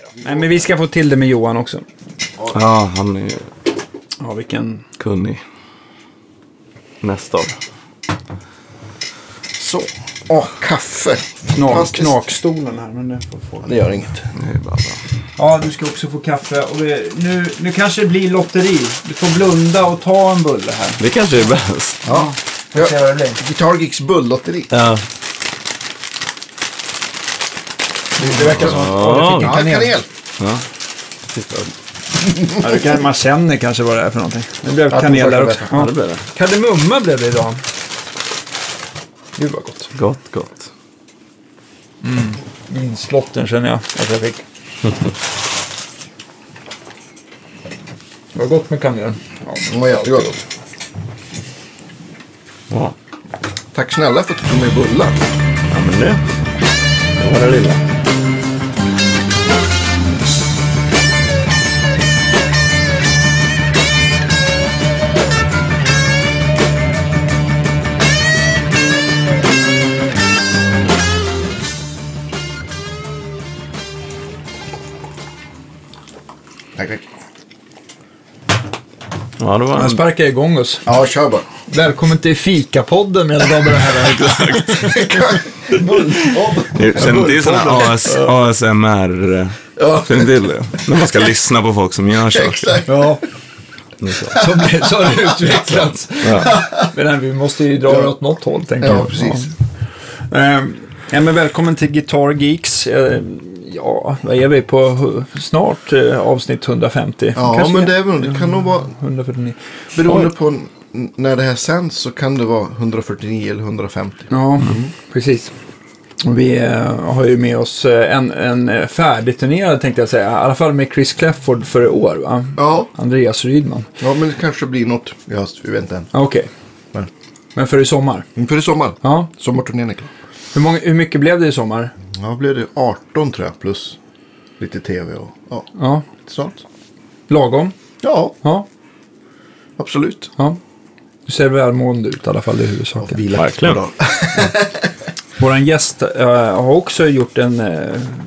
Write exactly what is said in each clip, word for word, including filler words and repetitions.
Nej, men vi ska få till det med Johan också. Ja, han är Ja, vilken... kunnig. Nästa år. Så. Åh, kaffe. Knak, Fantastiskt. knakstolen här, men det får få. Det gör inget. Det är bara bra. Ja, du ska också få kaffe. Och vi, nu, nu kanske det blir lotteri. Du får blunda och ta en bulle här. Det kanske är bäst. Ja. Får se vad det blir. Guitar Geeks bulllotteri. Ja. Det, det verkar som att Ja. du fick en Ja, kanel. kanel. Ja. Titta. Ja, det kan, man känner kanske vad det är för någonting. Det blev Ja, kanel där det också. får Ja, Ja. det blir det. Kardemumma blev det idag. Gud vad gott. Gott, gott. Vinslotten känner jag att jag fick. Det var gott med kanel. Ja, det var jättegott. Ja. Tack snälla för att du tog med bullar. Ja, men det. Det var det lilla. Tack, tack. Ja, det var Jag en... sparkar igång oss. Ja, kör bara. Välkommen till Fikapodden med damer och herrar. Bullpodd. Känner du till sådana A S, A S M R? Ja. Känner du till det? När man ska lyssna på folk som gör saker. Exakt. Ja, Det är så. så, blir, så har det utvecklats. Ja. Men nej, vi måste ju dra Ja. åt något håll, tänker Ja, jag. precis. Ja. Ehm, ja, men välkommen till Guitar Geeks. Ehm, ja, vad är vi på? Hu- Snart eh, avsnitt hundrafemtio. Ja, Kanske men det, är väl, det kan nog vara, hundrafyrtionio. beroende på n- när det här sänds så kan det vara hundrafyrtionio eller hundrafemtio. Ja, precis. Och vi eh, har ju med oss eh, en, en eh, färdigturnerad, tänkte jag säga. I alla fall med Chris Clefford för i år, va? Ja, Andreas Rydman. ja, men det kanske blir något i höst. Vi vet inte än. Ah, Okej. Nej. Men för i sommar? Inför i sommar. Ja. Sommarturnén är klar. Hur, många, hur mycket blev det i sommar? Ja, blev det arton tror jag. Plus lite tv och ja, Ja. lite sånt. Lagom? Ja, Ja. absolut. Ja. Du ser välmående ut i alla fall i huvudsaken. Vila Verkligen. på dagen. Vår gäst äh, har också gjort en äh,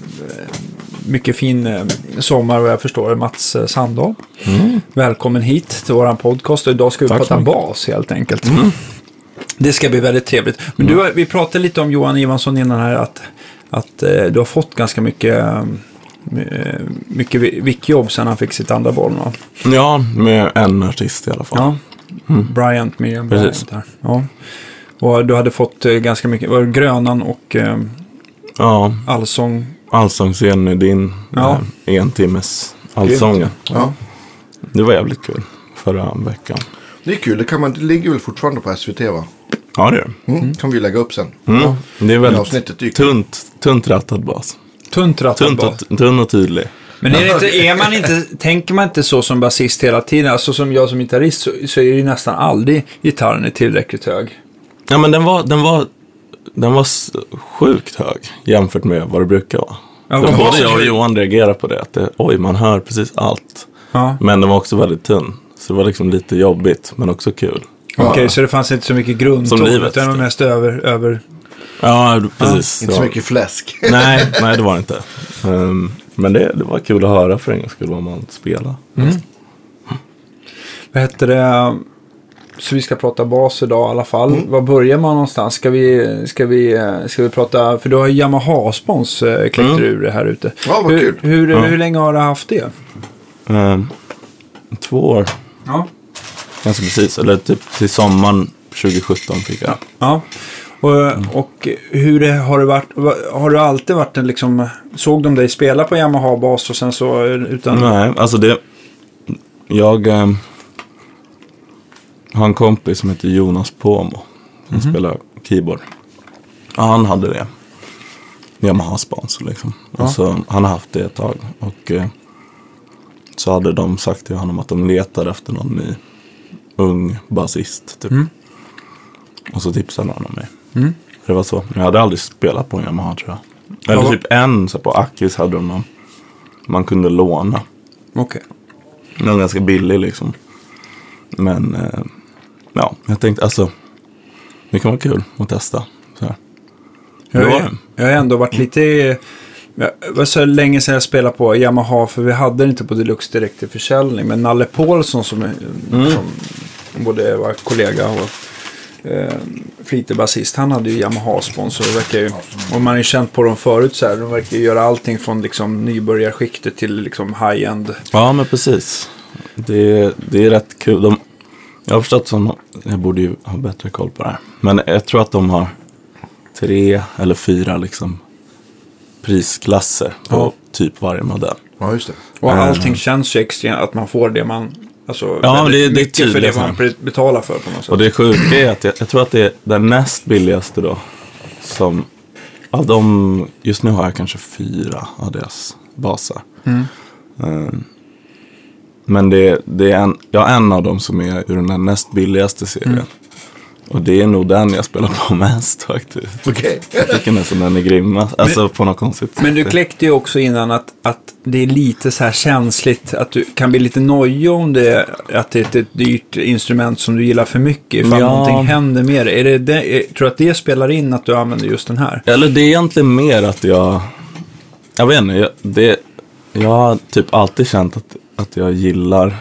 mycket fin äh, sommar, vad jag förstår, Mats äh, Sandahl. Mm. Välkommen hit till våran podcast. Och idag ska vi Tack så prata mycket. bas helt enkelt. Mm. Det ska bli väldigt trevligt. Men du, har- vi pratade lite om Johan Ivansson innan här, att, att äh, du har fått ganska mycket, äh, mycket vickjobb sedan han fick sitt andra boll. Va? Ja, med en artist i alla fall. Ja, Bryant, Miriam Precis. Bryant här. Ja. Och du hade fått eh, ganska mycket, var det Grönan och eh, Ja, Allsång. allsångsscen i din Ja. ja. en timmes allsången. Ja, Det var jävligt kul förra veckan. det är kul. Det, kan man, det ligger väl fortfarande på S V T, va? Ja, det är det. Mm. Kan vi lägga upp sen. Mm. Det är Det väldigt avsnittet är ju kul. tunt, tunt rattad bas. Tunt rattad Tunt bas. och, tunn och tydlig. Men är, det inte, är man inte, tänker man inte så som basist hela tiden? Alltså som jag som gitarrist så, så är det ju nästan aldrig gitarren är tillräckligt hög. Ja, men den var, den var, den var s- sjukt hög jämfört med vad det brukar vara. Ja, Så vad både basen- jag och Johan reagerade på det. Att det, oj, man hör precis allt. Ja. Men den var också väldigt tunn. Så det var liksom lite jobbigt, men också kul. Okej, så det fanns inte så mycket grundton. Som livet. Utan det var mest över, över... Ja, precis. Inte så Ja. mycket fläsk. Nej, nej, det var det inte. Um, men det, det var kul att höra för en gångs skull vad man spelar. Mm. Vad heter det? Så vi ska prata bas idag i alla fall. Mm. Var börjar man någonstans? Ska vi, ska vi, eh, ska vi prata... För du har Yamaha-spons eh, kläckte Mm. du ur det här ute. Ja, vad hur, kul. Hur, Ja. hur länge har du haft det? Um, två år, Ja. ganska precis. Eller typ till sommaren tjugo sjutton fick jag. Ja. Och, och hur det, har det varit? Har du alltid varit en liksom... Såg de dig spela på Yamaha-bas och sen så utan... Nej, alltså det... Jag um, har en kompis som heter Jonas Pomo. Som Mhm. spelar keyboard. Ja, han hade det. Yamaha-spons liksom. Ja. Och så, han har haft det ett tag. Och eh, så hade de sagt till honom att de letar efter någon ny ung basist typ. Mm. Och så tipsade han om mig. Mm. Det var så. Men jag hade aldrig spelat på en Yamaha tror jag. Eller Ja. typ en så på Akis hade de någon man kunde låna. Okej. Den var ganska billig liksom. Men eh, ja, jag tänkte alltså det kan vara kul att testa. Så här. Jag, Det var har- det. jag har ändå varit lite Det var så länge sedan jag spelade på Yamaha, för vi hade det inte på Deluxe direkt till försäljning. Men Nalle Paulsson som, mm. som både var kollega och eh, flitig basist, han hade ju Yamaha-sponsor. Och, verkar ju, och man har ju känt på dem förut så här, de verkar ju göra allting från liksom nybörjarskiktet till liksom high-end. Ja, men precis. Det, det är rätt kul. De, jag har förstått som, jag borde ju ha bättre koll på det här. Men jag tror att de har tre eller fyra liksom prisklasser på ja. typ varje modell. Ja, just det. Och allting känns ju extra att man får det man, alltså ja, det, det mycket är för det man betalar för på något sätt. Och det sjuka är att jag, jag tror att det är den näst billigaste då, som av dem, just nu har jag kanske fyra av deras basar. Mm. Um, men det, det är en, jag har en av dem som är ur den här näst billigaste serien. Mm. Och det är nog den jag spelar på mest faktiskt. Okej. Okay. Jag tycker nästan den är grymma. Alltså men, på något konstigt sätt. Men du kläckte ju också innan att, att det är lite så här känsligt. Att du kan bli lite nojig om det. Att det är ett dyrt instrument som du gillar för mycket. Ifall ja. någonting händer med det. Är det, det är, tror du att det spelar in att du använder just den här? Eller det är egentligen mer att jag... Jag vet inte. Jag, det, jag har typ alltid känt att, att jag gillar...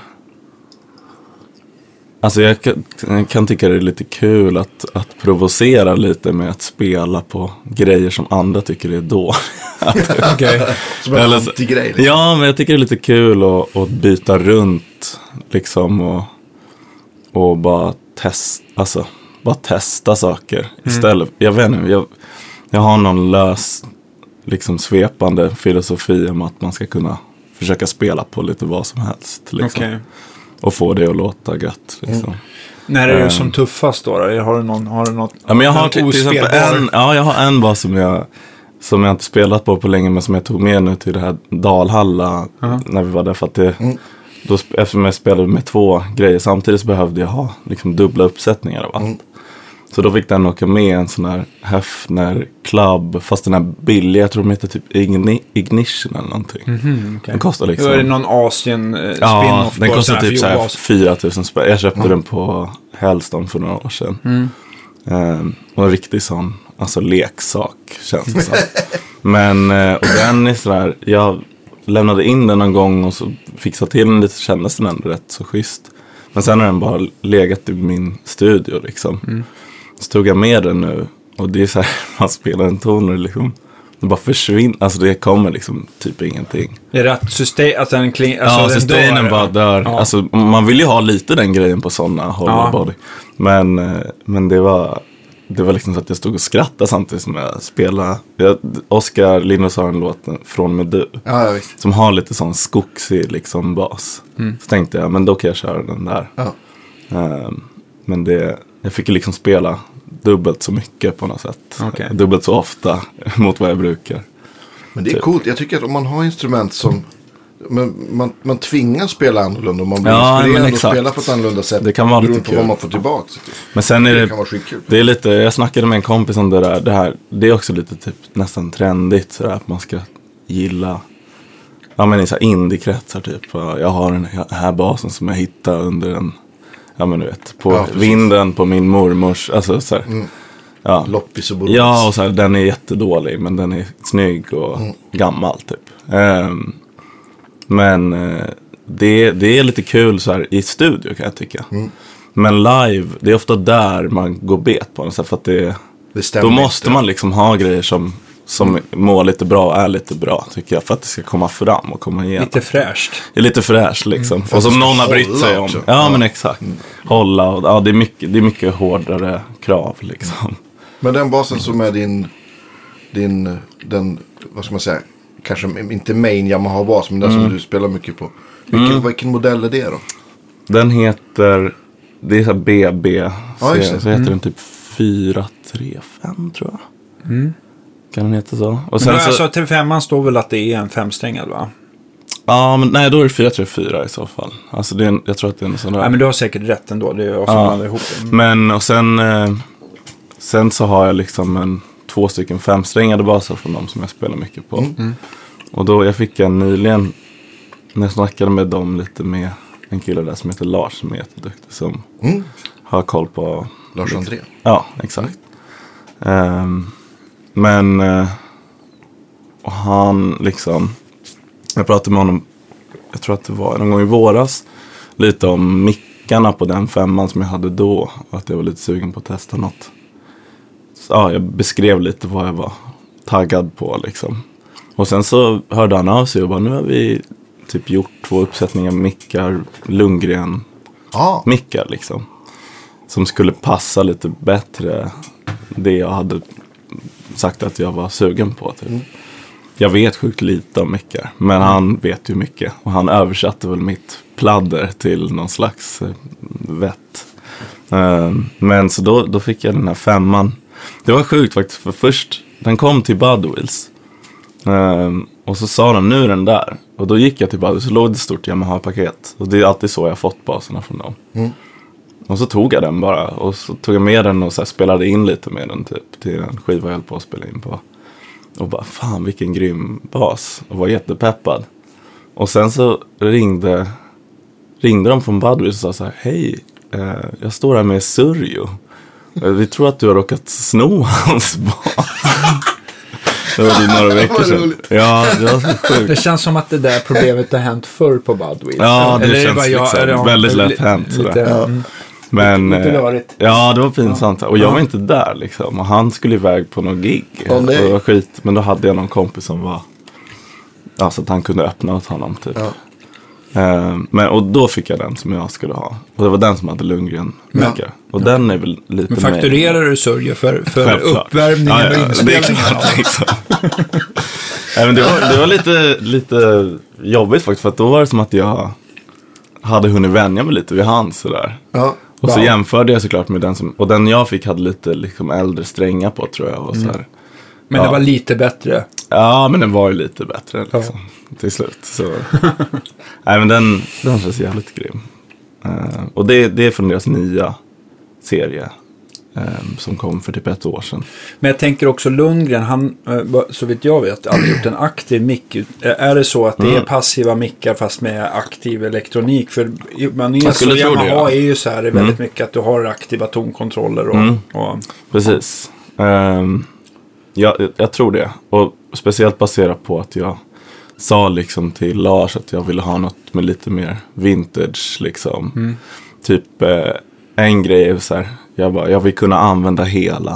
Alltså jag kan, jag kan tycka det är lite kul att, att provocera lite med att spela på grejer som andra tycker är dåliga. Okay. Som en anti-grej. Liksom. Ja, men jag tycker det är lite kul att, att byta runt liksom och, och bara testa, alltså, bara testa saker mm. istället. Jag vet inte, jag, jag har någon lös liksom svepande filosofi om att man ska kunna försöka spela på lite vad som helst. Liksom. Okay. Och få det att låta gött liksom. Mm. När är det um, som tuffast då? Då? Har du någon, har du något? Ja, men jag har till, till exempel en, ja, jag har en bas som jag som jag inte spelat på på länge, men som jag tog med nu till det här Dalhalla uh-huh. när vi var där, för att det mm. då, eftersom jag spelade med två grejer samtidigt så behövde jag ha liksom dubbla uppsättningar av allt. Mm. Så då fick den åka med en sån här Hefner Club, fast den här billiga, jag tror de heter typ Igni- Ignition eller någonting. Mm-hmm, okay. Den kostar liksom... Då är det någon Asien uh, ja, spin-off den på kostar typ så här fyra tusen spänn. Jag köpte mm. den på Hellstone för några år sedan. Mm. Um, och en riktig sån, alltså leksak känns det som. Men, uh, och den är sådär, jag lämnade in den någon gång och så fixade till den lite, kändes den ändå rätt så schysst. Men sen har den bara legat i min studio liksom. Mm. Så tog jag med den nu. Och det är så här, man spelar en ton och liksom, det bara försvinner. Alltså det kommer liksom typ ingenting. Är det att sustain, att den kling, alltså ja, den sustainen dör, bara dör. Ja. Alltså man vill ju ha lite den grejen på sådana hollow ja. body. Men, men det var det var liksom så att jag stod och skrattade samtidigt som jag spelade. Jag, Oskar Lindros har en låt från med du. Ja, jag visst. Som har lite sån skogsig liksom bas. Mm. Så tänkte jag, men då kan jag köra den där. Ja. Um, men det, jag fick ju liksom spela dubbelt så mycket på något sätt. Okay. Dubbelt så ofta mot vad jag brukar. Men det är typ coolt. Jag tycker att om man har instrument som man, man, man tvingas spela annorlunda. Och man blir ja, inspirerad och spela på ett annorlunda sätt. Det kan vara lite kul. Vad man får tillbaka. Men sen är det, det kan vara skitkul. Det är lite, jag snackade med en kompis om det där. Det, här, det är också lite typ nästan trendigt sådär, att man ska gilla. Ja, men i så här indie-kretsar typ. Jag har den här basen som jag hittade under en, ja men du vet, på ja, vinden på min mormors, alltså så här, mm. ja. Loppis och borås. Ja, och så här, den är jättedålig, men den är snygg och mm. gammal typ. Um, men uh, det, det är lite kul så här i studio kan jag tycka. Mm. Men live, det är ofta där man går bet på den, så för att det, det då måste inte. Man liksom ha grejer som som mår lite bra och är lite bra tycker jag, för att det ska komma fram och komma igenom. Lite fräscht. Det är lite fräscht liksom. Mm, och som någon har brytt sig om. Ja, ja, men exakt. Mm. Hålla och ja, det är mycket det är mycket hårdare krav liksom. Men den basen som är din din den vad ska man säga, kanske inte main Yamaha bas, men den mm. som du spelar mycket på. Vilken mm. vilken modell är det då? Den heter, det är så här B B. Ja, så, just det. så heter mm. den typ fyra tre fem tror jag. Mm. Kan den heta så? Och sen men alltså till femman står väl att det är en femsträngad va? Ja, men nej, då är det fyra tre fyra i så fall. Alltså det är en, jag tror att det är en sån där. Nej, men du har säkert rätt ändå. Det är jag som ja. ihop. Men och sen eh, sen så har jag liksom en två stycken femsträngade baser från dem som jag spelar mycket på. Mm. Och då jag fick en nyligen när jag snackade med dem lite med en kille där som heter Lars som är jätteduktig som mm. har koll på Lars liksom, André. Ja, exakt. Mm. Um, Men, Och han liksom, jag pratade med honom, jag tror att det var någon gång i våras, lite om mickarna på den femman som jag hade då. Och att jag var lite sugen på att testa något. Så ja, jag beskrev lite vad jag var taggad på liksom. Och sen så hörde han av sig och bara, nu har vi typ gjort två uppsättningar mickar, Lundgren Ja. mickar liksom. Som skulle passa lite bättre det jag hade sagt att jag var sugen på typ. Mm. Jag vet sjukt lite om mickar, men mm. han vet ju mycket. Och han översatte väl mitt pladder till någon slags vett. Uh, men så då, då fick jag den här femman. Det var sjukt faktiskt, för först, den kom till Budwheels. Uh, och så sa de, nu är den där. Och då gick jag till Budwheels, så låg det ett stort Yamaha-paket. Och det är alltid så jag fått baserna från dem. Mm. Och så tog jag den bara. Och så tog jag med den och så här spelade in lite med den typ. Till en skiva jag höll på att spela in på. Och bara, fan vilken grym bas. Och var jättepeppad. Och sen så ringde, ringde de från Budwheels och sa så här, hej, eh, jag står här med Surjo. Vi tror att du har råkat sno hans bas. Det var det några veckor sedan. Ja, det var så sjukt. Det känns som att det där problemet har hänt förr på Budwheels. Ja, det Eller känns det liksom jag, det väldigt lätt hänt. Lite, ja. Mm. Men, lite ja, det var pinsamt. Ja. Och jag var inte där liksom. Och han skulle iväg på någon gig. Oh, och det var skit. Men då hade jag någon kompis som var, ja, så att han kunde öppna åt honom typ. Ja. Uh, men, och då fick jag den som jag skulle ha. Och det var den som hade Lundgren mycket. Ja. Och ja. Den är väl lite. Men fakturerar mer... du Surjo för, för uppvärmningen ja, ja, och inspelningen? Liksom. Nej, men det var, det var lite, lite jobbigt faktiskt. För att då var det som att jag hade hunnit vänja mig lite vid hans sådär. Ja. Och så wow. jämförde jag såklart med den som, och den jag fick hade lite liksom äldre strängar på tror jag. Och så här. Mm. Men ja. Det var lite bättre. Ja, men den var ju lite bättre liksom, ja. Till slut. Så. Nej, men den, den känns jävligt grym. Uh, och det, det är från deras nya serie um, som kom för typ ett år sedan. Men jag tänker också Lundgren, han, uh, så vitt jag vet, har gjort en aktiv mick. Är det så att det mm. är passiva mickar fast med aktiv elektronik? För man är så Yamaha ja. är ju så här, det är väldigt mm. mycket att du har aktiva tonkontroller och... Mm. och Precis. Um, ja, jag tror det. Och speciellt baserat på att jag sa liksom till Lars att jag ville ha något med lite mer vintage liksom. Mm. Typ eh, en grej är så här, jag bara, jag vill kunna använda hela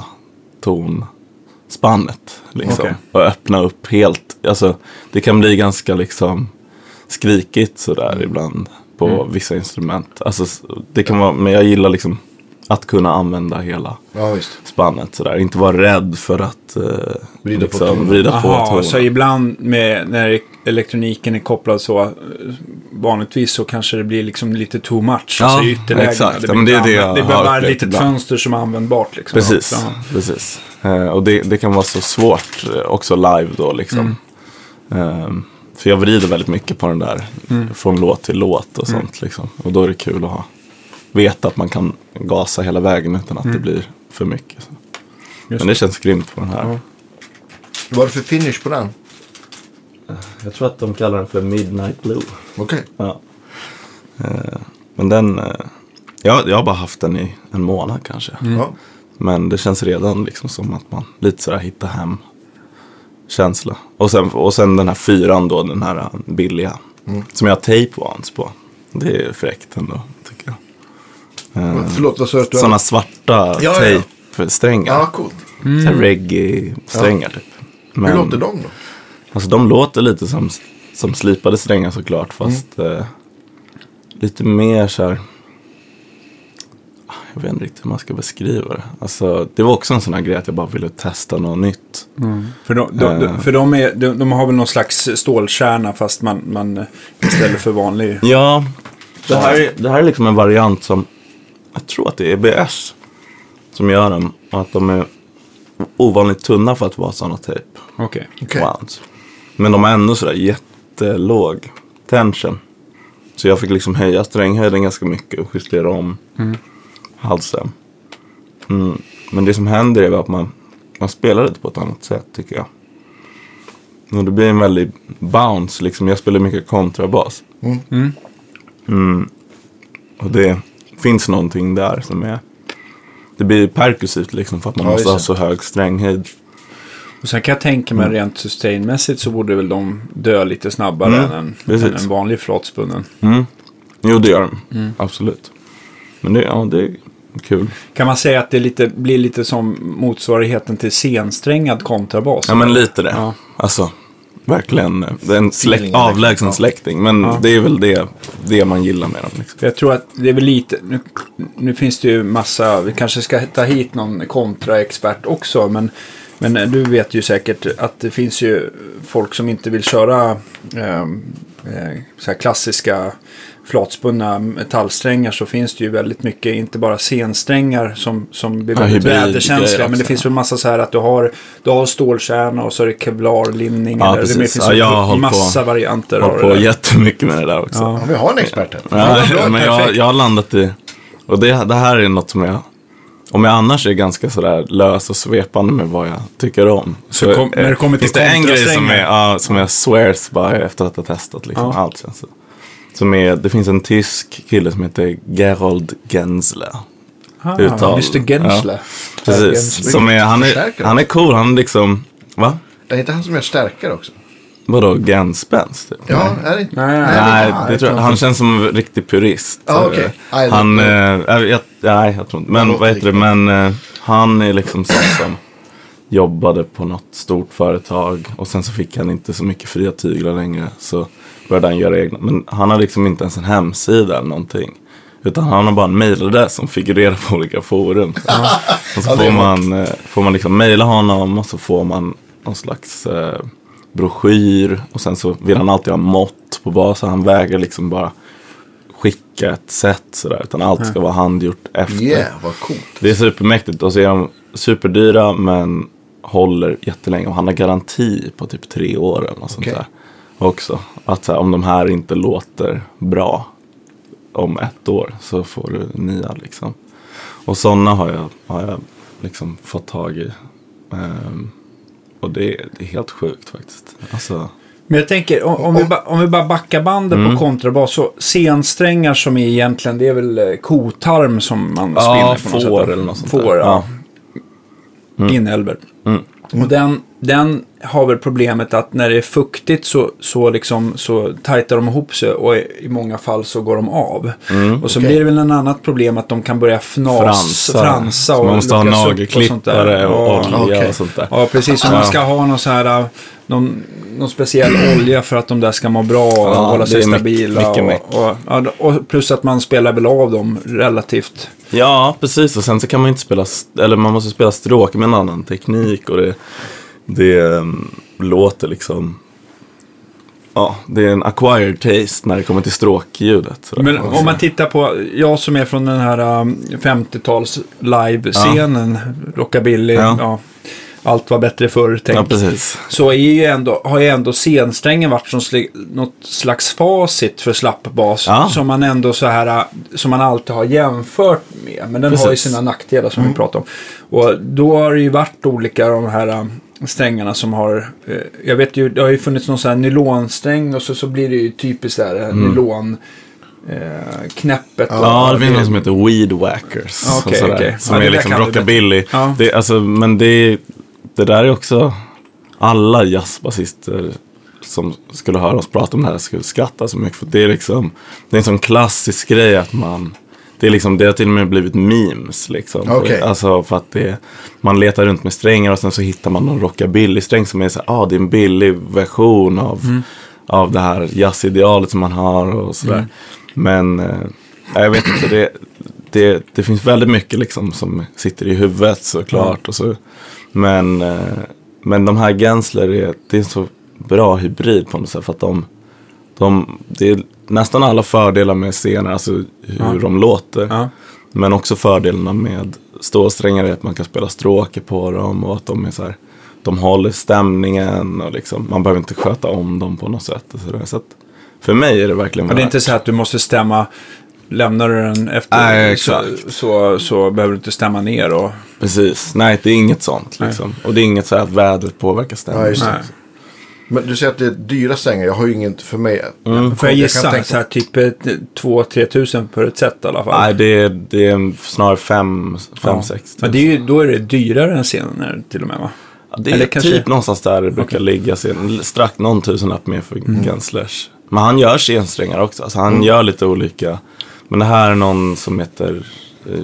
tonspannet liksom. Okay. Och öppna upp helt, alltså det kan bli ganska liksom skrikigt sådär mm. ibland på mm. vissa instrument. Alltså det kan vara, men jag gillar liksom att kunna använda hela ja, visst. spannet sådär. Inte vara rädd för att uh, vrida liksom, på vrida på tonen. Så ibland med, när elektroniken är kopplad så vanligtvis så kanske det blir liksom lite too much. Ja, alltså ytterlägena. Exakt. Det, ja, men det är det jag det blir bara ett litet ibland. fönster som är användbart. Liksom. Precis, ja. precis. Uh, och det, det kan vara så svårt uh, också live då liksom. Mm. Uh, för jag vrider väldigt mycket på den där mm. från låt till låt och sånt mm. liksom. Och då är det kul att ha veta att man kan gasa hela vägen utan att mm. det blir för mycket. Så. Men det känns grymt på den här. Ja. Vad är det för finish på den? Jag tror att de kallar den för Midnight Blue. Okej. Okay. Ja. Men den, jag, jag har bara haft den i en månad kanske. Mm. Men det känns redan liksom som att man lite sådär hittar hem känsla. Och sen, och sen den här fyran då, den här billiga. Mm. Som jag har tape-ones på. Det är fräckt ändå, tycker jag. Uh, Förlåt, vad sa du? Sådana svarta ja, tape-strängar. Ja, coolt. Mm. Reggae-strängar ja. typ. Men, hur låter de då? Alltså de låter lite som, som slipade strängar såklart. Fast mm. eh, lite mer så här. Jag vet inte riktigt hur man ska beskriva det. Alltså, det var också en sån här grej att jag bara ville testa något nytt. Mm. För, de, de, uh, för de, är, de, de har väl någon slags stålkärna fast man, man istället för vanlig. Ja, det här, är, det här är liksom en variant som jag tror att det är E B S som gör dem. Att de är ovanligt tunna för att vara sådana tejp. Okej. Okay. Okay. Men de är ändå sådär jättelåg tension. Så jag fick liksom höja stränghöjden ganska mycket och justera om mm. halsen. Mm. Men det som händer är att man, man spelar lite på ett annat sätt tycker jag. Och det blir en väldigt bounce liksom. Jag spelar mycket kontrabas. Mm. Mm. Mm. Och det finns någonting där som är, det blir perkussivt liksom för att man ja, måste ha så hög stränghöjd. Och sen kan jag tänka mig mm. rent sustainmässigt så borde väl de dö lite snabbare mm. än, en, än en vanlig flatspunnen. Mm. Jo, det gör de. Mm. Absolut. Men det, ja, det är kul. Kan man säga att det lite, blir lite som motsvarigheten till sensträngad kontrabas? Ja, men lite det. Ja. Alltså, verkligen. Det är en släkt, avlägsen släkting. Men ja. det är väl det, det man gillar med dem. Liksom. Jag tror att det är väl lite... Nu, nu finns det ju massa... Vi kanske ska ta hit någon kontraexpert också, men... Men du vet ju säkert att det finns ju folk som inte vill köra eh, så här klassiska flatspunna metallsträngar, så finns det ju väldigt mycket, inte bara sensträngar som, som blir väldigt ja, väderkänsliga, men det finns väl massa så här att du har, du har stålkärna och så är det kevlarlinning. Ja, eller, det finns ja, jag har massa på, varianter. Jag har på jättemycket med det där också. Ja. Ja, vi har en expert här. Ja, men jag, jag har landat i, och det, det här är något som jag... Om jag annars är ganska sådär lös och svepande med vad jag tycker om. Så, så kom, när det kommer till finns det en grej som, är, ja, som jag swears by efter att ha testat liksom, ja. allt känns så. Som är, det finns en tysk kille som heter Gerold Gensler. Ah, Uttal, mister Gensler. Ja, precis. Som är, han, är, han är cool, han är liksom, va? Det är inte han som är stärkare också? Vadå, genspänst? Typ? Ja, är det inte? Nej, nej, nej, nej det tror jag. Han känns som en riktig purist. Ah, okay. Han, äh, jag, nej, jag tror inte. Men vad heter det? Men äh, han är liksom sån som jobbade på något stort företag. Och sen så fick han inte så mycket fria tyglar längre. Så började han göra egna. Men han har liksom inte ens en hemsida eller någonting. Utan han har bara en mailadress som figurerar på olika forum. Och så får man, får man liksom mejla honom och så får man någon slags... Äh, broschyr, och sen så vill han alltid ha mått på basen. Han väger liksom bara skicka ett sätt sådär, utan allt ska vara handgjort efter. Yeah, vad coolt. Det är supermäktigt, och så är de superdyra men håller jättelänge, och han har garanti på typ tre år eller något sånt okay. där också. Att så här, om de här inte låter bra om ett år så får du nya liksom. Och sådana har jag, har jag liksom fått tag i. Um, Och det, det är helt sjukt faktiskt. Alltså... Men jag tänker, om, om, vi, ba, om vi bara backar bandet mm. på kontrabas, så sensträngar som är egentligen, det är väl kotarm som man ja, spinner på får något sätt. Eller något sånt får, där. ja. Mm. Inälver. Mm. Och den, den har väl problemet att när det är fuktigt så, så, liksom, så tajtar de ihop sig, och i många fall så går de av. Mm, och så okay. blir det väl en annat problem att de kan börja fnas, fransa, fransa och man måste ha nagelklippare och, och olja okay. och sånt där. Ja, precis. Som man ska ha någon så här... Någon, någon speciell olja för att de där ska må bra och ja, hålla sig stabila. Mycket, och, och, och plus att man spelar väl av dem relativt. Ja, precis. Och sen så kan man inte spela, eller man måste spela stråk med en annan teknik, och det, det um, låter liksom, ja, det är en acquired taste när det kommer till stråkljudet. Sådär. Men om man tittar på, jag som är från den här um, femtio-tals live-scenen, ja. Rockabilly, ja. ja. Allt var bättre förr, tänk. Ja, precis. Så är ju ändå, har ju ändå scensträngen varit som sl- något slags facit för slappbas. Ja. Som man ändå så här, som man alltid har jämfört med. Men den precis. Har ju sina nackdelar som mm. vi pratar om. Och då har det ju varit olika de här strängarna som har, eh, jag vet ju, det har ju funnits någon sån här nylonsträng, och så, så blir det ju typiskt där, mm. nylon... Eh, knäppet. Ja, det finns något som heter Weed Whackers. Okay, sådär, okay. som ja, är liksom rockabilly. Ja. Det, alltså, men det, det där är också, alla jazzbasister som skulle höra oss prata om det här skulle skratta så mycket. För det är liksom, det är en sån klassisk grej att man, det är liksom, det har till och med blivit memes liksom. Okay. Alltså för att det, man letar runt med strängar och sen så hittar man någon rockabilly-sträng som är så ah, det är en billig version av, mm. av det här jazzidealet som man har och sådär. Mm. Men eh, jag vet inte, det, det, det finns väldigt mycket liksom som sitter i huvudet såklart. Mm. Och så, men, eh, men de här Gensler är, det är en så bra hybrid på något sätt. För att de, de, det är nästan alla fördelar med scener, alltså hur mm. de låter. Mm. Men också fördelarna med ståsträngar är att man kan spela stråker på dem. Och att de är så här, de håller stämningen och liksom, man behöver inte sköta om dem på något sätt. Och så där. Så att, för mig är det verkligen... Ja, det är inte så att du måste stämma, lämnar du den efter Nej, så, så, så behöver du inte stämma ner. Och... Precis, nej det är inget sånt liksom. Och det är inget så här att vädret påverkar stämningen. Ja, men du säger att det är dyra sängar, jag har ju inget för mig. Mm. Får jag gissa, jag tänka... så här, typ två till tre tusen per ett sätt i alla fall? Nej, det är, det är snarare fem, fem, ja. sex. Men det är ju, då är det dyrare än scenen till och med, va? Det är Eller typ kanske... någonstans där det brukar okay. ligga sen, strax någon tusenlapp mer för mm. Genslash. Men han gör scensträngar också. Alltså han mm. gör lite olika. Men det här är någon som heter... Uh,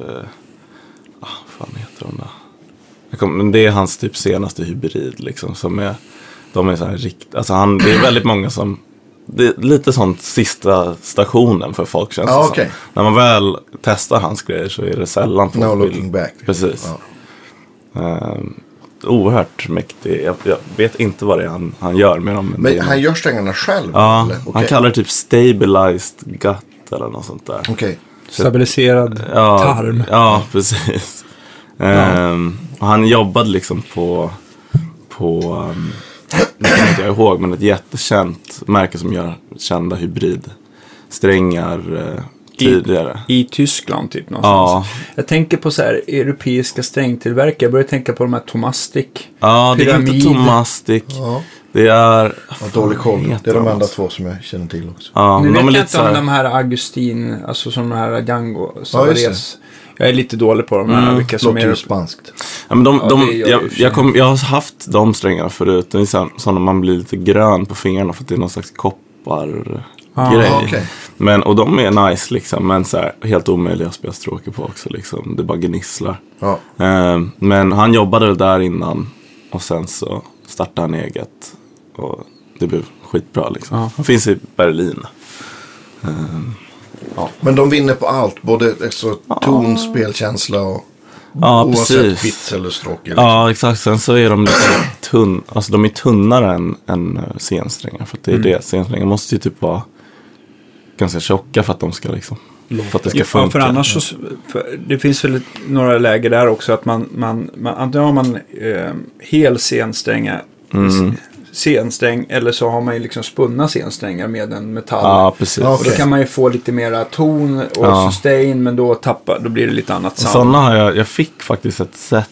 vad fan heter de där? Jag kom, men det är hans typ senaste hybrid liksom. Som är, de är så här rikt... Alltså han, det är väldigt många som... Det är lite sånt sista stationen för folk känns ah, det okay. som. När man väl testar hans grejer så är det sällan folk no vill... looking back. Precis. Ah. Uh, oerhört mäktig. Jag, jag vet inte vad det är han, han gör med dem. Men, men han gör strängarna själv? Ja, okay. Han kallar det typ stabilized gut eller något sånt där. Okay. Stabiliserad ja, tarm. Ja, precis. Ja. Um, och han jobbade liksom på på um, det kommer inte jag ihåg, men ett jättekänt märke som gör kända hybridsträngar uh, tidigare. I, I Tyskland typ någonstans. Ja. Jag tänker på så här europeiska strängtillverkare. Jag börjar tänka på de här Tomastic. Ja, det Pyramid. Är inte Tomastic. Ja. Det är... Ja, dålig koll. Det är de enda två som jag känner till också. Ja, nu vet jag inte om de här Augustin, alltså som de här Django. Ja, jag är lite dålig på dem. Mm. Vilka som låter är spanskt. Ja, men de, ja, de, jag, jag, jag, kom, jag har haft de strängarna förut. Det är sådana man blir lite grön på fingrarna för att det är någon slags koppar... Ah, grej. Okay. Men, och de är nice liksom, men så här, helt omöjliga att spela stråkar på också liksom. Det bara gnisslar. Ja. Eh, men han jobbade där innan och sen så startade han eget och det blev skitbra liksom. Ja. Han finns i Berlin. Eh, ja. Men de vinner på allt, både alltså, ton, ja. spelkänsla och ja, oavsett precis. Bits eller stråk. Liksom. Ja, exakt. Sen så är de lite tunn, alltså de är tunnare än, än scensträngar, för att det är mm. det. Scensträngar måste ju typ vara ganska tjocka för att de ska liksom, för att det ska funka. Ja, för annars så, för det finns väl några läger där också att man, man, man antingen har man eh, hel scenstränga mm. scensträng, eller så har man ju liksom spunna scensträngar med en metall. Ja, precis. Och då kan man ju få lite mera ton och ja. sustain, men då tappar, då blir det lite annat sound. Sådana har jag, jag fick faktiskt ett set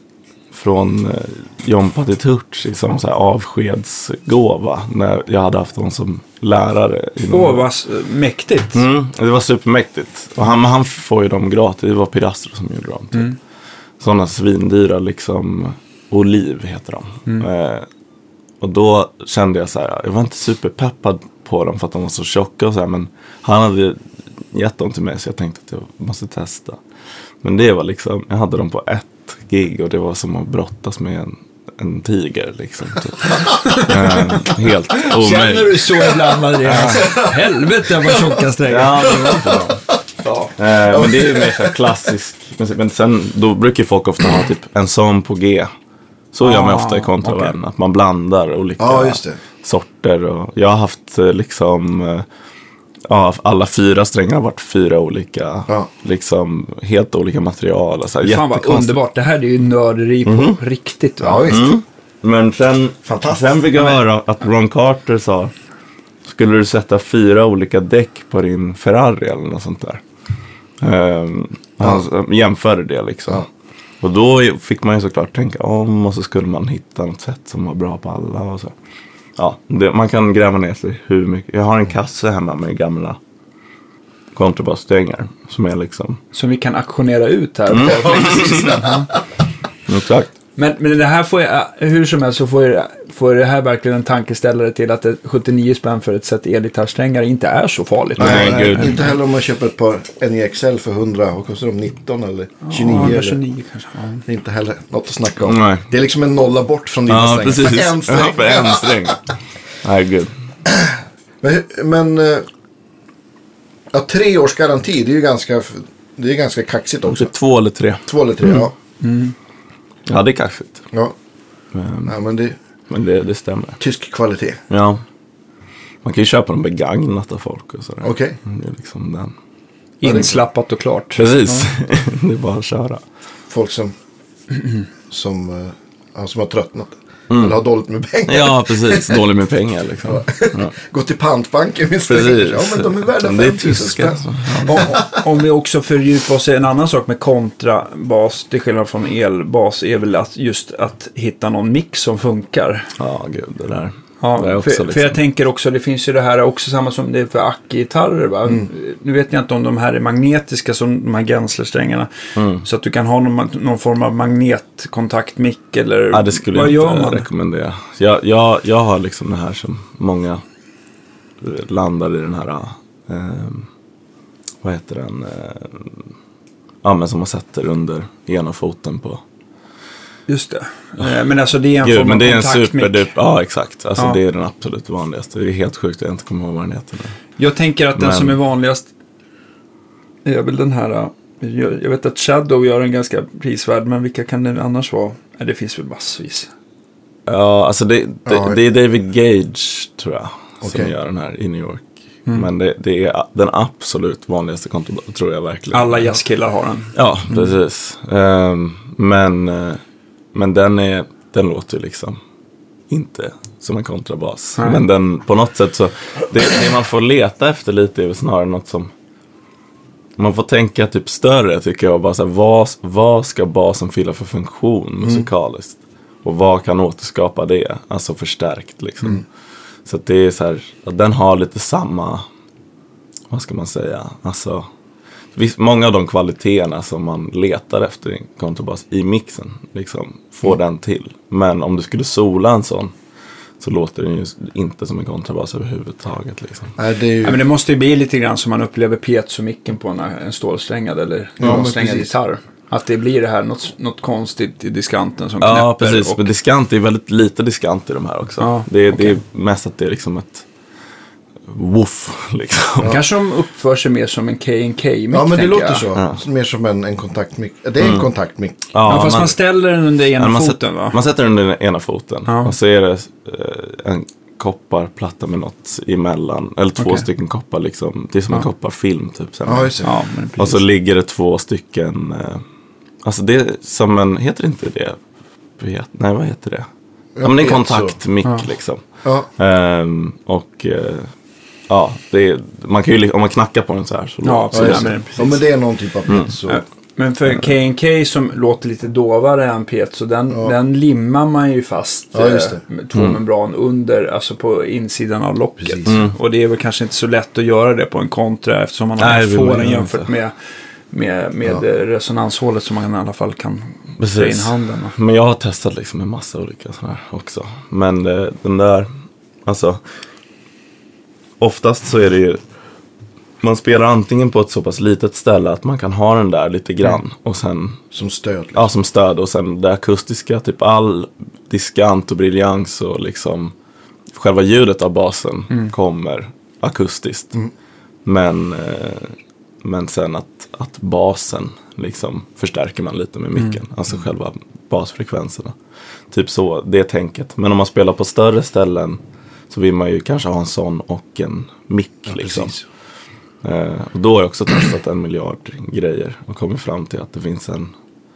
från eh, John Patiturci som så här avskedsgåva när jag hade haft honom som lärare. Åh, vad mäktigt. Mm, det var supermäktigt. Och han, han får ju dem gratis. Det var Pirastro som gjorde dem. Typ. Mm. Sådana svindyra liksom, Oliv heter de. Mm. Eh, och då kände jag så här, jag var inte superpeppad på dem för att de var så tjocka och så här, men han hade gett dem till mig så jag tänkte att jag måste testa. Men det var liksom, jag hade dem på ett gig och det var som att brottas med en, en tiger liksom. Typ. eh, helt omöjligt. Känner du så ibland Andreas? Helvete vad tjocka strängar. Ja, det var bra. Ja. Eh, men det är ju mer så här klassisk musik. Men sen, då brukar folk ofta ha typ en sån på G. Så gör man ah, ofta i kontraven. Okay. Att man blandar olika ah, just det. sorter. Och jag har haft liksom... Ja, alla fyra strängar har varit fyra olika, ja. liksom helt olika material. Och så här, fan vad underbart, det här är ju nörderi på mm. riktigt. Va? Ja, visst. Mm. Men sen, sen fick jag höra att Ron Carter sa, skulle du sätta fyra olika däck på din Ferrari eller något sånt där? Um, ja. Han jämförde det liksom. Ja. Och då fick man ju såklart tänka om, och så skulle man hitta något sätt som var bra på alla och så. Ja, det, man kan gräva ner sig hur mycket. Jag har en kasse hemma med gamla kontrabassträngar som är liksom... Som vi kan aktionera ut här. Mm. Exakt. Men, men det här får jag, hur som helst så får, jag, får det här verkligen en tankeställare till att ett sjuttionio spänn för ett set elgitarrsträngar inte är så farligt. Nej, nej, nej, inte heller om man köper ett par N E X L för hundra och kostar de nitton eller tjugonio. Ja, tjugonio kanske. Ja. Det är inte heller något att snacka om. Nej. Det är liksom en nolla bort från dina ja, strängar. Precis. För en sträng. Ja, för en sträng. Nej, gud. Men, men ja, tre års garanti, det är ju ganska, det är ganska kaxigt också. Typ två eller tre. Två eller tre, mm. ja. Mm. Ja, det är kaxigt. Ja. Men, ja, men det, men det, det stämmer. Tysk kvalitet. Ja. Man kan ju köpa dem begagnat av folk och sådär. Okej. Okay. Det är liksom den. Inslappat och klart. Precis. Ja. Det är bara att köra. Folk som, som, uh, som har tröttnat. Mm. Eller har dåligt med pengar. Ja, precis. Dåligt med pengar liksom. Ja. Gå till pantbanken med strängar. Ja, men de är värda fem tusen spänn. Om, om vi också fördjupar oss i en annan sak med kontrabas, till skillnad från elbas, är väl att just att hitta någon mix som funkar. Ja, gud, det där. Ja, Det är också för, liksom- för jag tänker också, det finns ju det här också samma som det är för Acke-gitarrer va? Mm. Nu vet jag inte om de här är magnetiska som de här Gensler-strängarna. Mm. Så att du kan ha någon, någon form av magnetkontaktmick eller Ja, det skulle vad jag gör inte man? rekommendera. Jag, jag, jag har liksom det här som många landar i den här, eh, vad heter den, eh, ja men som man sätter under ena foten på. Just det. Eh, Men alltså det är en Gud, form men av det är en kontaktmick. superdup, ja exakt. Alltså Ja. det är den absolut vanligaste. Det är helt sjukt att jag inte kommer ihåg vad den heter nu. Jag tänker att den Men- som är vanligast är väl den här. eh, Jag jag vet att Shadow gör en ganska prisvärd, men vilka kan det annars vara? Ja, det finns väl massvis. Ja, alltså det, det, Ja. det är David Gage tror jag som Okej. gör den här i New York. Mm. Men det, det är den absolut vanligaste kontot, tror jag verkligen. Alla jazzkillar har den. Ja, precis. Ehm, men, eh, men den, är, den låter ju liksom inte som en kontrabas. Nej. Men den på något sätt så, det, det man får leta efter lite är väl snarare något som, man får tänka typ större tycker jag. Bara så här, vad, vad ska basen fylla för funktion musikaliskt? Och vad kan återskapa det? Alltså förstärkt liksom. Mm. Så att det är så här, att den har lite samma, vad ska man säga, alltså visst, många av de kvaliteterna som man letar efter i en kontrabas i mixen liksom, får Mm. den till. Men om du skulle sola en sån så låter den ju inte som en kontrabas överhuvudtaget liksom. Nej, det är ju... Ja, men det måste ju bli lite grann som man upplever piezo-micken på en, en stålsträngad eller Ja, men strängad precis. gitarr. Att det blir det här något, något konstigt i diskanten som Ja, knäpper. precis. Och, Men diskant är väldigt lite diskant i de här också. Ja, det, är, det är okej. mest att det är liksom ett woof liksom. Kanske de uppför sig mer som en K and K-mick. Ja, men det tänker låter jag. så. Ja. Mer som en, en kontaktmick. Det är en kontaktmick. Ja, fast man, ställer den under ena Ja, man, foten sätter, va? man sätter den under ena foten. Ja. Och så är det eh, en kopparplatta med något emellan. Eller två Okej. stycken koppar liksom. Det är som en Ja. kopparfilm typ. Sen. Ja, just det. Ja, men precis. Och så ligger det två stycken. Eh, alltså det är som en, heter inte det? Vet, nej, vad heter det? Ja, men det är en piezo. kontaktmick Ja. liksom. Ja, Ehm, och eh, ja, det är, man kan ju, li- om man knackar på den så här så Ja, låter ja, så just där det. med precis. ja, men det är någon typ av pizzo. Ja, Men för K and K som låter lite dovare än piezo, den, Ja. den limmar man ju fast Ja, just det. eh, med två membran under, alltså på insidan av locket. Precis. Mm. Och det är väl kanske inte så lätt att göra det på en kontra eftersom man har Nej, det vill får man den ju jämfört inte. med, med, med Ja. eh, resonanshålet som man i alla fall kan dra in Precis. handen. va? Men jag har testat liksom en massa olika sådana här också. Men eh, den där, alltså oftast så är det ju, man spelar antingen på ett så pass litet ställe att man kan ha den där lite grann och sen, Som stöd. Liksom. ja som stöd och sen det akustiska, typ all diskant och briljans och liksom själva ljudet av basen kommer akustiskt. Men, eh, men sen att, att basen liksom förstärker man lite med micken, alltså själva basfrekvenserna. Typ så, det tänket. Men om man spelar på större ställen så vill man ju kanske ha en sån och en mick Ja, liksom. precis. Eh, och då har jag också testat en miljard grejer och kommit fram till att det finns en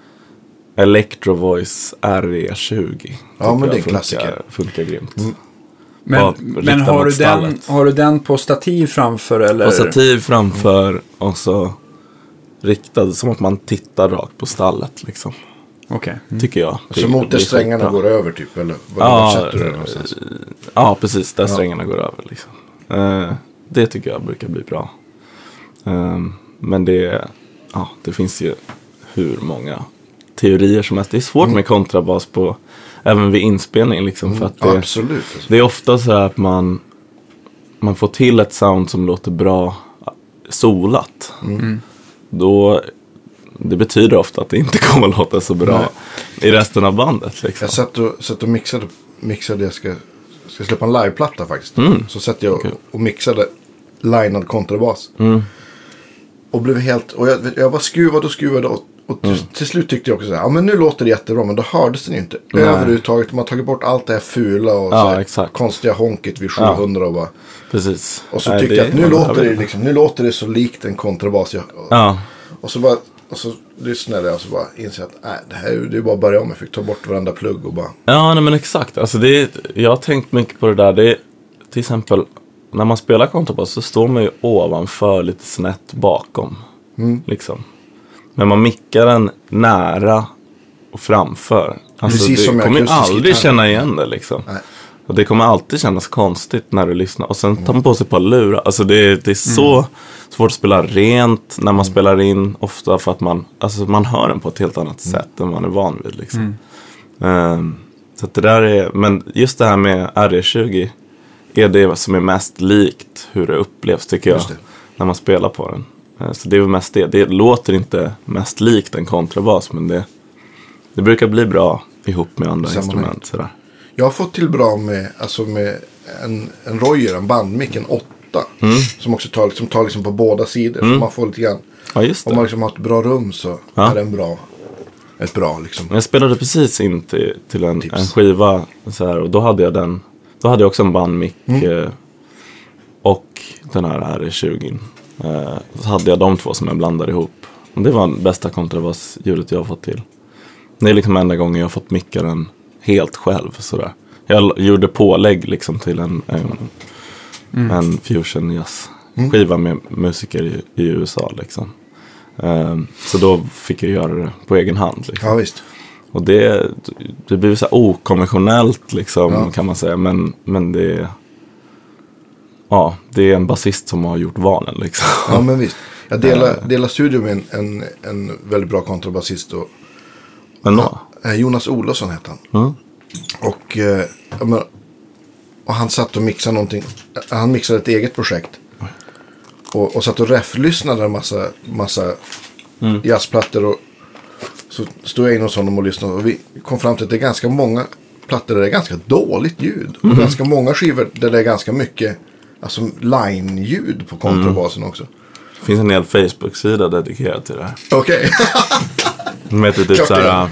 Electro Voice R E tjugo. Ja, men Tycker det är jag en klassiker. Funkar, funkar grymt. Men, Ja, men rikta har, mot du den, stallet. har du den på stativ framför eller? Och stativ framför och så riktad som att man tittar rakt på stallet liksom. Okej. Tycker jag. Så Det- mot det där är strängarna skitbra. går över typ? Eller var Ja, sätter du det någonstans? Ja, precis. Där strängarna går över liksom. Eh, det tycker jag brukar bli bra. Eh, men det, ja, det finns ju hur många teorier som helst. Det är svårt med kontrabas på, även vid inspelning liksom. För att Ja, det, absolut. Alltså. det är ofta så här att man, man får till ett sound som låter bra solat. Då, det betyder ofta att det inte kommer att låta så bra Nej. i resten av bandet. Liksom. Jag satt och, satt och mixade, mixade jag ska, ska släppa en liveplatta faktiskt. Mm. Så satt jag Okej. och, och mixade linad kontrabas. Mm. Och blev helt, och jag, jag var skruvad och skruvad och, och till, till slut tyckte jag också så här, ja men nu låter det jättebra, men då hördes den ju inte Nej. överhuvudtaget. Man har tagit bort allt det här fula och Ja, så här exakt. konstiga honket vid sjuhundra och bara. Precis. Och så Nej, tyckte det- jag att nu man låter, behöver- det liksom, nu låter det så likt en kontrabas. Jag, och, Ja, och så bara, och så lyssnade jag och så bara insåg att nej, det här är det är bara att börja om. Jag fick ta bort varenda plugg och bara. ja nej, men exakt. Alltså det är, jag har tänkt mycket på det där. Det är, till exempel, när man spelar kontrabas så står man ju ovanför lite snett bakom. Mm. Liksom. Men man mickar den nära och framför. Alltså Precis du som med kommer ju akustisk aldrig gitarr. känna igen det liksom. Nej. Och det kommer alltid kännas konstigt när du lyssnar. Och sen tar man på sig på lurar. Alltså det är, det är så mm. svårt att spela rent när man mm. spelar in. Ofta för att man, alltså man hör den på ett helt annat mm. sätt än man är van vid. Liksom. Mm. Um, så att det där är, men just det här med R E tjugo är det som är mest likt hur det upplevs tycker jag. När man spelar på den. Uh, så det är väl mest det. Det låter inte mest likt en kontrabas. Men det, det brukar bli bra ihop med andra Samma instrument. Sådär. Jag har fått till bra med, alltså med en, en Royer, en bandmick, en åtta. Mm. Som också tar, som tar liksom på båda sidor. Mm. Så man får lite grann. Ja, just det. Om man liksom har ett bra rum så ja. är det en bra, ett bra liksom. Jag spelade precis in till, till en, en skiva så här, och då hade jag den. Då hade jag också en bandmick mm. eh, och den här R E tjugo. Eh, så hade jag de två som jag blandade ihop. Och det var den bästa kontrabasljudet jag har fått till. Det är liksom enda gången jag har fått micka den helt själv sådär. Jag gjorde pålägg liksom till en, en, mm. en fusion jazz skiva med musiker i, i U S A liksom. Um, så då fick jag göra det på egen hand liksom. Ja, visst. Och det, det blir så här okonventionellt liksom ja. kan man säga. Men, men det ja, det är en basist som har gjort valen liksom. Ja, men visst. Jag delar, delar studio med en, en, en väldigt bra kontrabasist och men då? Jonas Olofsson heter han. Mm. Och, eh, och han satt och mixade någonting. Han mixade ett eget projekt. Och, och satt och ref-lyssnade en massa, massa mm. jazzplattor. Och så stod jag in hos honom och lyssnade. Och vi kom fram till att det är ganska många plattor där det är ganska dåligt ljud. Och mm. ganska många skivor där det är ganska mycket alltså line-ljud på kontrabasen mm. också. Det finns en hel Facebook-sida dedikerad till det här. Okej. Okay. De heter typ såhär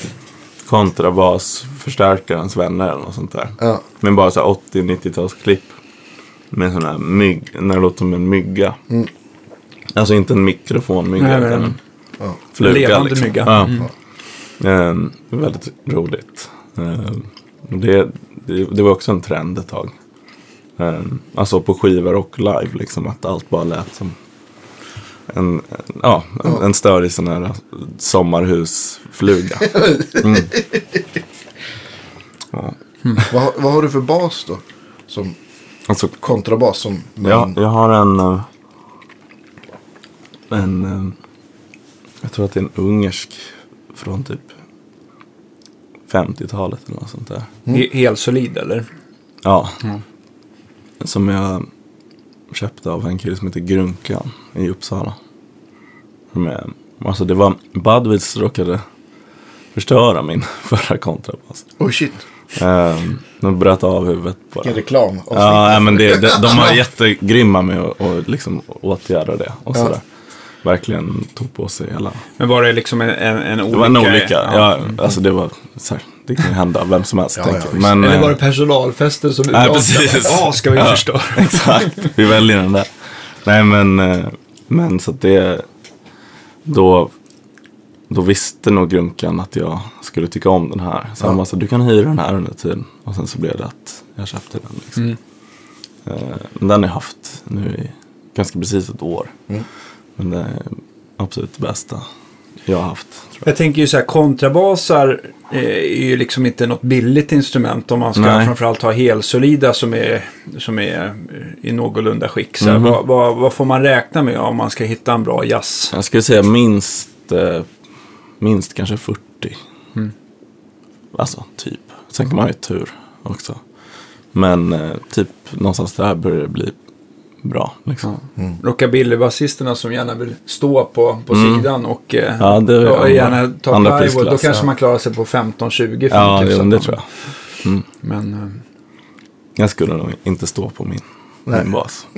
kontrabasförstärkarens vänner eller något sånt där. Ja. Men bara så åttio-nittio-talsklipp med sån här mygg, när det låter som en mygga. Mm. Alltså inte en mikrofonmygga utan en ja. fluga. Levande liksom. mygga. Ja. Mm. Mm. Um, väldigt roligt. Um, det, det, det var också en trend ett tag. Um, alltså på skivor och live liksom att allt bara lät som En, en, ja, en, en störig sån här sommarhusfluga. Mm. Ja. Mm. Vad, vad har du för bas då? Som alltså, kontrabas som ja, jag har en en jag tror att det är en ungersk från typ femtiotalet eller något sånt där. Mm. Helt solid eller? Ja. Mm. Som jag köpte av en kille som heter Grunkan i Uppsala. Med, alltså det var Budwitz råkade förstöra min förra kontrabas. Oh shit. Um, de bröt av huvudet på det. Reklam. Ja, men det, det, de var jättegrymma med att och liksom åtgärda det och ja. sådär. Verkligen tog på sig hela. Men var det liksom en, en, en olycka? Det var en olycka, ja. ja alltså det var så här, det kan ju hända vem som helst. Ja, ja, men, eller var det personalfesten som ja, precis. Ja, ska vi ja, förstöra. Exakt, vi väljer den där. Nej, men, men så att det då, då visste nog Grunkan att jag skulle tycka om den här. Så ja. han bara, så du kan hyra den här under tiden. Och sen så blev det att jag köpte den. Liksom. Mm. Men den har jag haft nu i ganska precis ett år. Mm. Men det är absolut det bästa jag har haft. Tror jag. jag tänker ju så här, kontrabasar är ju liksom inte något billigt instrument om man ska Nej. framförallt ha helsolida som är, som är i någorlunda skick. Så mm-hmm. vad, vad, vad får man räkna med om man ska hitta en bra jazz? Jag skulle säga minst, eh, minst kanske fyrtio. Mm. Alltså typ. Sen kan man ha ju tur också. Men eh, typ någonstans där börjar det bli bra liksom. Mm. Rockabilly-basisterna som gärna vill stå på, på mm. sidan och, ja, det och gärna ta plywood, då kanske ja. man klarar sig på femton tjugo. Ja, det, det tror jag. Mm. Men uh... jag skulle nog inte stå på min, min bas.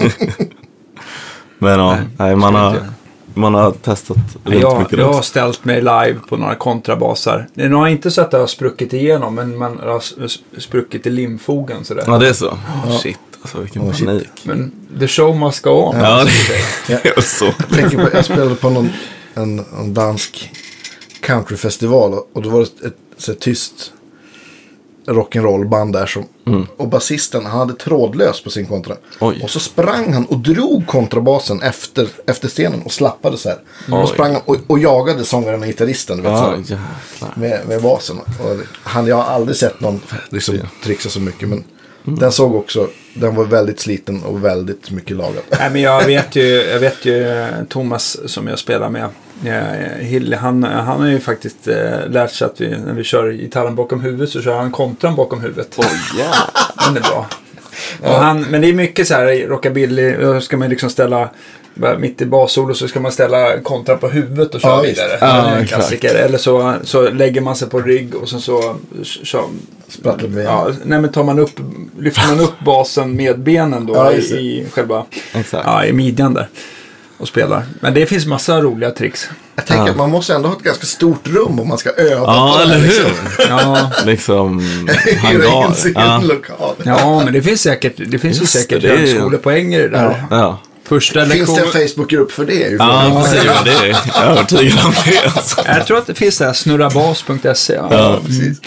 Men ja, nej, nej, man, har, man har testat nej, jag, jag har ställt mig live på några kontrabasar. Det är nog inte så att det har spruckit igenom, men man har spruckit i limfogen sådär. Ja, det är så. Ja. Shit. Alltså, vilken oh, panik. Men the show must go on. Ja, det, det är så. Jag, på, jag spelade på någon, en, en dansk countryfestival och då var det ett, ett, ett tyst rock'n'roll band där som Mm. Och basisten, han hade trådlös på sin kontra. Oj. Och så sprang han och drog kontrabasen efter, efter stenen och slappade så här. Oj. Och sprang och, och jagade sångaren och gitarristen, du vet, Ja, så här, jävlar. med, med basen. Och han, jag har aldrig sett någon liksom, trixa så mycket, men Mm. den såg också, den var väldigt sliten och väldigt mycket lagad. Nej, men jag vet ju, jag vet ju eh, Thomas som jag spelar med. Eh, Hille, han, han har ju faktiskt eh, lärt sig att vi, när vi kör gitarren bakom huvudet så kör han kontran bakom huvudet. Oj, jävlar. Den är bra. Och han, men det är mycket så här rockabilly, då ska man liksom ställa bara mitt i bassolo så ska man ställa kontran på huvudet och köra Ja, visst. vidare. Ja, det är en exakt. klassiker. Eller så, så lägger man sig på rygg och sen så kör, Sprattlar med. ja, nej, men tar man upp, lyfter man upp basen med benen då Ja, i, just det. i själva Exakt. ja, i midjan där och spelar. Men det finns massa roliga tricks. Jag tänker Ja. att man måste ändå ha ett ganska stort rum om man ska öva Ja, på det eller här, hur? liksom. Ja, Liksom Hyra in hangar. sig i Ja. en lokal. ja, men det finns säkert, det finns ju Just säkert det, det är ju- högskolepoänger i det där. Ja. Första Finns det lektion. en Facebookgrupp för det? Är ju Ja, frågan. precis. Ja, det är jag är övertygad om det. Alltså. Jag tror att det finns där snurrabas punkt se. Ja. Ja, precis.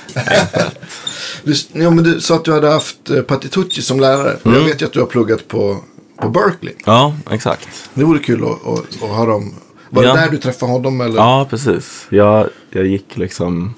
Du, ja, men du sa att du hade haft eh, Patitucci som lärare. Mm. Jag vet ju att du har pluggat på, på Berkeley. Ja, exakt. Det vore kul att, att, att höra om. Var Ja. det där du träffade honom? Eller? Ja, precis. Jag, jag gick liksom...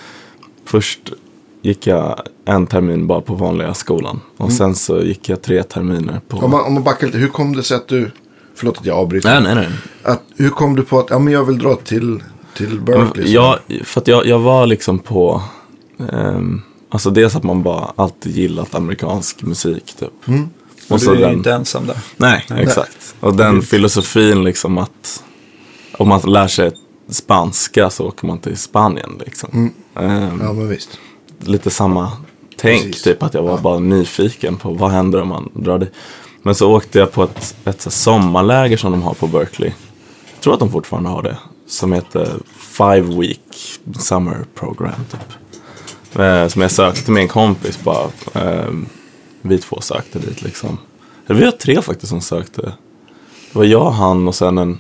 Först gick jag en termin bara på vanliga skolan. Och sen så gick jag tre terminer på... Om, man, om man backar lite, hur kom det sig att du... Förlåt att jag avbryter. Nej, nej, nej. Att, hur kom du på att ja, men jag vill dra till, till Berkeley? Jag, för att jag, jag var liksom på... ehm, alltså dels att man bara alltid gillat amerikansk musik typ. Mm. Och Och så du är ju den... inte ensam där. Nej, exakt. Och den filosofin liksom att om man lär sig spanska så åker man till Spanien liksom. Ehm, Ja, men visst. lite samma tänk Precis. typ att jag var bara nyfiken på vad händer om man drar dit. Men så åkte jag på ett, ett så sommarläger som de har på Berkeley. Jag tror att de fortfarande har det. Som heter Five Week Summer Program typ. Eh, som jag sökte med en kompis bara. Eh, vi två sökte dit liksom. Eller vi var tre faktiskt som sökte. Det var jag, han och sen en,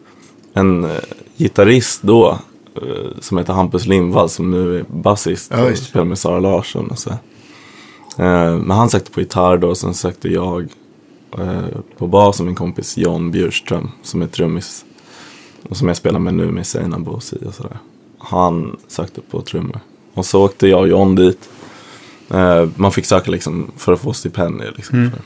en eh, gitarrist då. eh, Som heter Hampus Lindvall som nu är basist. Ja, och visst. spelar med Sara Larsson och så. Eh, men han sökte på gitarr då. Och sen sökte jag eh, på bas som min kompis John Bjurström. Som är trummis. Och som jag spelar med nu med Seina Bosi och sådär. Han sökte på trummor. Och så åkte jag och John dit. Eh, man fick söka liksom för att få stipendier. Liksom, Mm.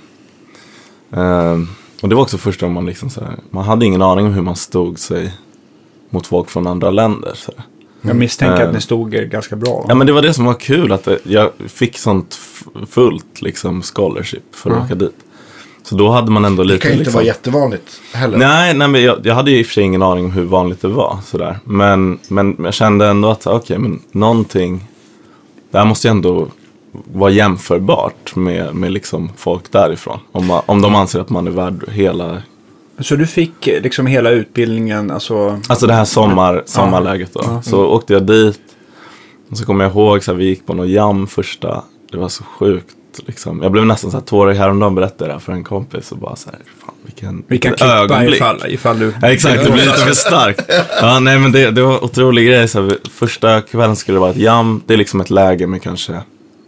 för. Eh, och det var också första gången man liksom såhär. Man hade ingen aning om hur man stod sig mot folk från andra länder. Såhär. Jag misstänker Eh. att ni stod er ganska bra. Ja, men det var det som var kul. Att det, jag fick sånt f- fullt liksom scholarship för att Ja. åka dit. Så då hade man ändå Det lite kan ju inte liksom, vara jättevanligt heller. Nej, nej men jag, jag hade ju i och för sig ingen aning om hur vanligt det var. Sådär. Men, men jag kände ändå att okej, okay, men någonting. Det här måste ju ändå vara jämförbart med, med liksom folk därifrån. Om, man, om de anser att man är värd hela... Så du fick liksom hela utbildningen, alltså... Alltså det här sommar, sommarläget då. Ja. Så åkte jag dit. Och så kommer jag ihåg så här, vi gick på någon jam första. Det var så sjukt. Liksom. Jag blev nästan så här tårig häromdagen, berättade det här för en kompis. Och bara så här, fan vilken Vi kan vilket klippa ögonblick. ifall, ifall du... Ja, exakt, det blir lite för starkt. Ja, nej men det, det var en otrolig grej. Så här, första kvällen skulle det vara ett jam. Det är liksom ett läger med kanske,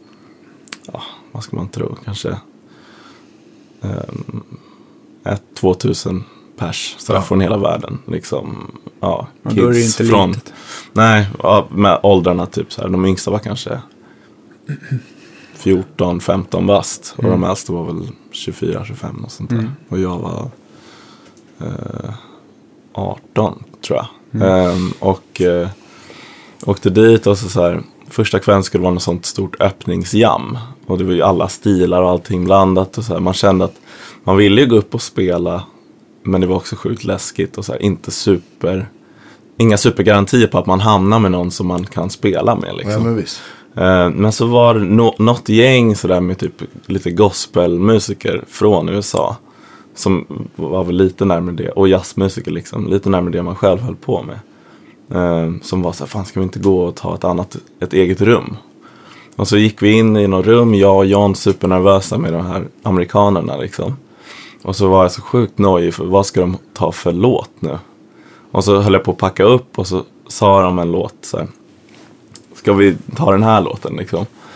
ja, vad ska man tro, kanske um, ett, två tusen pers så Ja. från hela världen. Liksom, ja, Ja, då är det inte från, litet. nej, ja, med åldrarna typ så här. De yngsta var kanske fjorton, femton bast. Och de äldsta var väl tjugofyra, tjugofem och sånt där. Mm. Och jag var eh, arton tror jag. Ehm, och eh, åkte dit och så, så här, första kvällen skulle det vara något sånt stort öppningsjam. Och det var ju alla stilar och allting blandat. Och så här. Man kände att man ville ju gå upp och spela. Men det var också sjukt läskigt och så här, inte super... Inga supergarantier på att man hamnar med någon som man kan spela med liksom. Ja, men visst. Eh, Men så var det no- något gäng sådär med typ lite gospelmusiker från U S A. Som var väl lite närmare det. Och jazzmusiker liksom. Lite närmare det man själv höll på med. Eh, Som var så här, fan ska vi inte gå och ta ett annat, ett eget rum? Och så gick vi in i något rum. Jag och John supernervösa med de här amerikanerna liksom. Och så var jag så sjukt nojig för vad ska de ta för låt nu? Och så höll jag på att packa upp och så sa de en låt så här. Ska vi ta den här låten liksom?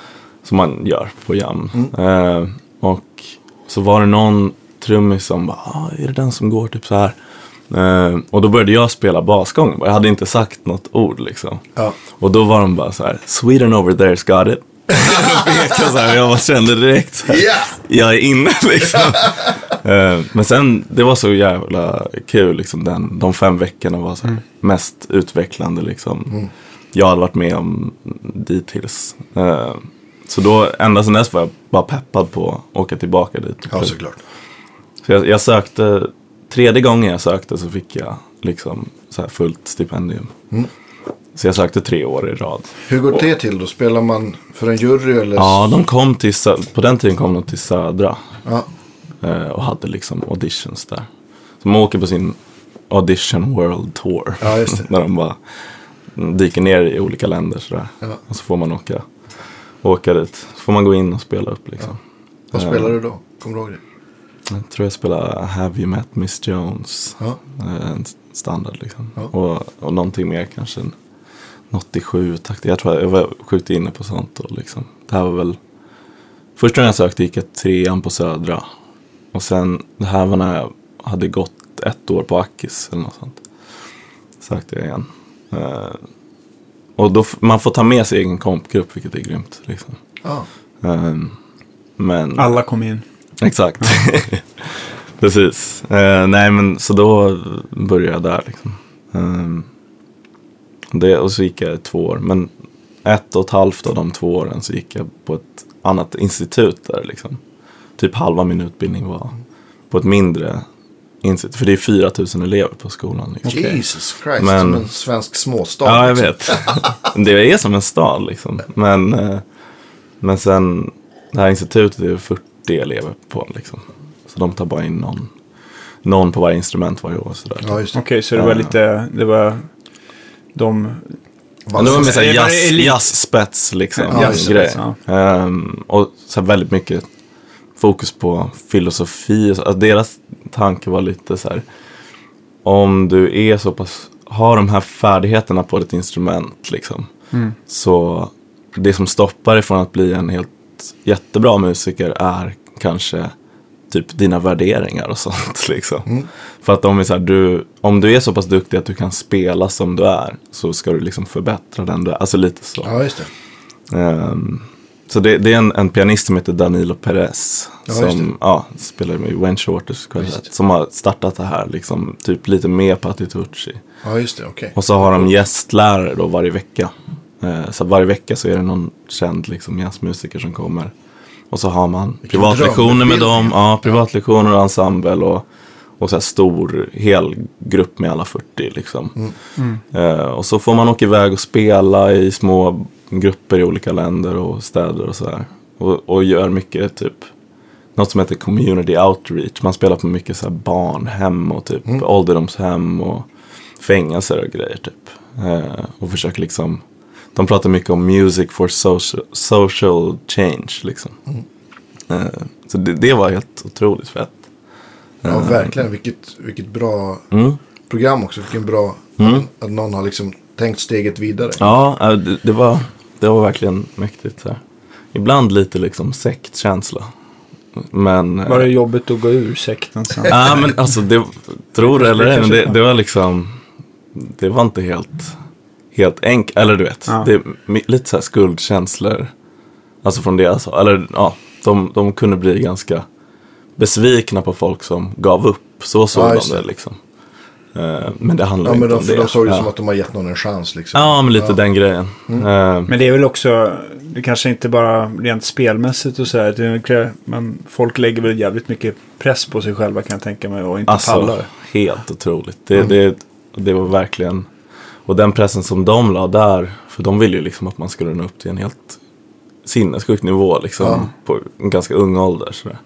som man gör på jam. Mm. Eh, och så var det någon trummis som bara, ah, är det den som går typ så här? Eh, och då började jag spela basgång. Jag hade inte sagt något ord liksom. Ja. Och då var de bara så här, Sweden over there's got it. jag, så här, jag bara kände direkt så här, yeah. jag är inne liksom. uh, men sen, det var så jävla kul liksom, den, de fem veckorna var så här, mm. mest utvecklande liksom. Mm. Jag hade varit med om dittills. Uh, så då, ända sedan dess var jag bara peppad på att åka tillbaka dit. Ja, såklart. Så jag, jag sökte, tredje gången jag sökte så fick jag liksom så här fullt stipendium. Mm. Så jag sökte tre år i rad. Hur går det till då? Spelar man för en jury eller? Ja, de kom till, på den tiden kom de till Södra. Ja. Och hade liksom auditions där. Så man åker på sin Audition World Tour. Ja, just det. När de bara dyker ner i olika länder sådär. Ja. Och så får man åka, åka dit. Så får man gå in och spela upp liksom. Ja. Vad spelar du då? Kommer du ihåg det? Jag tror jag spelar Have You Met Miss Jones. Ja. En standard liksom. Ja. Och, och någonting mer kanske. något i sju takt. Jag tror jag var sjukt inne på sånt då liksom. Det här var väl första gången jag sökte gick jag trean på Södra. Och sen det här var när jag hade gått ett år på Akis eller något sånt. Sökte jag igen. Uh, och då f- man får ta med sig egen kompgrupp, vilket är grymt liksom. Ah. Uh, men alla kom in. Exakt. Precis. Uh, nej men så då började jag där liksom. Uh, Det, och så gick jag två år. Men ett och ett halvt av de två åren så gick jag på ett annat institut där liksom. Typ halva min utbildning var på ett mindre institut. För det är fyra tusen elever på skolan. Liksom. Jesus Christ, men, som en svensk småstad. Ja, jag liksom. vet. Det är som en stad liksom. Men, men sen, det här institutet är fyrtio elever på liksom. Så de tar bara in någon, någon på varje instrument varje år. Ja, just det. Okej, okay, så det var lite, det var... De... Ja, det var med såhär jazz, jazzspets liksom. Ja, grej. Ja. Um, och så väldigt mycket fokus på filosofi. Alltså, deras tanke var lite så här: om du är så pass, har de här färdigheterna på ditt instrument liksom, mm. så det som stoppar dig från att bli en helt jättebra musiker är kanske typ dina värderingar och sånt liksom. Mm. För att de är så här, du, om du är så pass duktig att du kan spela som du är, så ska du liksom förbättra den du är. Alltså lite så. Ja, just det. Um, så det, det är en, en pianist som heter Danilo Perez, ja, som ja, spelar med Wayne Shorters kvartett, som har startat det här liksom, typ lite mer Patitucci. Ja, just det, okej. Okay. Och så har de gästlärare då varje vecka. Uh, så varje vecka så är det någon känd liksom jazzmusiker som kommer. Och så har man privatlektioner med dem, ja, privatlektioner och ensemble och, och så här stor hel grupp med alla fyrtio liksom. Mm. Mm. Uh, och så får man åka iväg och spela i små grupper i olika länder och städer och så här. Och, och gör mycket typ, något som heter community outreach. Man spelar på mycket så här barnhem och typ mm. ålderdomshem och fängelser och grejer typ. Uh, och försöker liksom, de pratar mycket om music for social, social change liksom. Mm. Uh, så det, det var helt otroligt fett. Ja, uh, verkligen. Vilket, vilket bra mm. program också. Vilken bra mm. att, att någon har liksom tänkt steget vidare. Ja, det, det, var, det var verkligen mäktigt. Så här. Ibland lite liksom sektkänsla. Men, var det jobbigt att gå ur sekten sen? Ja, men alltså, det, tror det eller ej, men det, det var liksom, det var inte helt... helt enkelt, eller du vet, ja. Det är lite så här skuldkänslor, alltså från det alltså, eller ja, de, de kunde bli ganska besvikna på folk som gav upp, så såg ja, de det liksom. Uh, men det handlar ja, inte men de, om det. de såg det ja. som att de har gett någon en chans liksom. Ja, men lite ja. den grejen. Mm. Uh, men det är väl också, det kanske inte bara rent spelmässigt och så här, det, men folk lägger väl jävligt mycket press på sig själva, kan jag tänka mig, och inte alltså, pallar. Helt otroligt. Det, mm. det, det var verkligen. Och den pressen som de la där, för de ville ju liksom att man skulle nå upp till en helt sinnessjuk nivå liksom, ja. På en ganska ung ålder sådär.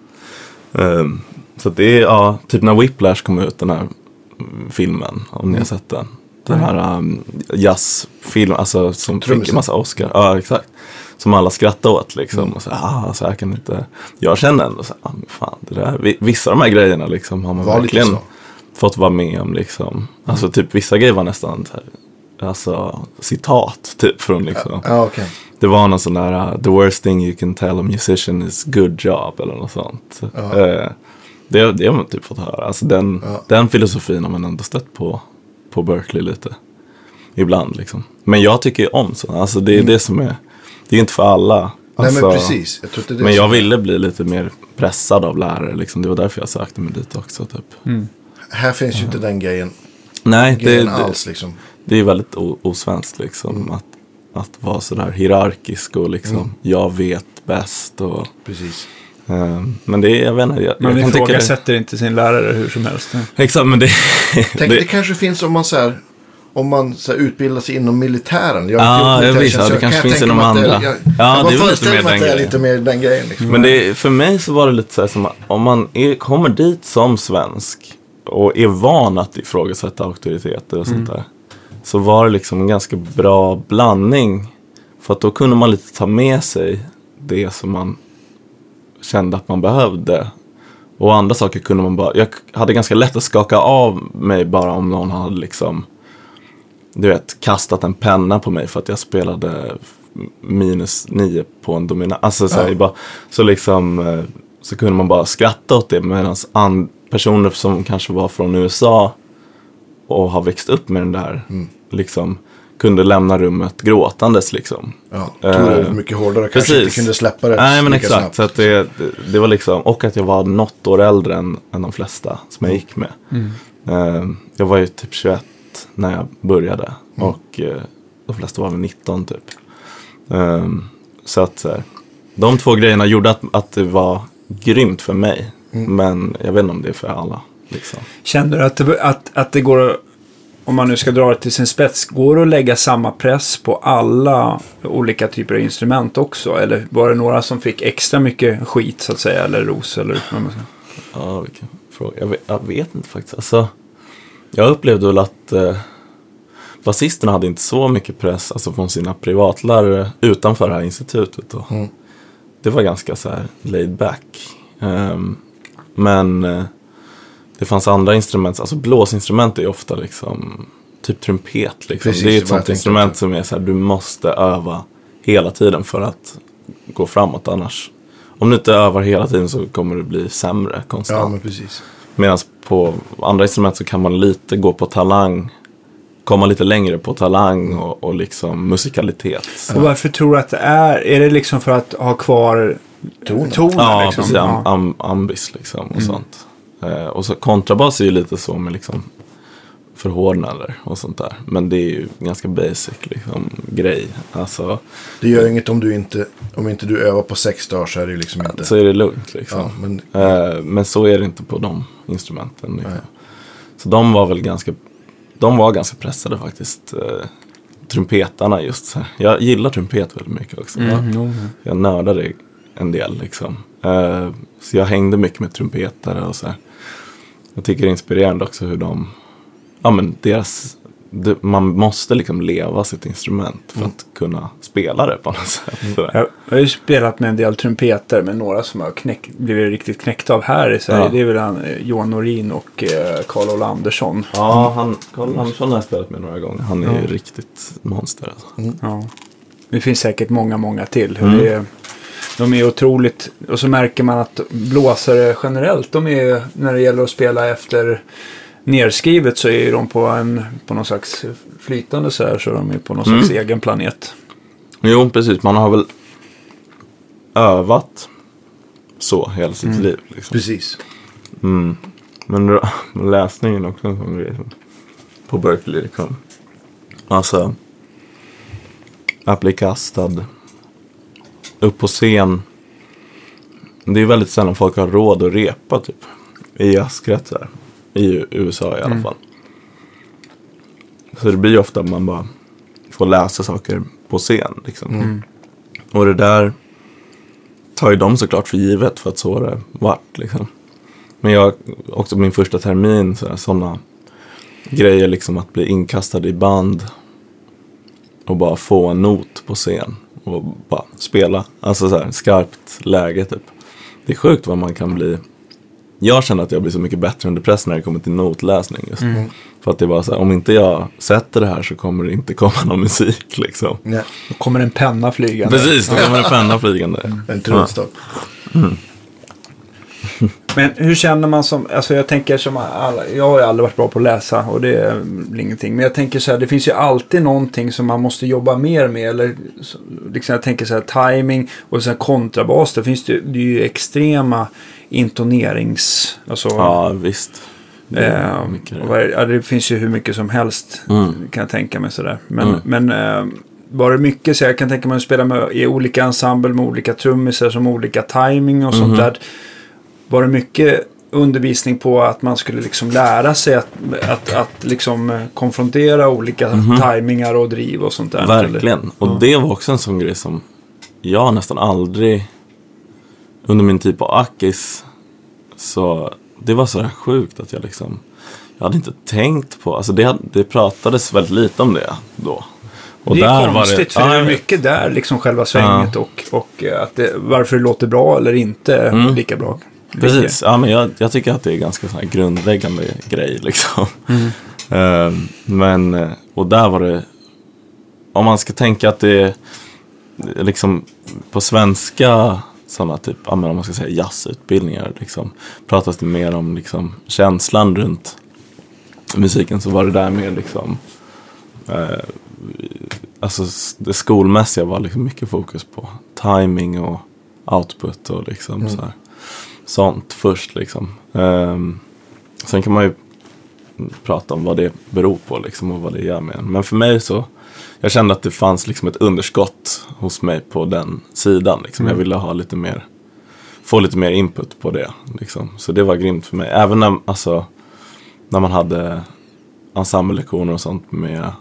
Um, så det är, ja, typ när Whiplash kom ut, den här filmen, om mm. ni har sett den. Den här um, jazzfilmen, alltså som Trummisen. Fick en massa Oscar. Ja, exakt. Som alla skrattade åt liksom. Mm. Och så, ah, så här kan inte. Jag kände ändå så ah, fan, det där, vissa av de här grejerna liksom har man var verkligen fått vara med om liksom. Mm. Alltså typ vissa grejer var nästan här, alltså citat typ från liksom. Ja, okay. det var någon sån där uh, the worst thing you can tell a musician is good job eller något sånt. Uh, det, det har man typ fått höra. Alltså den, ja. den filosofin har man ändå stött på på Berklee lite ibland liksom. Men jag tycker ju om så. Alltså det är mm. det som är, det är inte för alla. Alltså, nej men precis. Jag tror det är det men jag som... ville bli lite mer pressad av lärare liksom. Det var därför jag sökte mig dit också typ. Mm. Här finns ju uh. inte den grejen. Nej, grejen det, alls liksom. Det är väldigt o- osvenskt liksom mm. att att vara sådär hierarkisk och liksom mm. jag vet bäst och precis. Uh, men det är, jag vet inte, jag, man jag ifrågasätter det... inte sin lärare hur som helst. Exakt, men det... Tänk det... det kanske finns om man så här, om man så här, utbildar sig inom militären. Jag ah, jag vet, ja, det kanske finns inom andra. Det, jag, ja, jag det är lite mer den grejen. Lite mer den grejen liksom. Men det, för mig så var det lite så här som om man är, kommer dit som svensk och är van att ifrågasätta auktoriteter och sånt mm. där, så var det liksom en ganska bra blandning. För att då kunde man lite ta med sig det som man kände att man behövde. Och andra saker kunde man bara... Jag hade ganska lätt att skaka av mig bara om någon hade liksom... Du vet, kastat en penna på mig för att jag spelade minus nio på en dominant. Alltså så, här, ja. bara, så liksom... Så kunde man bara skratta åt det. Medan and- personer som kanske var från U S A och har växt upp med den där... Mm. Liksom... kunde lämna rummet gråtandes liksom. Ja, tog det uh, mycket hårdare. Kanske precis. Inte kunde släppa det. Nej, men exakt. Snabbt. Så att det, det, det var liksom, och att jag var något år äldre än, än de flesta som jag gick med. Mm. Uh, jag var ju typ tjugoett när jag började. Mm. Och uh, de flesta var väl nitton typ. Uh, så att uh, de två grejerna gjorde att, att det var grymt för mig. Mm. Men jag vet inte om det är för alla. Liksom. Kände du att det, att, att det går att, om man nu ska dra det till sin spets, går det att lägga samma press på alla olika typer av instrument också? Eller var det några som fick extra mycket skit så att säga, eller ros? Eller vad man ska? Ja, vilken fråga. Jag vet, jag vet inte faktiskt. Alltså, jag upplevde väl att eh, basisterna hade inte så mycket press alltså från sina privatlärare utanför det här institutet. Då. Mm. Det var ganska så här laid back. Um, men... Eh, det fanns andra instrument, alltså blåsinstrument är ju ofta liksom typ trumpet liksom. Precis, det är ett sånt instrument som är så här, du måste öva hela tiden för att gå framåt, annars om du inte övar hela tiden så kommer det bli sämre konstant. Ja, men precis. Medan på andra instrument så kan man lite gå på talang, komma lite längre på talang och, och liksom musikalitet. Så. Och varför tror du att det är? Är det liksom för att ha kvar tonen? tonen ja, liksom? precis. Am, am, ambis liksom och mm. sånt. Uh, och så kontrabas är ju lite så med liksom förhårdnader och sånt där. Men det är ju ganska basic liksom grej. Alltså, det gör inget om du inte om inte du övar på sex dagar så är det liksom inte. Så är det lugnt liksom. Ja, men... Uh, men så är det inte på de instrumenten. Liksom. Så de var väl ganska de var ganska pressade faktiskt. Uh, trumpetarna just så här. Jag gillar trumpet väldigt mycket också. Mm, mm. Jag nördade en del liksom. Uh, så jag hängde mycket med trumpetare och så här. Jag tycker det är inspirerande också hur de, ja men deras, det, man måste liksom leva sitt instrument för mm. att kunna spela det på något sätt. Mm. Jag har ju spelat med en del trumpeter med några som har knäck, blivit riktigt knäckt av här i Sverige. Ja. Det är väl han, Johan Norin och eh, Carl-Ola Andersson. Ja, han, Carl Andersson har jag spelat med några gånger. Han är ja. ju riktigt monster alltså. Mm. Ja. Det finns säkert många, många till. Hur mm. det är, de är otroligt, och så märker man att blåsare generellt, de är, när det gäller att spela efter nerskrivet så är de på en på någon slags flytande så här, så de är på någon mm. slags egen planet. Jo, precis. Man har väl övat så hela sitt mm. liv. Liksom. Precis. Mm. Men läsningen också en sån grej på Berklee liksom. Alltså att bli kastad upp på scen. Det är väldigt sällan folk har råd att repa typ i jazzkretsar i U S A i alla mm. fall. Så det blir ju ofta att man bara får läsa saker på scen liksom. Mm. Och det där tar ju de såklart för givet för att så det vart liksom. Men jag också min första termin så sådana grejer liksom att bli inkastad i band och bara få en not på scen och bara spela, alltså så här skarpt läge typ. Det är sjukt vad man kan bli jag känner att jag blir så mycket bättre under press när det kommer till notläsning just. Mm. För att det var så här, om inte jag sätter det här så kommer det inte komma någon musik liksom. Nej. Då kommer en penna flygande. Precis, då kommer en penna flygande. Mm. En trumstock. Mm. Men hur känner man som, alltså jag tänker som alla, jag har ju aldrig varit bra på att läsa och det är ingenting. Men jag tänker så här, det finns ju alltid någonting som man måste jobba mer med. Eller liksom jag tänker så här, timing och så här kontrabas, det finns det, det är ju extrema intonerings, alltså. Ja, visst. Det, Eh, det. Ja, det finns ju hur mycket som helst Mm. kan jag tänka mig sådär. Men, Mm. men eh, var det mycket så jag kan tänka mig att spela med, i olika ensemble med olika trummisar som olika timing och sånt Mhm. där. Var det mycket undervisning på att man skulle liksom lära sig att, att, att liksom konfrontera olika Mhm. timingar och driv och sånt där? Verkligen. Eller? Och det var också en sån grej som jag nästan aldrig under min tid på Akis, så det var så här sjukt att jag liksom jag hade inte tänkt på, alltså det, hade, det pratades väldigt lite om det då. Och det är där konstigt var det, för det är ja, mycket där liksom själva svänget Ja. och, och att det, varför det låter bra eller inte Mm. lika bra. Precis, ja, men jag, jag tycker att det är ganska sån här grundläggande grej liksom. Mm. Eh, men, eh, och där var det, om man ska tänka att det är liksom på svenska sådana typ, ja, men om man ska säga jazzutbildningar liksom, pratas det mer om liksom känslan runt musiken, så var det där mer liksom eh, alltså det skolmässiga var liksom mycket fokus på timing och output och liksom Mm. så här, sånt först liksom. Um, sen kan man ju prata om vad det beror på liksom och vad det gör med en. Men för mig så, jag kände att det fanns liksom ett underskott hos mig på den sidan liksom. Mm. Jag ville ha lite mer, få lite mer input på det liksom. Så det var grymt för mig. Även när, alltså, när man hade ensemble-lektioner och sånt med,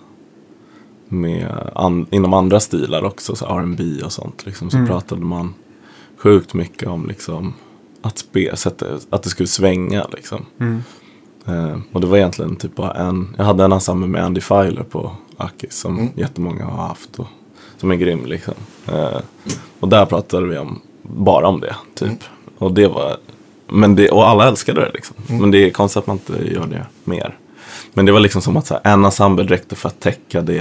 med an, inom andra stilar också, så R and B och sånt liksom, så Mm. pratade man sjukt mycket om liksom att, spe, sätta, att det skulle svänga liksom. Mm. Eh, och det var egentligen typ bara en, jag hade en ensemble med Andy Filer på Akis som Mm. jättemånga har haft och som är grym liksom. Eh, och där pratade vi om, bara om det typ. Mm. Och det var, men det, och alla älskade det liksom. Mm. Men det är konstigt att man inte gör det mer. Men det var liksom som att så här, en ensemble räckte för att täcka det,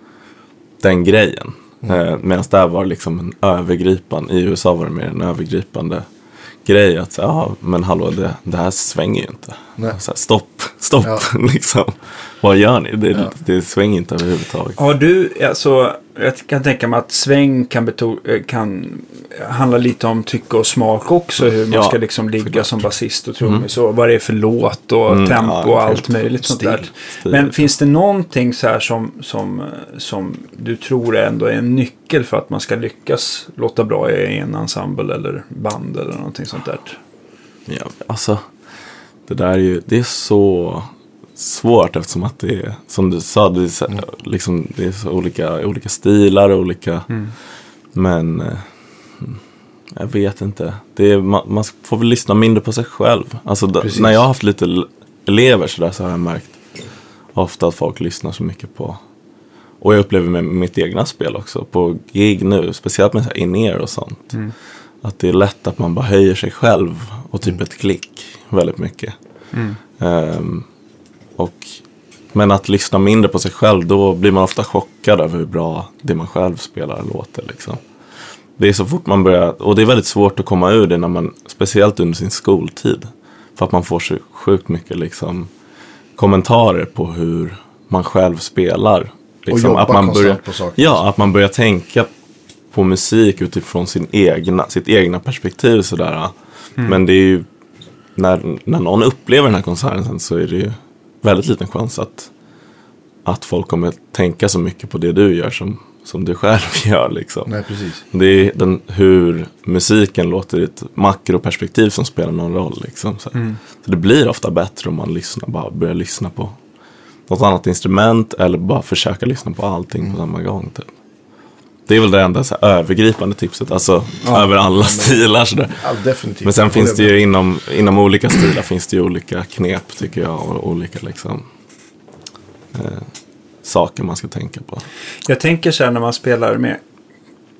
den grejen. Mm. Eh, medan där var liksom en övergripande, i U S A var det mer en övergripande grej att säga, ja men hallå, det, det här svänger ju inte. Nej. Så här, stopp, stopp, Ja. liksom. Vad gör ni? Det, Ja. det svänger inte överhuvudtaget. Har du, alltså, jag kan tänka mig att sväng kan, beto- kan handla lite om tycke och smak också. Hur man Ja, ska liksom ligga såklart. som basist och trummis och vad det är för låt och Mm, tempo ja, och allt helt möjligt sånt stil, där. stil. Men finns det någonting så här som, som, som du tror ändå är en nyckel för att man ska lyckas låta bra i en ensemble eller band eller någonting sånt där? Ja, alltså, det där är ju, det är så svårt eftersom att det är, som du sa, det är så, Mm. liksom, det är så olika, olika stilar och olika, Mm. men eh, jag vet inte. Det är, man, man får väl lyssna mindre på sig själv. Alltså, då, Precis. när jag har haft lite l- elever så, där, så har jag märkt ofta att folk lyssnar så mycket på, och jag upplever med mitt egna spel också, på gig nu, speciellt med så här in-ear och sånt. Mm. Att det är lätt att man bara höjer sig själv och typ ett klick väldigt mycket. Mm. Ehm, och, men att lyssna mindre på sig själv, då blir man ofta chockad över hur bra det man själv spelar låter liksom. Det är så fort man börjar, och det är väldigt svårt att komma ur det när man, speciellt under sin skoltid, för att man får så sjukt mycket liksom kommentarer på hur man själv spelar liksom, jobba att man konstant börjar, på saker. ja, att man börjar tänka på musik utifrån sin egna, sitt egna perspektiv sådär. Mm. Men det är ju, när, när någon upplever den här konserten sen, så är det ju väldigt liten chans att, att folk kommer tänka så mycket på det du gör som, som du själv gör liksom. Nej, precis. Det är den, hur musiken låter i ett makroperspektiv som spelar någon roll liksom. Så, Mm. så det blir ofta bättre om man lyssnar, bara börjar lyssna på något annat instrument eller bara försöka lyssna på allting Mm. på samma gång typ. Det är väl det enda så här, övergripande tipset, alltså Ja. över alla stilar sådär. Ja, definitivt. Men sen Jag finns det håller ju med. inom, inom olika stilar finns det ju olika knep tycker jag, och olika liksom eh, saker man ska tänka på. Jag tänker så här när man spelar med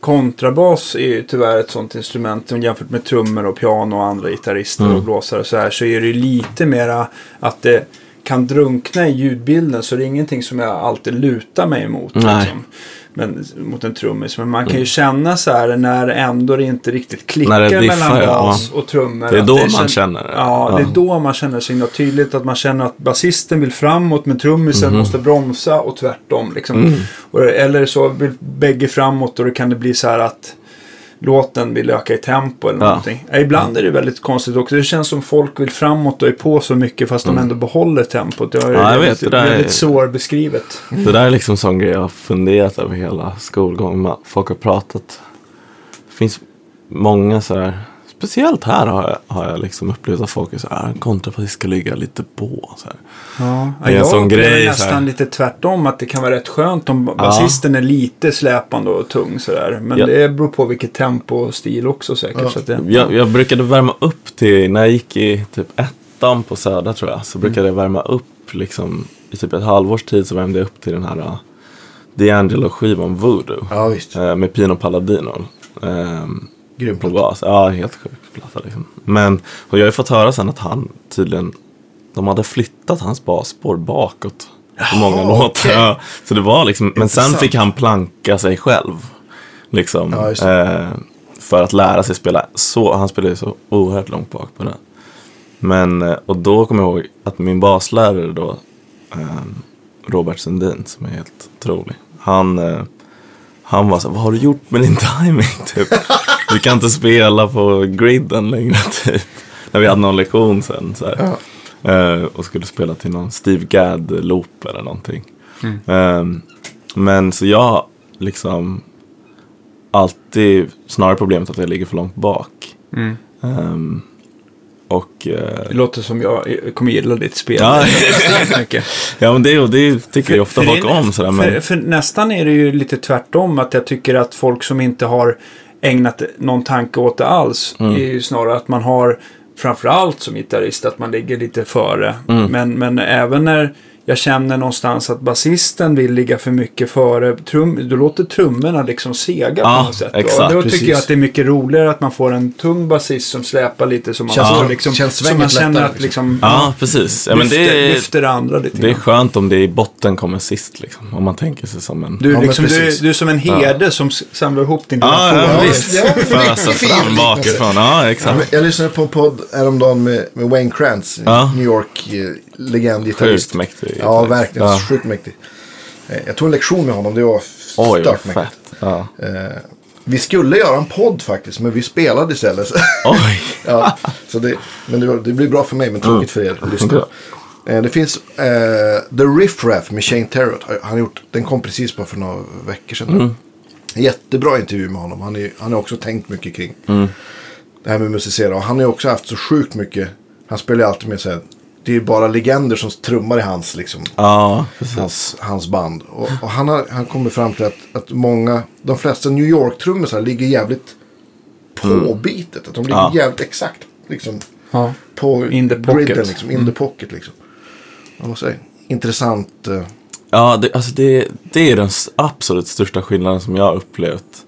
kontrabas är ju tyvärr ett sånt instrument jämfört med trummor och piano och andra gitarrister mm. och blåsare och så här, så är det ju lite mera att det kan drunkna i ljudbilden, så det är ingenting som jag alltid lutar mig emot liksom. Men, mot en trummis. Men man kan ju mm. känna så här när ändå det inte riktigt klickar diffar, mellan bas ja. och trummor. Det är då det man känner, känner det. Ja, ja, det är då man känner sig något tydligt. Att man känner att basisten vill framåt men trummisen mm. måste bromsa och tvärtom. Liksom. Mm. Och, eller så vill bägge framåt och då kan det bli så här att låten vill öka i tempo eller ja. någonting. Ja, ibland är det väldigt konstigt också. Det känns som folk vill framåt och är på så mycket fast mm. de ändå behöller tempot. Det är ja, jag väldigt, vet, det väldigt är... svårbeskrivet. Mm. Det där är liksom sån grej jag har funderat över hela skolgången. Folk har pratat. Det finns många så här. Speciellt här har jag, har jag liksom upplevt att folk är så här. Kontrabasist ska ligga lite på. Så här. Ja, det är en jag sån grej, nästan så här. Lite tvärtom. Att det kan vara rätt skönt om basisten ja. är lite släpande och tung. Så där. Men ja. det beror på vilket tempo och stil också säkert. Ja. Så att det, ja. jag, jag brukade värma upp till. När jag gick i typ ettan på Södra tror jag. Så brukade mm. jag värma upp liksom. I typ ett halvårs tid så värmde jag upp till den här uh, D'Angelo-skivan Voodoo. Ja visst. Uh, med Pino Palladino. Um, Grym platta. bas. Ja, helt sjukt platta liksom. Men, och jag har ju fått höra sen att han tydligen, de hade flyttat hans basspår bakåt på många Jaha, låtar. okay. Ja, så det var liksom, men Intressant. sen fick han planka sig själv. Liksom. Ja, eh, för att lära sig spela. Så, han spelade ju så oerhört långt bak på den. Men, och då kommer jag ihåg att min baslärare då, eh, Robert Sundin, som är helt otrolig. Han... Eh, Han var så, vad har du gjort med din timing typ? Du kan inte spela på griden längre typ. När vi hade någon lektion sen så här. Ja. Uh, och skulle spela till någon Steve Gadd-loop eller någonting. Mm. Uh, men så jag liksom alltid snarare problemet att jag ligger för långt bak. Mm. Um, och, uh, det låter som jag kommer gilla ditt spel. Ja, ja men det, det tycker ju ofta folk det, om. Sådär, men... för, för nästan är det ju lite tvärtom. Att jag tycker att folk som inte har ägnat någon tanke åt det alls. Mm. Är ju snarare att man har framförallt som gitarrist att man ligger lite före. Mm. Men, men även när jag känner någonstans att basisten vill ligga för mycket före trum, då låter trummorna liksom sega ja, på något sätt. Exakt, då precis. tycker jag att det är mycket roligare att man får en tung basist som släpar lite som man, känns, liksom, känns som man känner att liksom, ja, precis. Ja, men lyfter, det är, lyfter det andra lite. Det är skönt om det i botten kommer sist liksom, om man tänker sig som en... Du, ja, liksom, du, är, du är som en herde ja. som samlar ihop din ja, lilla ja, visst. Ja, fösa fram bakifrån. Ja, exakt. Ja, jag lyssnade på en podd häromdagen med, med Wayne Krantz, ja. New York-legend. Sjukt mäktig. Ja, verkligen. Ja. Sjukt mäktig. Jag tog en lektion med honom. Det var Oj, stört mäktigt. Ja. Eh, vi skulle göra en podd faktiskt, men vi spelade istället. Oj. Ja, så det, men det, det blir bra för mig, men tråkigt mm. för er att lyssna. Eh, det finns eh, The Riff Raff med Shane Terrott. Han har gjort, den kom precis bara för några veckor sedan. Mm. Jättebra intervju med honom. Han är, han har också tänkt mycket kring mm. det här med musicera. Och han har också haft så sjukt mycket. Han spelar ju alltid med så här. Det är bara legender som trummar i hans, liksom, ja, hans, hans band. Och, och han har han kommer fram till att, att många, de flesta New York-trummor ligger jävligt på mm. bitet. Att de ligger ja. jävligt exakt liksom, ja. på in the pocket. Griden, liksom, in mm. the pocket. Liksom. Jag måste säga, intressant. Uh... Ja, det, alltså det, det är den absolut största skillnaden som jag har upplevt.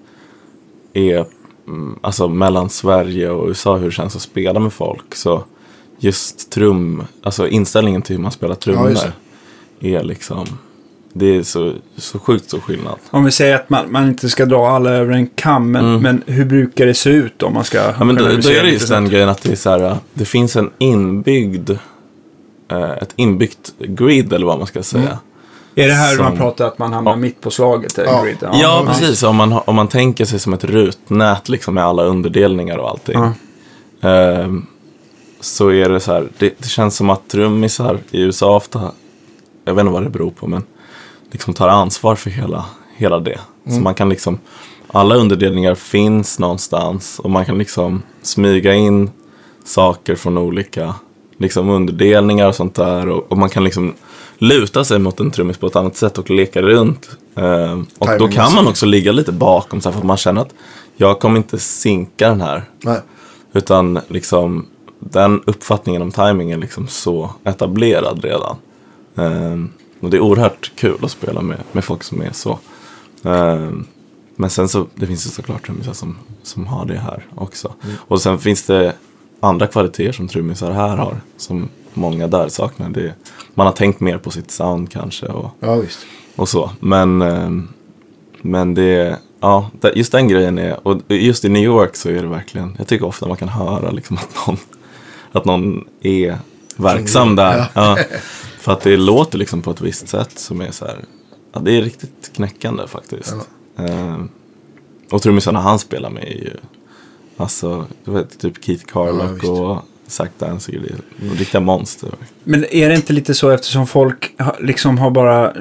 Är alltså mellan Sverige och U S A, hur det känns att spela med folk. Så just trum, alltså inställningen till hur man spelar trummor ja, är liksom, det är så, så sjukt så skillnad. Om vi säger att man, man inte ska dra alla över en kam, men, mm. men hur brukar det se ut om man ska... Ja, men då, då är det just den grejen att det är så här, det finns en inbyggd, eh, ett inbyggt grid eller vad man ska säga. Mm. Är det här som, man pratar att man hamnar ja. mitt på slaget? Ja, grid? ja, ja precis. Om man, om man tänker sig som ett rutnät liksom, med alla underdelningar och allting. Mm. Eh, så är det så här, det, det känns som att trummisar i U S A ofta, jag vet inte vad det beror på, men liksom tar ansvar för hela, hela det. Mm. Så man kan liksom, alla underdelningar finns någonstans och man kan liksom smyga in saker från olika liksom underdelningar och sånt där, och, och man kan liksom luta sig mot en trummis på ett annat sätt och leka runt. Eh, och timing, då kan man också ligga lite bakom så här, för att man känner att jag kommer inte sinka den här. Nej. Utan liksom den uppfattningen om timing är liksom så etablerad redan. Um, och det är oerhört kul att spela med, med folk som är så. Um, men sen så, det finns ju såklart trummisar som, som har det här också. Mm. Och sen finns det andra kvaliteter som trummisar här har, som många där saknar. Det, man har tänkt mer på sitt sound kanske och, ja, visst. och så. Men, men det, ja, just den grejen är, och just i New York så är det verkligen, jag tycker ofta man kan höra liksom att någon, att någon är verksam där. Ja. Ja, för att det låter liksom på ett visst sätt som är så här, ja, det är riktigt knäckande faktiskt. Ja. Uh, och trummisarna han spelar med är ju, alltså, du vet, typ Keith Carlock ja, och Zach Danzig, det är riktiga monster. Men är det inte lite så eftersom folk liksom har bara,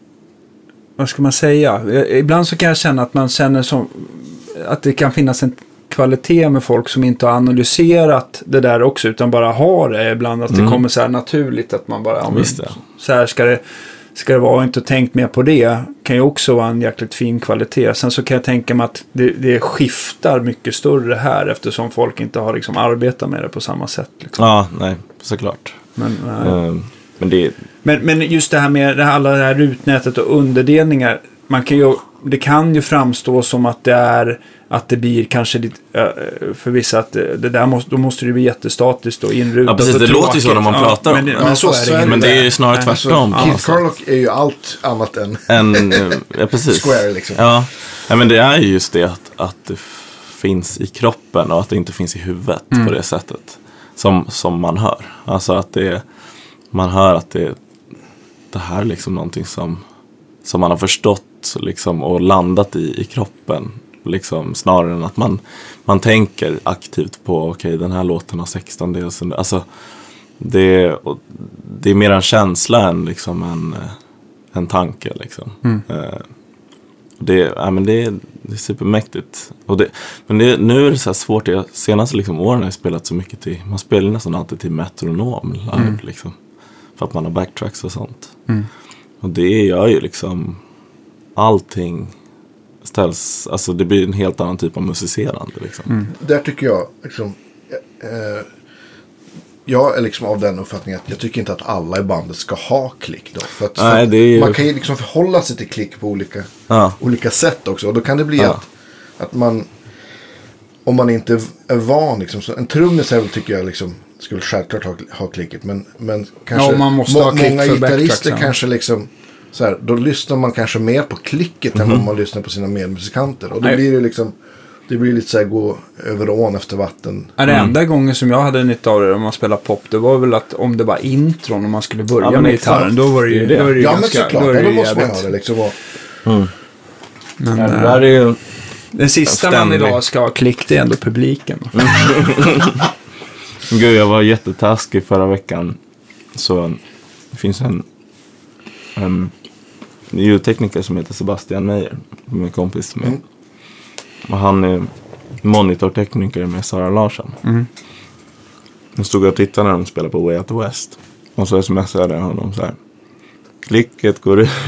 vad ska man säga? Ibland så kan jag känna att man känner som att det kan finnas en kvalitet med folk som inte har analyserat det där också, utan bara har det ibland, att mm. det kommer så här naturligt att man bara, ja, men, så här ska det, ska det vara, och inte tänkt mer på det, kan ju också vara en jäkligt fin kvalitet. Sen så kan jag tänka mig att det, det skiftar mycket större här eftersom folk inte har liksom arbetat med det på samma sätt. Liksom. Ja, nej, såklart. Men, uh, men, det... men, men just det här med det här, alla det här rutnätet och underdelningar, man kan ju, det kan ju framstå som att det är att det blir kanske lite, för vissa att det där måste, då måste det bli jättestatiskt och inrutat. Ja, precis, och det låter ju så när man ja, pratar men, om men, så är det, men det är ju snarare tvärtom. Keith alltså. Carlock är ju allt annat än en, ja, precis. Square liksom. Ja. Ja, men det är ju just det att, att det finns i kroppen och att det inte finns i huvudet mm. på det sättet som, som man hör. Alltså att det, man hör att det, det här är liksom någonting som, som man har förstått liksom, och landat i, i kroppen. Liksom, snarare än att man, man tänker aktivt på okej, okay, den här låten har sexton dels. Alltså, det, och, det är mer en känsla än liksom en, en tanke. Liksom. Mm. Uh, det, ja, men det, är, det är supermäktigt. Och det, men det, nu är det så här svårt. Jag, senaste liksom, åren har jag spelat så mycket till, man spelar nästan alltid till metronom live, mm. liksom, för att man har backtracks och sånt. Mm. Och det gör ju liksom allting ställs, alltså det blir en helt annan typ av musicerande liksom. Mm. Där tycker jag liksom, eh, jag är liksom av den uppfattningen att jag tycker inte att alla i bandet ska ha klick då. För att, Nej, för det är ju... man kan ju liksom förhålla sig till klick på olika, ja. olika sätt också. Och då kan det bli ja. att, att man, om man inte är van liksom, så en trummis är väl, tycker jag liksom, skulle självklart ha, ha klicket, men, men kanske ja, man måste må, ha klick många för gitarrister backtracks, kanske liksom så här, då lyssnar man kanske mer på klicket mm-hmm. än vad man lyssnar på sina medmusikanter. Och då blir det liksom, det blir lite så här gå över ån efter vatten. Ja, det enda mm. gången som jag hade nytta av det om man spelar pop, det var väl att om det var intron och man skulle börja ja, med gitarren, då var det ju, det var det ju ja, ganska... Ja, men såklart, då, då måste man ha det liksom. Och... Mm. Men, ja, det där är ju... Den sista man idag ska ha klick, det är ändå publiken. Gud, jag var jättetaskig förra veckan. Så det finns en... Um, ljudtekniker som heter Sebastian Meyer, min kompis med. Mm. Och han är monitortekniker med Sara Larsson. Mm. Jag stod och tittade när de spelade på Way Out West. Och så smsade jag honom så här: klicket går ut.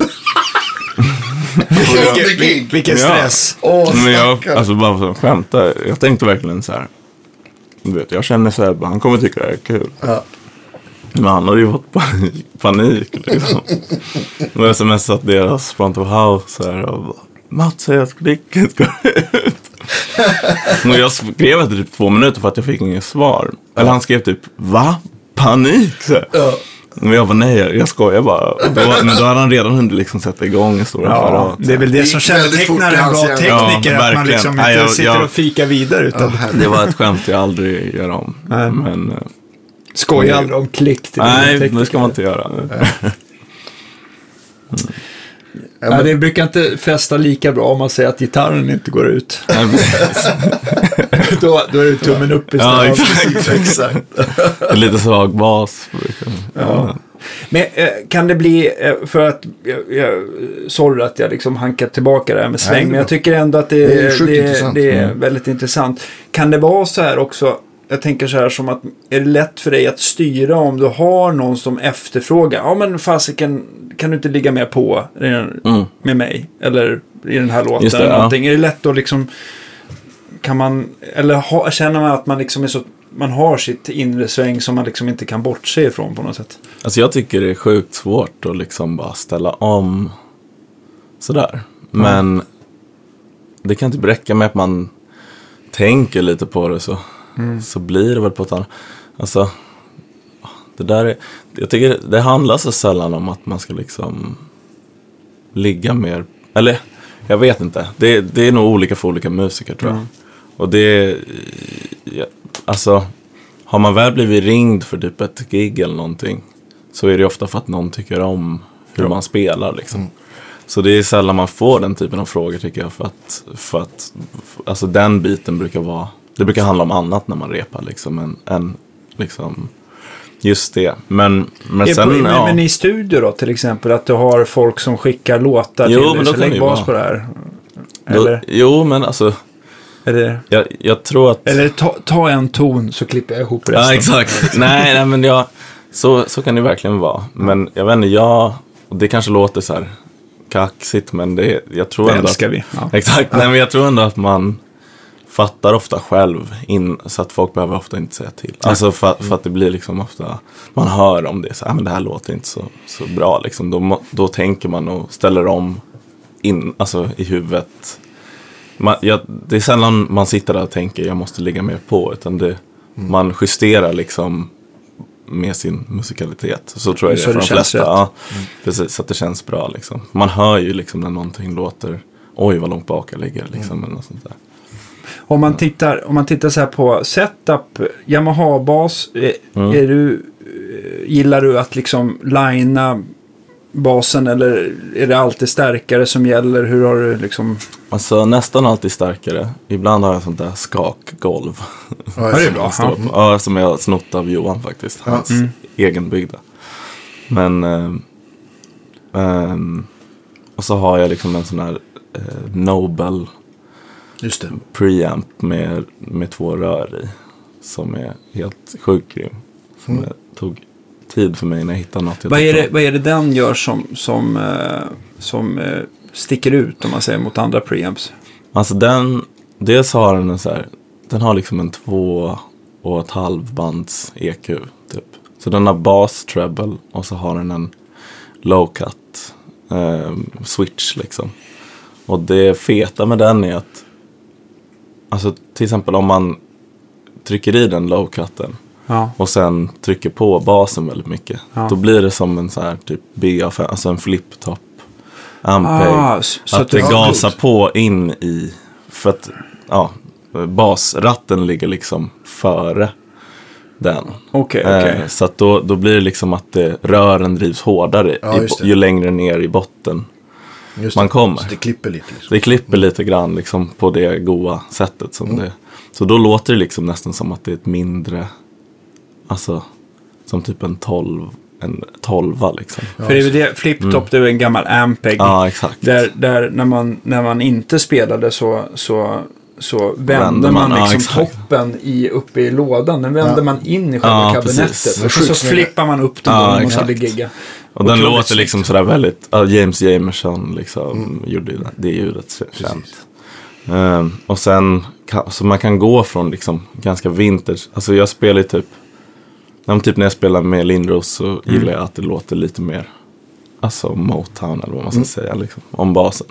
Vilken, vilken stress. Ja. Oh, men jag, alltså bara för att skämta. Jag tänkte verkligen så här, du vet, jag känner så här, han kommer tycka det är kul. Ja. Men han hade ju fått panik, panik liksom. Och jag smsat deras front of house så här, och Mats säger att klicket går ut. Och jag skrev efter typ två minuter för att jag fick inget svar. Eller han skrev typ, va? Panik? Så här. Ja. Men jag var nej, jag skojar bara. Och då, men då hade han redan hunnit liksom sätta igång en stor ja, apparat. Det är väl det som kännetecknar en bra tekniker, ja, att man liksom inte ja, jag, sitter jag, och fikar vidare. Utan... Ja, det var ett skämt jag aldrig gör om. Nej. Men... Skoja aldrig om klick till nej, det ska man inte göra. Mm. Ja, det brukar inte fästa lika bra om man säger att gitarren inte går ut. då, då är det tummen upp istället. Ja, exakt. exakt. Lite svag bas. Ja. Men eh, kan det bli, eh, för att jag, jag, sorry att jag liksom hankar tillbaka det här med sväng, nej, men jag tycker ändå att det, det är, det, det är mm. väldigt intressant. Kan det vara så här också, jag tänker så här som att, är det lätt för dig att styra om du har någon som efterfrågar, ja men fasiken, kan du inte ligga med på mm. med mig eller i den här låten det, eller någonting. Ja. Är det lätt att liksom, kan man, eller ha, känner man att man liksom är så, man har sitt inre sväng som man liksom inte kan bortse ifrån på något sätt? Alltså jag tycker det är sjukt svårt att liksom bara ställa om sådär. Men, mm. det kan typ räcka med att man tänker lite på det så, mm. så blir det väl på ett annat. Alltså, det där är, jag tycker det handlar så sällan om att man ska liksom ligga mer, eller jag vet inte, det, det är nog olika för olika musiker tror jag. Mm. Och det, ja, alltså, har man väl blivit ringd för typ ett gig eller någonting, så är det ofta för att någon tycker om hur ja. man spelar liksom. Mm. Så det är sällan man får den typen av frågor tycker jag, för att, för att alltså den biten brukar vara, det brukar handla om annat när man repar liksom, än, än liksom just det. Men, men sen, men, ja. men i studio då till exempel, att du har folk som skickar låtar jo, till dig, men då så kan lägg bas på det här. Eller? Då, jo, men alltså eller, jag, jag tror att eller ta, ta en ton så klipper jag ihop resten. Ja, exakt. nej, nej, men jag, så, så kan det verkligen vara. Men jag vet inte, jag, det kanske låter så här kaxigt, men det, jag tror det ändå älskar att, vi. Ja. Exakt, nej, men jag tror ändå att man fattar ofta själv in, så att folk behöver ofta inte säga till. Alltså för, för att det blir liksom ofta, man hör om det så här, men det här låter inte så, så bra liksom. Då, då tänker man och ställer om in, alltså i huvudet. Man, jag, det är sällan man sitter där och tänker jag måste ligga mer på, utan det, mm. man justerar liksom med sin musikalitet. Så tror jag det är för de flesta. Ja, mm. Precis, så att det känns bra liksom. Man hör ju liksom när någonting låter, oj vad långt bak jag ligger liksom, mm. eller något sånt där. Om man tittar, om man tittar så här på setup, Yamaha-bas, är, mm. är du, gillar du att liksom linea basen, eller är det alltid starkare som gäller? Hur har du liksom... Alltså nästan alltid starkare. Ibland har jag sånt där skakgolv. Ja, det är bra. Ja. Ja, som jag har snott av Johan faktiskt. Hans mm. egenbyggda. Men eh, eh, och så har jag liksom en sån här eh, Nobel Just det. preamp med, med två rör i. Som är helt sjukt grym. Som mm. jag tog tid för mig när jag hittade något. Jag vad, är det, vad är det den gör som, som, eh, som eh, sticker ut om man säger mot andra preamps? Alltså den, dels har den en så här, den har liksom en två och ett halv bands E Q typ. Så den har bass, treble och så har den en low cut eh, switch liksom. Och det feta med den är att alltså till exempel om man trycker i den low cutten ja. och sen trycker på basen väldigt mycket, ja. då blir det som en så här typ B A fem, alltså en flip-top ampeg. Ah, så att det gasar på in i, för att ja, basratten ligger liksom före den. Okay, okay. Eh, så att då, då blir det liksom att det, rören drivs hårdare ja, i, ju längre ner i botten just man kommer. Så det klipper lite. Liksom. Det klipper lite grann liksom på det goa sättet som mm. det. Så då låter det liksom nästan som att det är ett mindre, alltså som typ en tolv, en tolva liksom. Ja, för det är väl det, flip-top, mm. det är en gammal ampeg. Ja, exakt. Där, där när man, när man inte spelade så, så, så vände man, man liksom ja, toppen i, uppe i lådan. Den vände ja. man in i själva ja, kabinettet. Och så flippar man upp den ja, då när man skulle gigga. Och, och den låter liksom sådär väldigt, uh, James Jamerson liksom mm. gjorde det, det ljudet känt. Um, och sen kan, så man kan gå från liksom ganska vintage, alltså jag spelar typ när, typ när jag spelar med Lindros så mm. gillar jag att det låter lite mer alltså Motown eller vad man ska mm. säga liksom, om basen.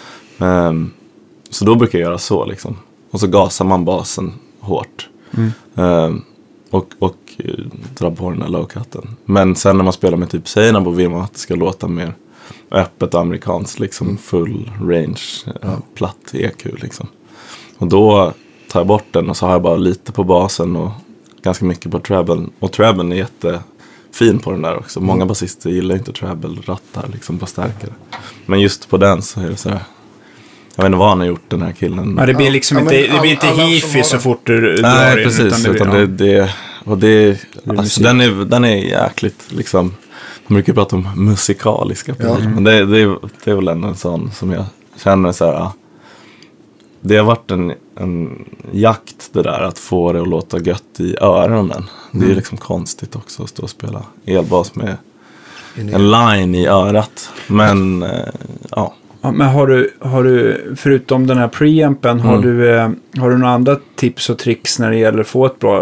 Um, så då brukar jag göra så liksom, och så gasar man basen hårt mm. um, och, och uh, drar på den här low-cutten. Men sen när man spelar med typ Seinabo vill man att det ska låta mer öppet och amerikanskt liksom, full range ja. platt E Q liksom. Och då tar jag bort den och så har jag bara lite på basen och ganska mycket på treble. Och treblen är jättefin på den där också. Många mm. basister gillar inte treble-rattar liksom på starkare. Men just på den så är det så här. Jag vet inte vad han har gjort, den här killen. Ja, det blir liksom ja, inte, det blir inte hifi så fort du Nej, drar in. Precis, utan det, utan det, det, och det, det alltså, den, är, den är jäkligt liksom. Man brukar prata om musikaliska ja. mm. Men det, det, är, det är väl en sån som jag känner så här. Ja, det har varit en, en jakt det där att få det att låta gött i öronen. Mm. Det är liksom konstigt också att stå och spela elbas med en line i örat. Men eh, ja. ja. Men har du, har du förutom den här preampen mm. har, du, eh, har du några andra tips och tricks när det gäller att få ett bra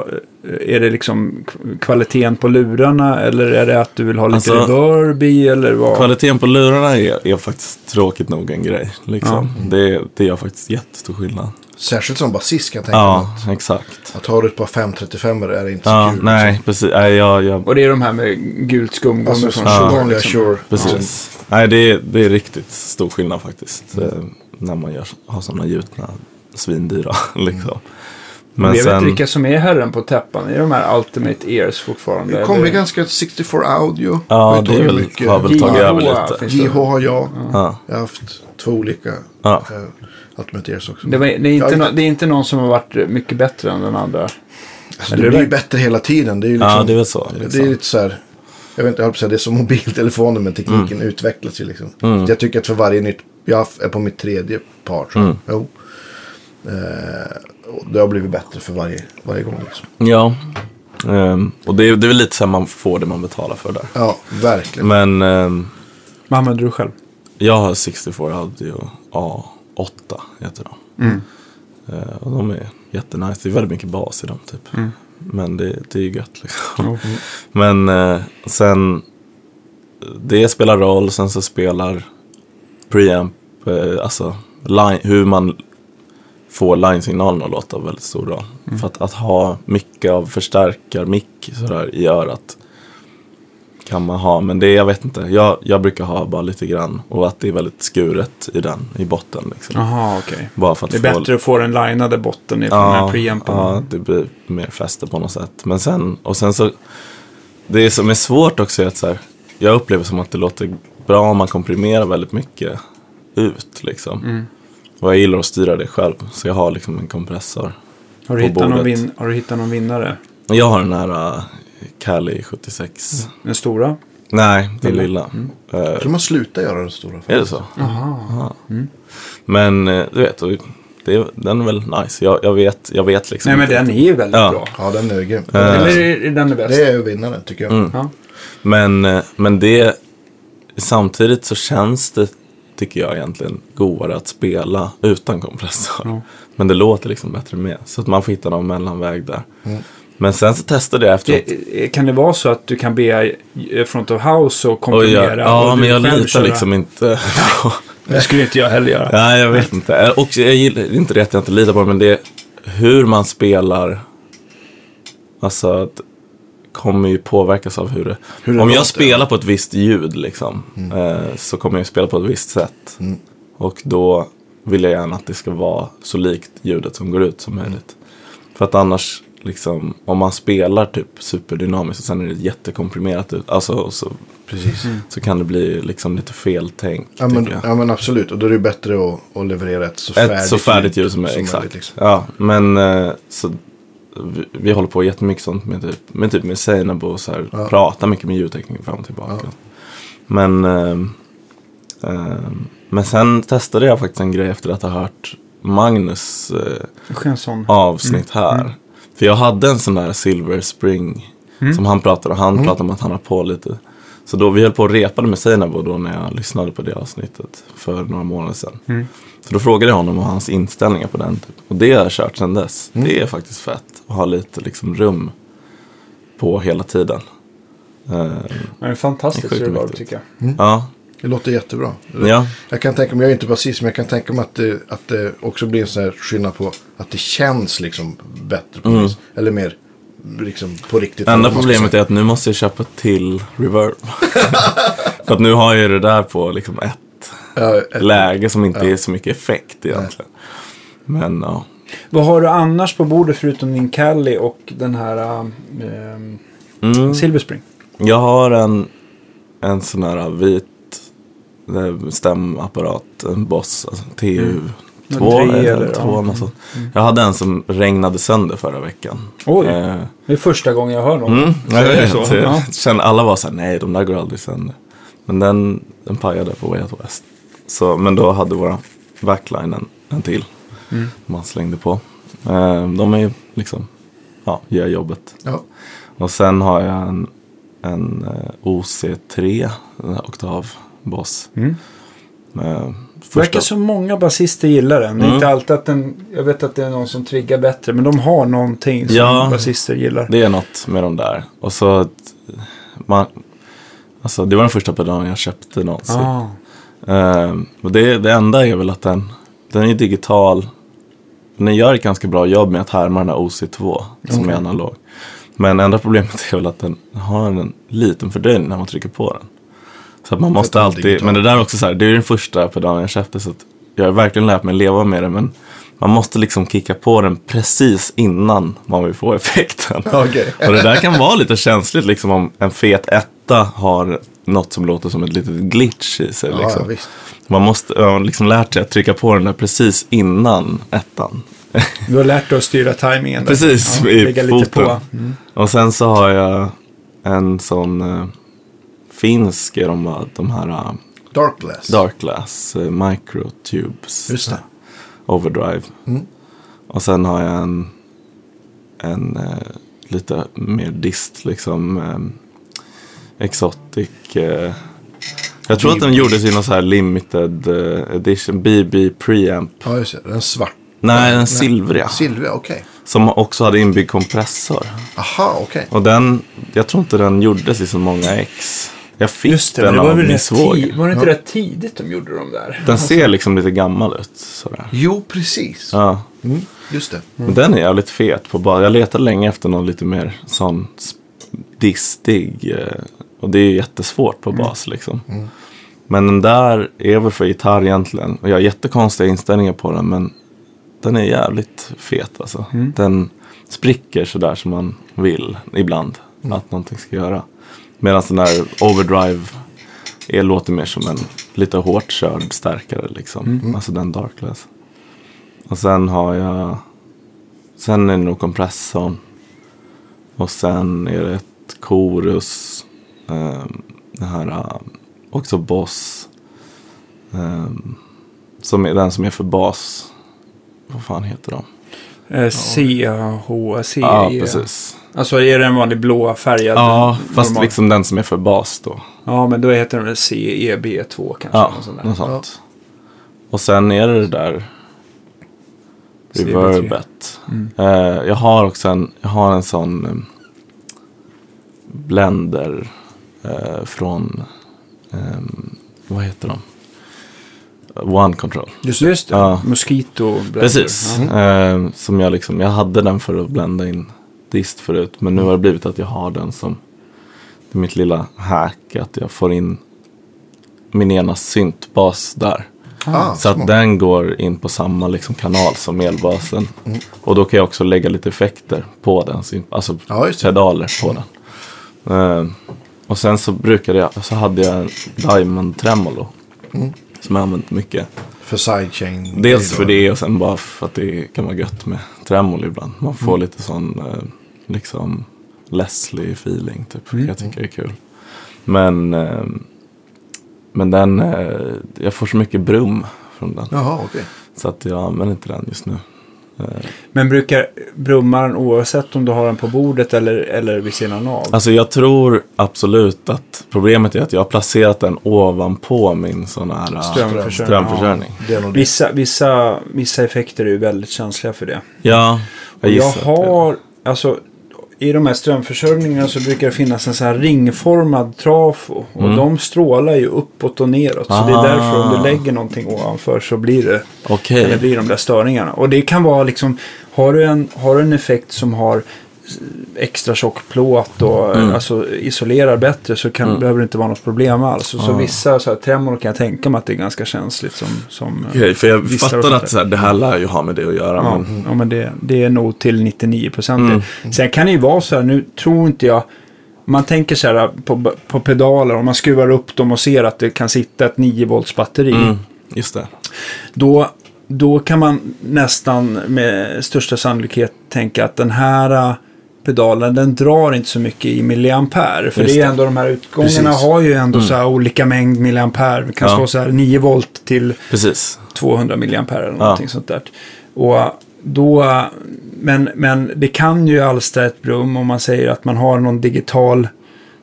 är det liksom kvaliteten på lurarna eller är det att du vill ha lite Alltså, reverb i eller vad? Kvaliteten på lurarna är, är faktiskt tråkigt nog en grej. Liksom. Ja. Det, det gör faktiskt jättestor skillnad. Särskilt som basist kan jag tänka Ja, mig. Att, exakt. att ha du ett par fem trettiofem är det inte så Ja, kul. nej, liksom. precis. Nej, jag, jag, Och det är de här med gult skumgummi Alltså från som Shure, vanliga liksom. Shure. precis. Nej, det är, det är riktigt stor skillnad faktiskt. Eh, när man gör, har sådana gjutna svindyra. Liksom. Men Men jag vet sen, inte vilka som är herren på täppan. Är de här Ultimate Ears fortfarande? Det kommer eller? ganska sextiofyra audio. ja, Vet du det är hur väl, mycket? har väl tagit J H över lite. finns J H har jag. Ja. Jag har haft två olika. Ja. Uh, Ultimate Ears också. Det, var, det, är inte Ja, no, det är inte någon som har varit mycket bättre än den andra. Alltså, Eller det blir ju det- bättre hela tiden. Det är ju liksom, Ja, det är väl så. det är Liksom. lite så här. Jag vet inte, jag höll på att säga, det är som mobiltelefoner men tekniken utvecklas ju liksom. Så jag tycker att för varje nytt, jag är på mitt tredje par så. Mm. Jo. Eh, och det har blivit bättre för varje, varje gång liksom. Ja, ehm, och det är, det är väl lite så här man får det man betalar för där. Ja, verkligen. Men ehm, Vad använder du själv? jag har sextiofyra Audio A åtta heter de. Mm. Eh, och de är jättenice. Det är väldigt mycket bas i dem typ. Mm. Men det, det är ju gött liksom. Mm. Men eh, sen det spelar roll. Sen så spelar preamp, eh, alltså line, hur man får line-signalen att låta väldigt stor roll. Mm. För att, att ha mycket av förstärkar mick sådär i örat kan man ha. Men det, jag vet inte. Jag, jag brukar ha bara lite grann. Och att det är väldigt skuret i den, i botten liksom. Jaha, okej. Bara för att Det är få... bättre att få den linade botten ifrån den här preampen. Ja, det blir mer fäste på något sätt. Men sen, och sen så, det som är svårt också är att så här, jag upplever som att det låter bra om man komprimerar väldigt mycket ut liksom. Mm. Och jag gillar att styra det själv, så jag har liksom en kompressor. Har, du på hittat någon bordet. vin- har du hittat någon vinnare? Jag har den här uh, Kali sjuttiosex. Den stora? Nej, den Lilla. lilla. Mm. Eh, Jag tror man slutar göra den stora. är det så? Jaha. Men eh, du vet, och det, den är väl nice. Jag, jag, vet, jag vet liksom Nej, men inte den är riktigt. ju väldigt Ja. bra. Ja, den är grym. Eller är är den är bäst? Det är ju vinnaren tycker jag. Mm. Ja. Men, eh, men det, samtidigt så känns det, tycker jag egentligen, godare att spela utan kompressor. Ja. Men det låter liksom bättre med. Så att man får hitta någon mellanväg där. Mm. Men sen så testade jag efteråt. Det, kan det vara så att du kan be front of house och Och komprimera? jag, ja, och men du jag själv litar köra? liksom inte på... Det skulle inte jag heller göra. Nej, jag vet inte. Och jag gillar inte det att jag inte litar på det, men det är hur man spelar. Alltså, att kommer ju påverkas av hur det... Hur det Om jag låter, spelar på ett visst ljud liksom, eh, så kommer jag spela på ett visst sätt. Mm. Och då vill jag gärna att det ska vara så likt ljudet som går ut som möjligt. För att annars, liksom, om man spelar typ superdynamiskt och sen är det jättekomprimerat ut, alltså, så, Precis. så kan det bli liksom lite feltänk, Ja men, tycker jag. ja men absolut. Och då är det bättre att, att leverera ett så Ett färdigt, så färdigt ljud som möjligt, exakt. möjligt, liksom. Ja, men eh, så vi, vi håller på jättemycket sånt med typ med, typ med Seinabo och så här, Ja. pratar mycket med ljudtekniker fram och tillbaka. Ja. Men eh, eh, men sen testade jag faktiskt en grej efter att ha hört Magnus eh, Kanske en sån. avsnitt här. Mm. För jag hade en sån där Silver Spring Mm. som han pratade, och han Mm. pratade om att han har på lite. Så då vi höll på och repade med Seinabo då när jag lyssnade på det avsnittet för några månader sedan. Mm. Så då frågade jag honom om hans inställningar på den typ. Och det har jag kört sedan dess. Mm. Det är faktiskt fett att ha lite liksom rum på hela tiden. Uh, Men det är fantastiskt Det är sjukt reverb mäktigt. tycker jag. ja, Det låter jättebra. ja, Jag kan tänka mig, jag är inte basist, men jag kan tänka mig att det, att det också blir en sån här skillnad på att det känns liksom bättre på Mm. vis. Eller mer liksom på riktigt. enda Vad man ska problemet säga. är att nu måste jag köpa till reverb. För att nu har jag det där på liksom ett Ja, ett- läge som inte är så mycket effekt egentligen. Men ja. Vad har du annars på bordet förutom din Kali och den här um, Mm. Silver Spring? Jag har en, en sån här vit eh, stämapparat, en Boss, alltså T U två En tre eller, eller, två, ja. något sånt. Jag hade en som regnade sönder förra veckan. Oj, Eh, det är första gången jag hör någon. mm, Så jag är det vet, så? Ja. jag kände, alla var så här, nej, de där går aldrig sönder. Men den, den pajade på Way Out West. Så, men då hade våra backline en, en till. Mm. Man slängde på. Eh, de är ju liksom, ja, gör jobbet. Ja. Och sen har jag en, en eh, O C tre, en oktav Boss. Mm. Eh, första... verkar så många basister gillar den. Det är Mm. inte alltid att den, jag vet att det är någon som triggar bättre, men de har någonting som Ja, basister gillar. det är något med de där. Och så, att man, alltså det var den första pedalen jag köpte någonsin. Ah. Ehm, och det, det enda är väl att den, den är digital. Den gör ett ganska bra jobb med att härma den här O C två som Okay. är analog. Men enda problemet är väl att den har en liten fördröjning när man trycker på den. Så att man måste den är alltid, digital. men det där är också så här, det är den första pedalen jag köpte, så att jag har verkligen lärt mig leva med det, men man måste liksom kicka på den precis innan man vill få effekten. Okej. Och det där kan vara lite känsligt liksom, om en fet etta har något som låter som ett litet glitch i sig. Ja, Liksom. ja, visst. Man måste ha liksom lärt sig att trycka på den där precis innan ettan. Du har lärt dig att styra tajmingen. där. Precis, ja, i lägga lite foten. på. Mm. Och sen så har jag en sån eh, finsk, är de, de här eh, Dark Glass. Dark Glass eh, Microtubes. Just det. Overdrive. Mm. Och sen har jag en, en eh, lite mer dist, liksom eh, exotic. Eh, jag tror att den gjordes i någon så här limited eh, edition, B B preamp. Ja, just det. Den svart. Nej, den silvriga. Silvriga, okej. Som också hade inbyggd kompressor. Aha, okej. Och den, jag tror inte den gjordes i så många ex. Jag fick Just det, den men det var av väl min rätt, svåger. tid, var det inte rätt tidigt de gjorde de där? Den ser liksom lite gammal ut. Sådär. Jo, precis. Ja. Mm, just det. Men den är jävligt fet på bas. Jag letade länge efter någon lite mer sån sp- distig. eh, Och det är jättesvårt på bas liksom. Mm. Men den där är väl för gitarr egentligen. Och jag har jättekonstiga inställningar på den. Men den är jävligt fet alltså. Mm. Den spricker sådär som man vill ibland. Att någonting ska göra. Medan den där overdrive är, låter mer som en lite hårt körd stärkare liksom. Mm. Alltså den Dark Glass. Och sen har jag, sen är det nog kompressorn. Och sen är det ett chorus. Um, det här uh, också Boss. Um, som är den som är för bas. Vad fan heter de? Eh, C H C. Ja, precis. Alltså är det en vanlig blå färgad? Ja, fast normal? liksom den som är för bas då. Ja, men då heter den väl C E B två kanske. Ja, något sånt där. något sånt. Och sen är det det där C B tre. reverbet. Mm. Eh, jag har också en, jag har en sån um, blender eh, från, um, vad heter de? One Control. Just, just det, Ja. Mosquito blender. Precis. Ja. Eh, som jag liksom, jag hade den för att blenda in dist förut. Men nu har det blivit att jag har den som, det är mitt lilla hack, att jag får in min ena syntbas där. Ah, Så att smart. den går in på samma liksom kanal som elbasen. Mm. Och då kan jag också lägga lite effekter på den. syn- Alltså Ja, just det. pedaler på den. Eh, och sen så brukade jag, så hade jag en Diamond Tremolo. Mm. Som jag använt mycket. För sidechain. Dels för det och sen bara för att det kan vara gött med tremolo ibland. Man får Mm. lite sån eh, liksom Leslie-feeling typ. Mm. Jag tycker det är kul. Men, eh, men den, eh, jag får så mycket brum från den. Jaha, okej. Så att jag använder inte den just nu. Eh, Men brukar brummaren oavsett om du har den på bordet eller, eller vid sidan av? Alltså jag tror absolut att problemet är att jag har placerat den ovanpå min sån här eh, Strömförsörjning. strömförsörjning. Det är nog det. Vissa, vissa, vissa effekter är ju väldigt känsliga för det. Ja, jag Och gissar jag att det- har, alltså i de här strömförsörjningarna så brukar det finnas en så här ringformad trafo. Och Mm. de strålar ju uppåt och neråt. Så det är Ah. därför om du lägger någonting ovanför så blir det, Okej. eller blir de där störningarna. Och det kan vara liksom, har du en, har du en effekt som har extra tjock plåt och Mm. alltså, isolerar bättre så kan, Mm. behöver det inte vara något problem alls. Så, så Ah. vissa så här, tremolo kan jag tänka mig att det är ganska känsligt som, som Okej, för jag visslar och fattar sånt att där. så här, det här lär ju ha med det att göra. Ja, Men, ja men det, det är nog till nittionio procent. Mm. Sen kan det ju vara så här, nu tror inte jag, man tänker så här på, på pedaler, om man skruvar upp dem och ser att det kan sitta ett nio volts batteri, mm, just det. då, då kan man nästan med största sannolikhet tänka att den här uh, pedalen, den drar inte så mycket i milliampere. För Just det är det. ändå, de här utgångarna Precis. har ju ändå Mm. så här olika mängd milliampere. Det kan Ja. stå så här nio volt till Precis. tvåhundra milliampere eller Ja. någonting sånt där. Och då, men, men det kan ju alstra ett brum om man säger att man har någon digital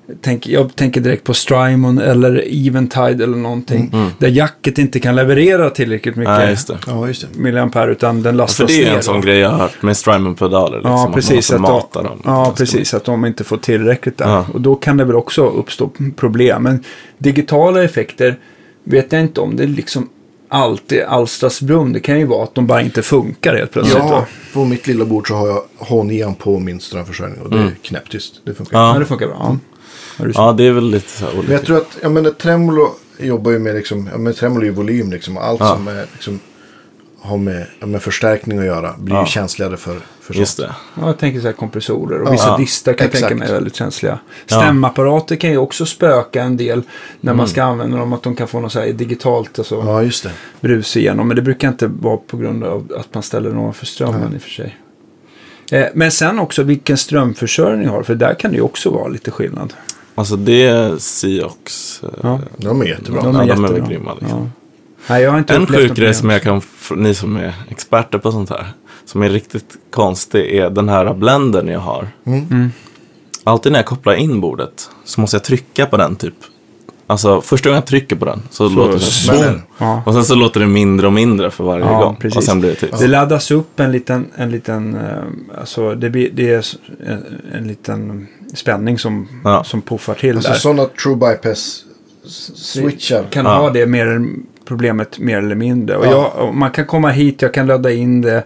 tänk, jag tänker direkt på Strymon eller Eventide eller någonting. Mm. Där jacket inte kan leverera tillräckligt mycket Nej, just det. Ja, just det. milliampere utan den Ja, lastas för det är ner. en sån då. grej jag har hört med Strymon-pedaler. Liksom, Ja, precis. Att man måste Att mata de, dem. ja, precis. Att de inte får tillräckligt där. Ja. Och då kan det väl också uppstå problem. Men digitala effekter vet jag inte om. Det är liksom alltid alstras brum. Det kan ju vara att de bara inte funkar helt plötsligt. Ja, då. på mitt lilla bord så har jag H nio på min strömförsörjning och det är knäpptyst. Det funkar. Ja. Ja, det funkar bra. Ja. Har du Ja, det är väl lite så här Men olika. jag tror att, ja men ett tremolo jobbar ju med liksom, ja men tremolo är ju volym liksom. Och allt Ja. som är liksom, har med, ja, med förstärkning att göra blir Ja. ju känsligare för, för Just sånt. det. Ja, jag tänker så här kompressorer och Ja. vissa distar kan jag Exakt. tänka mig är väldigt känsliga. Ja. Stämapparater kan ju också spöka en del när man ska använda dem, att de kan få något så här digitalt alltså, Ja, just det. brus igenom. Men det brukar inte vara på grund av att man ställer någon för strömmen i och för sig. Eh, men sen också vilken strömförsörjning har, för där kan det ju också vara lite skillnad. Alltså det är Siox. eh, Ja. De är jättebra. De Ja, är de är jättebra. väl grymma, liksom. Ja. Nej, jag har inte En upplevt sjuk något grej problem. som jag kan, f- ni som är experter på sånt här, som är riktigt konstig är den här blendern jag har. Mm. Alltid när jag kopplar in bordet så måste jag trycka på den typ. Alltså första gången jag trycker på den så, låter det smäller så. den. Ja. Och sen så låter det mindre och mindre för varje Ja, gång. precis. Och sen blir det tyst. Det laddas upp en liten, en liten, eh, alltså det, blir, det är en, en liten spänning som, Ja. som puffar till Alltså där. sådana true bypass s- switchar. Kan Ja. ha det mer, problemet mer eller mindre. Och Ja. jag, och man kan komma hit, jag kan ladda in det,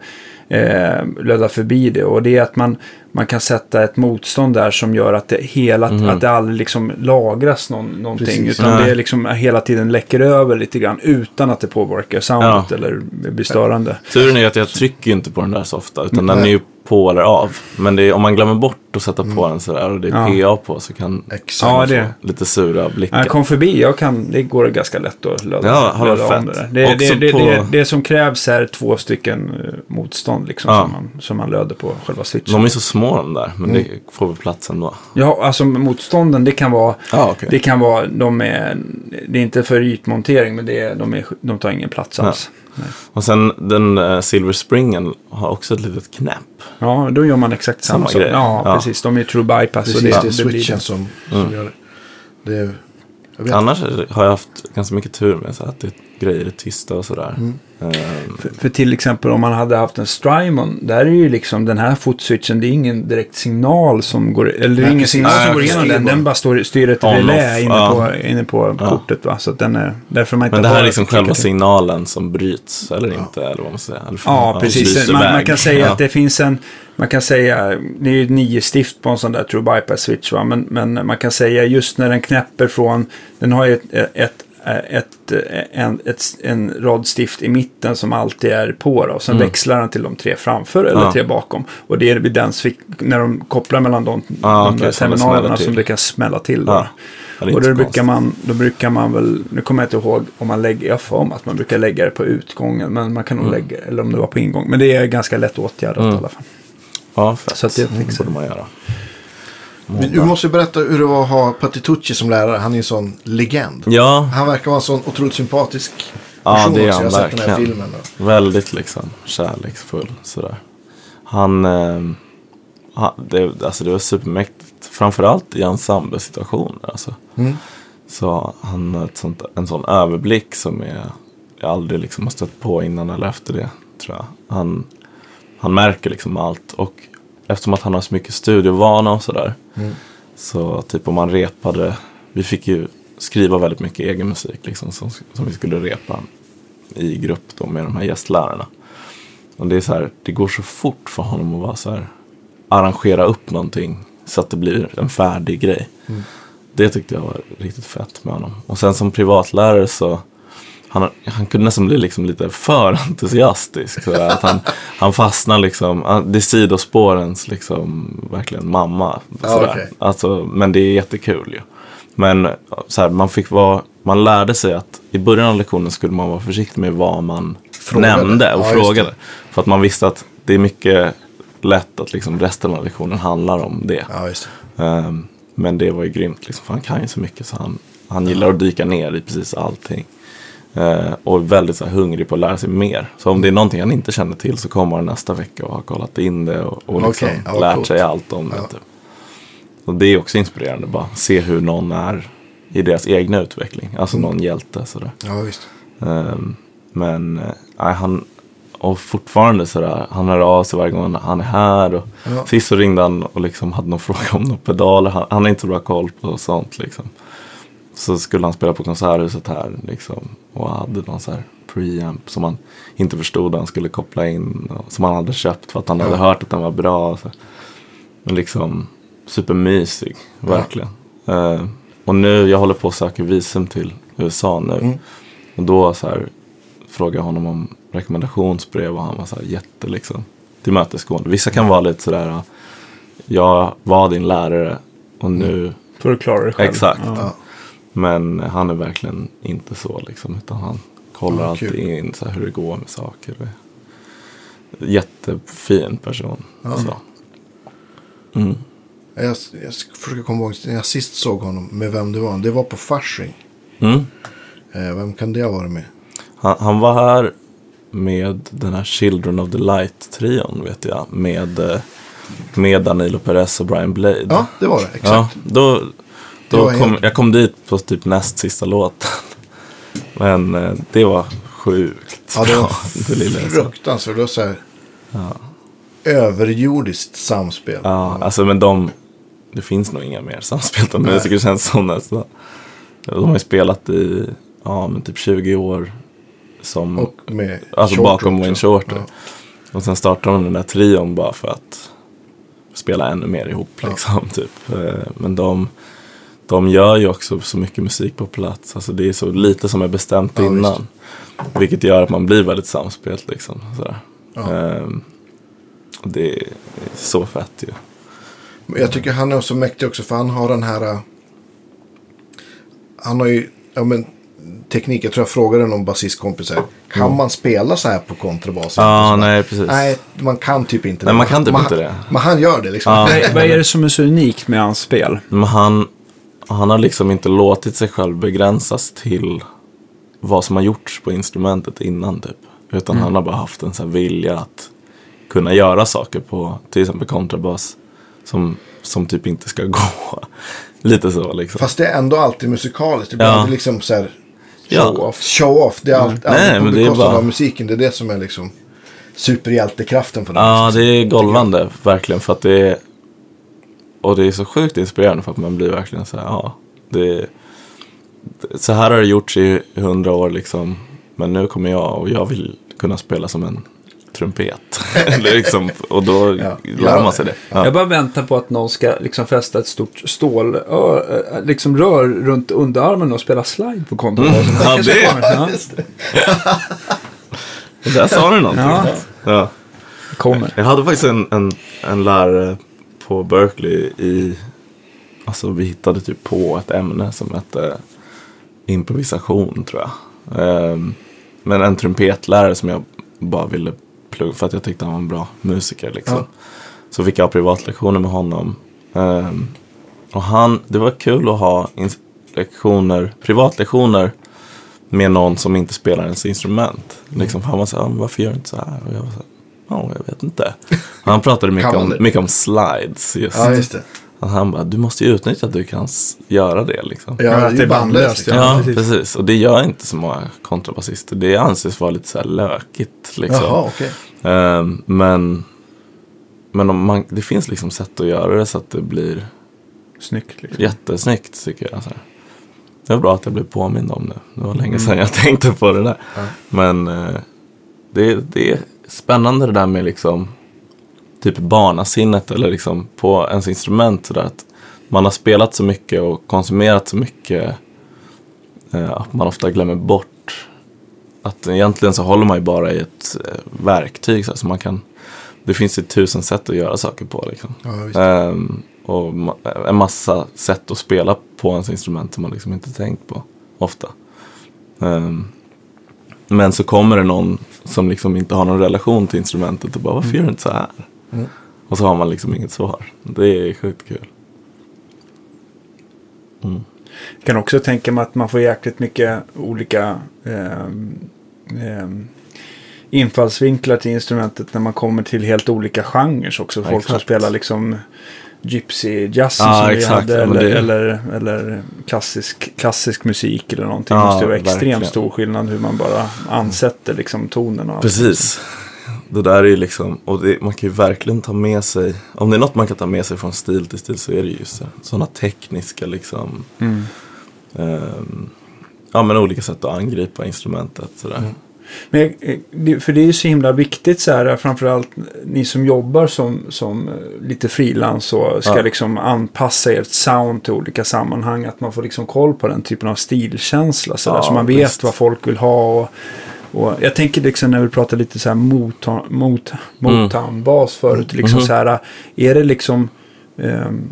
eh, ladda förbi det. Och det är att man, man kan sätta ett motstånd där som gör att det, hela, Mhm. att det aldrig liksom lagras någon, någonting. Precis. Utan Nej. det är liksom hela tiden läcker över lite grann utan att det påverkar soundet Ja. eller blir störande. Turen är att jag trycker ju inte på den där så ofta. Utan Nej. den är ju på eller av. Men det är, om man glömmer bort att sätta på den sådär och det är Ja. P A på så kan Exakt. Ja, man det- få lite sura blickar. Jag kom förbi, jag kan, det går ganska lätt att ladda, Ja, har ladda varit om fett. det där. Det, det, Också det, på- det, det som krävs är två stycken eh, motstånd liksom, Ja. som, man, som man löder på själva switchen. De är så små de där, men Mm. det får vi plats ändå. Ja, alltså motstånden, det kan vara, Ja, okej. det kan vara, de är, det är inte för ytmontering, men det är, de, är, de tar ingen plats Ja. alls. Nej. Och sen den uh, Silver Springen har också ett litet knäpp. Ja, då gör man exakt samma, Samma sak. grej. Ja, Ja. precis. De är true bypass. Precis, och det, det, är det blir switchen det. som, som Mm. gör det. det är, jag vet. Annars har jag haft ganska mycket tur med så att det, grejer är tysta och sådär. Mm. Ehm, För, för till exempel om man hade haft en Strymon, där är ju liksom den här footswitchen, det är ingen direkt signal som går, eller det är Nej, ingen precis. signal Nej, som går igenom styr den, bara. den bara står, styr ett On, relä off, inne, ja. på, inne på Ja. kortet va, så att den är, därför man inte men det här har är liksom att klicka själva till. signalen som bryts eller inte, eller vad man säger. Eller Ja, precis. bryts Man, man iväg. kan säga Ja. att det finns en, man kan säga, det är ju nio stift på en sån där true bypass switch va, men, men man kan säga just när den knäpper från, den har ju ett, ett Ett, en, ett, en rad stift i mitten som alltid är på då, och sen Mm. växlar den till de tre framför eller Ja. tre bakom, och det är vid den svik- när de kopplar mellan de, Ah, de okej, där som det terminalerna smäller till. som det kan smälla till då. Ja. Ja, det är Och inte då så brukar, konstigt. man, då brukar man väl, nu kommer jag inte ihåg om man lägger, jag får om att man brukar lägga det på utgången, men man kan nog Mm. lägga, eller om det var på ingång, men det är ganska lätt åtgärdat Mm. i alla fall. Ja, fett. Så att det fixar borde man göra. Men du måste ju berätta hur det var att ha Patitucci som lärare. Han är en sån legend. Ja, Han verkar vara en sån otroligt sympatisk Ja, person det är också. han Jag har sett den här verkligen. filmen. Då. väldigt liksom kärleksfull sådär. Han, eh, han det, alltså det var supermäktigt. Framförallt i ensemble-situationer. Alltså. Mm. Så han har ett sånt, en sån överblick som är, jag aldrig liksom har stött på innan eller efter det, tror jag. Han, han märker liksom allt. Och eftersom att han har så mycket studiovana och sådär. Mm. Så typ om man repade, vi fick ju skriva väldigt mycket egen musik liksom, som, som vi skulle repa i grupp då med de här gästlärarna. Och det är så här, det går så fort för honom att vara så här, arrangera upp någonting så att det blir en färdig grej. Mm. Det tyckte jag var riktigt fett med honom. Och sen som privatlärare så han, han kunde nästan bli liksom lite för entusiastisk. Så att han, han fastnar liksom, det är sidospårens liksom verkligen mamma. Ja, Sådär. okej. Alltså, men det är jättekul ju. Men så här, man fick vara, man lärde sig att i början av lektionen skulle man vara försiktig med vad man Frågade. nämnde och Ja, just frågade. det. För att man visste att det är mycket lätt att liksom resten av lektionen handlar om det. Ja, just det. Um, men det var ju grymt liksom, för han kan ju så mycket så han, han gillar att dyka ner i precis allting. Uh, och är väldigt så här, hungrig på att lära sig mer. Så om det är någonting han inte känner till så kommer han nästa vecka och har kollat in det och, och liksom Okej, ja, lärt coolt. sig allt om det. Ja. Typ. Och det är också inspirerande, bara se hur någon är i deras egna utveckling. Alltså någon hjälte sådär. Ja, visst. Um, men äh, han, och fortfarande sådär, han hör av sig varje gång han är här. Och Ja. sist så ringde han och liksom hade någon fråga om några pedaler. Han, han har inte så bra koll på sånt liksom. Så skulle han spela på konserthuset här liksom. Och hade någon så här preamp som han inte förstod att han skulle koppla in. Och, som han hade köpt för att han Ja. hade hört att den var bra. Så. Men liksom supermysig, verkligen. Ja. Uh, och nu, jag håller på att söka visum till U S A nu. Mm. Och då så här frågade jag honom om rekommendationsbrev och han var så här jätte liksom tillmötesgående. Vissa kan vara lite sådär, jag var din lärare och nu... För att klara det själv. Exakt. Ja. Men han är verkligen inte så liksom, utan han kollar Ja, alltid kul. in så här, hur det går med saker. Jättefin person. Ja. Så. Mm. Jag, jag försöker komma ihåg när jag sist såg honom med vem det var. Det var på Fasching. Mm. Eh, vem kan det ha varit med? Han, han var här med den här Children of the Light-trion, vet jag. Med, eh, med Danilo Perez och Brian Blade. Ja, det var det. Exakt. Ja, då, Det då var kom, helt- jag kom dit på typ näst sista låten. Men eh, det var sjukt. Ja, det var det lilla jag sa. fruktansvärt. Det var så här överjordiskt samspel. Ja, alltså men de, det finns nog inga mer samspelta Nej. musiker känns som nästan. De har ju spelat i, ja men typ tjugo år som, Och med alltså Short bakom också. Wayne Shorter. Ja. Och sen startade de den där trion bara för att spela ännu mer ihop liksom typ. Eh, Men de, de gör ju också så mycket musik på plats. Alltså det är så lite som är bestämt Ja, innan. Vilket gör att man blir väldigt samspelt liksom. Sådär. Ja. Ehm, och det är så fett ju. Men jag tycker han är så mäktig också för han har den här... äh, Han har ju... Ja, men, teknik. Jag tror jag frågade någon basistkompis här. Kan man spela så här på kontrabas? Ja, Så bara, nej precis. Nej, man kan typ inte det. Nej, man kan typ man, inte det. Men han gör det liksom. Ja. Vad, vad är det som är så unikt med hans spel? Men han, han har liksom inte låtit sig själv begränsas till vad som har gjorts på instrumentet innan typ. Utan han har bara haft en sån här vilja att kunna göra saker på till exempel kontrabas som, som typ inte ska gå. Lite så liksom. Fast det är ändå alltid musikaliskt. Det blir Ja. aldrig liksom så här... Ja. Show off. Show off. Det är allt, Nej, aldrig på men det är bekostnad bara- av musiken. Det är det som är liksom superhjältekraften för den. Ja, liksom. det är golvande verkligen för att det är, och det är så sjukt inspirerande för att man blir verkligen så här, ja, det är, så här har det gjorts i hundra år liksom, men nu kommer jag och jag vill kunna spela som en trumpet. Eller liksom, och då Ja. lär man sig det. Ja. Jag bara väntar på att någon ska liksom fästa ett stort stål ö, ö, liksom rör runt underarmen och spela slide på kontrabasen. Ja, det- Ja, Och där sa du någonting. Ja. Ja. det kommer. Jag hade faktiskt en, en, en lärare på Berkeley i, alltså vi hittade typ på ett ämne som hette improvisation tror jag. Ehm, men en trumpetlärare som jag bara ville plugga för att jag tyckte han var en bra musiker liksom. Ja. Så fick jag privatlektioner med honom. Ehm, och han, det var kul att ha ins- lektioner, privatlektioner med någon som inte spelar ens instrument. Liksom, för han var så här, varför gör du inte så här? Och jag var så här, ja, jag vet inte. Och han pratade mycket Kan man om, det? mycket om slides just. Ja, just det. Och han bara, du måste ju utnyttja att du kan s- göra det liksom. Ja, Ja, det att är det är ju bandlöst. bandlöst, Liksom. Ja, precis. precis. Och det gör inte så många kontrabasister. Det anses vara lite så här lökigt liksom. Jaha, okej. Ehm, men men om man, det finns liksom sätt att göra det så att det blir Snyggt liksom. jättesnyggt tycker jag. Så här. Det var bra att jag blev påmind om det. Det var länge sedan jag tänkte på det där. Ja. Men eh, det, det är spännande det där med liksom typ barnasinnet eller liksom på ens instrument så där att man har spelat så mycket och konsumerat så mycket eh, att man ofta glömmer bort att egentligen så håller man ju bara i ett eh, verktyg så, här, så man kan, det finns ju tusen sätt att göra saker på liksom. Ja, visst. Ehm, och ma- en massa sätt att spela på ens instrument som man liksom inte tänkt på ofta. Ehm, men så kommer det någon som liksom inte har någon relation till instrumentet och bara, varför gör du inte så här? Mm. Och så har man liksom inget svar. Det är sjukt kul. Jag kan också tänka mig att man får jäkligt mycket olika ehm, ehm, infallsvinklar till instrumentet när man kommer till helt olika genrer också. Folk som Exakt. spelar liksom gypsy jazz Ja, som vi exakt, hade ja, men eller, det- eller, eller klassisk, klassisk musik eller någonting. Ja, Det måste ju vara extremt verkligen. stor skillnad hur man bara ansätter liksom tonen och allt. Precis. Det där är ju liksom, och det, man kan ju verkligen ta med sig, om det är något man kan ta med sig från stil till stil så är det ju just sådana tekniska liksom, Mm. ehm, ja men olika sätt att angripa instrumentet sådär. Mm. Men, eh, det- för det är ju så himla viktigt så här, framförallt ni som jobbar som, som eh, lite frilans och ska Ja. liksom anpassa ert sound till olika sammanhang, att man får liksom koll på den typen av stilkänsla så, där, Ja, så man vet visst. vad folk vill ha och, och jag tänker liksom när vi pratar lite så här Motown, mot, Motown-bas förut, liksom Mhm. så här, är det liksom ehm,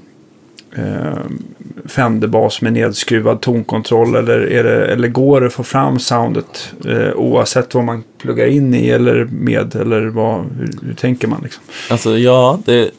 ehm, Fender-bas med nedskruvad tonkontroll eller, är det, eller går det att få fram soundet eh, oavsett vad man pluggar in i eller med eller vad, hur, hur tänker man liksom? Alltså ja, det är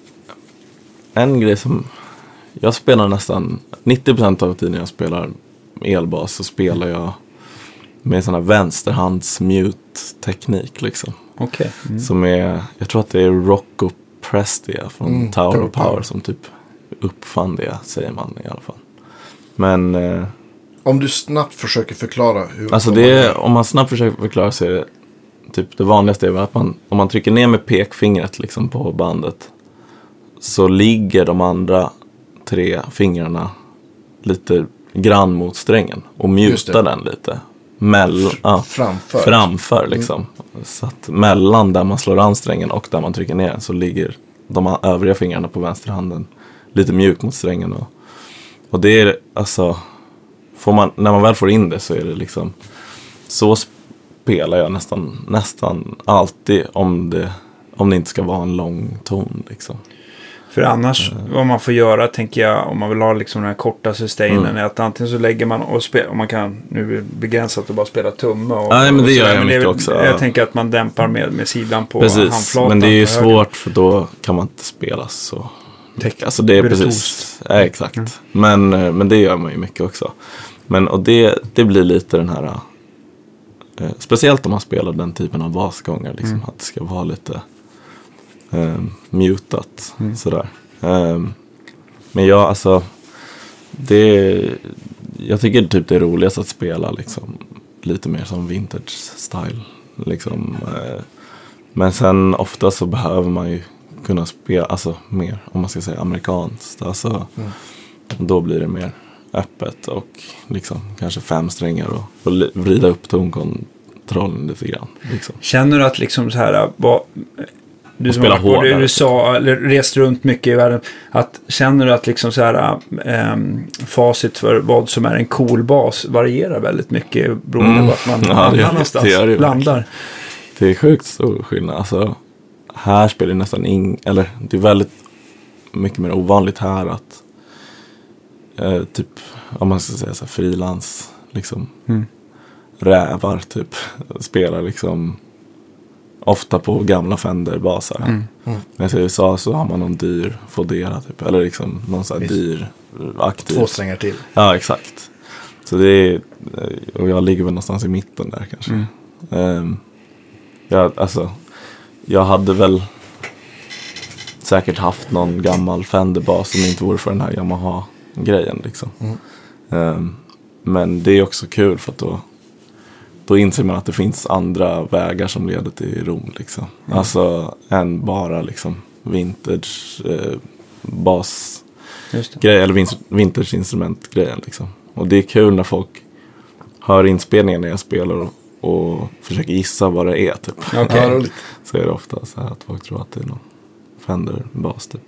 en grej som jag spelar nästan nittio procent av tiden jag spelar elbas så spelar jag med sån här vänsterhands mute-teknik liksom. Okej. Mm. Som är, jag tror att det är Rocco Prestia från Mm, Tower Tower of Power, Power. som typ uppfann det, säger man i alla fall. Men eh, Om du snabbt försöker förklara hur... alltså det är, om man snabbt försöker förklara så är det typ det vanligaste är väl att man, om man trycker ner med pekfingret liksom på bandet så ligger de andra tre fingrarna lite grann mot strängen och Just det. mutar den lite. Mell, ja, Framför. framför liksom. Så att mellan där man slår an strängen och där man trycker ner den så ligger de övriga fingrarna på vänsterhanden lite mjukt mot strängen. Och, och det är alltså, får man, när man väl får in det så är det liksom, så spelar jag nästan, nästan alltid om det, om det inte ska vara en lång ton liksom. För annars, vad man får göra, tänker jag, om man vill ha liksom den här korta sustainen, Mm. är att antingen så lägger man och spelar, om man kan, nu är det begränsat att bara spela tumme. Och, Nej, men det och gör sådär, jag det är mycket väl- också, Jag ja. tänker att man dämpar med, med sidan på Precis, handflatan. men det är ju på höger. svårt för då kan man inte spela så. Tek- Alltså det är virtuost. precis, ja, exakt. Men, eh, men det gör man ju mycket också. Men och det, det blir lite den här, eh, speciellt om man spelar den typen av basgångar, liksom, Mm. att det ska vara lite eh, mutat Mm. sådär. Eh, men jag, alltså, det, jag tycker typ det är roligast att spela liksom, lite mer som vintage style. Liksom, eh, men sen ofta så behöver man ju kunna spela, alltså mer, om man ska säga amerikanskt. Alltså, Mm. då blir det mer öppet och liksom kanske fem strängar och, och li- vrida upp tonkontrollen lite grann. Liksom. Känner du att liksom så här, vad, du Och som spela har varit både i hårdare, U S A eller rest runt mycket i världen, att känner du att liksom så här, äm, facit för vad som är en cool bas varierar väldigt mycket beroende Mm. på att man Ja, det hamnar gör det. någonstans, Det gör det blandar. Det är sjukt stor skillnad. Alltså, här spelar det nästan ing, eller det är väldigt mycket mer ovanligt här att eh, typ, om man ska säga så här, frilans liksom Mm. rävar typ spelar liksom ofta på gamla Fender-basar här. Mm. Mm. Men i U S A så har man någon dyr Fodera typ, eller liksom någon sån här Visst. dyr aktiv. Två strängar till. Ja, exakt. Så det är, och jag ligger väl någonstans i mitten där kanske. Mm. Ehm, jag, alltså, jag hade väl säkert haft någon gammal Fender-bas som inte vore för den här Yamaha-grejen liksom. Mm. Ehm, men det är också kul för att då, då inser man att det finns andra vägar som leder till Rom liksom. Mm. Alltså än bara liksom vintage eh, bas Just det. grej, eller vin- vintage-instrument-grejen liksom. Och det är kul när folk hör inspelningen när jag spelar och, och försöker gissa vad det är typ. Okej. Ja, roligt. Så är det ofta så här att folk tror att det är någon Fender-bas typ.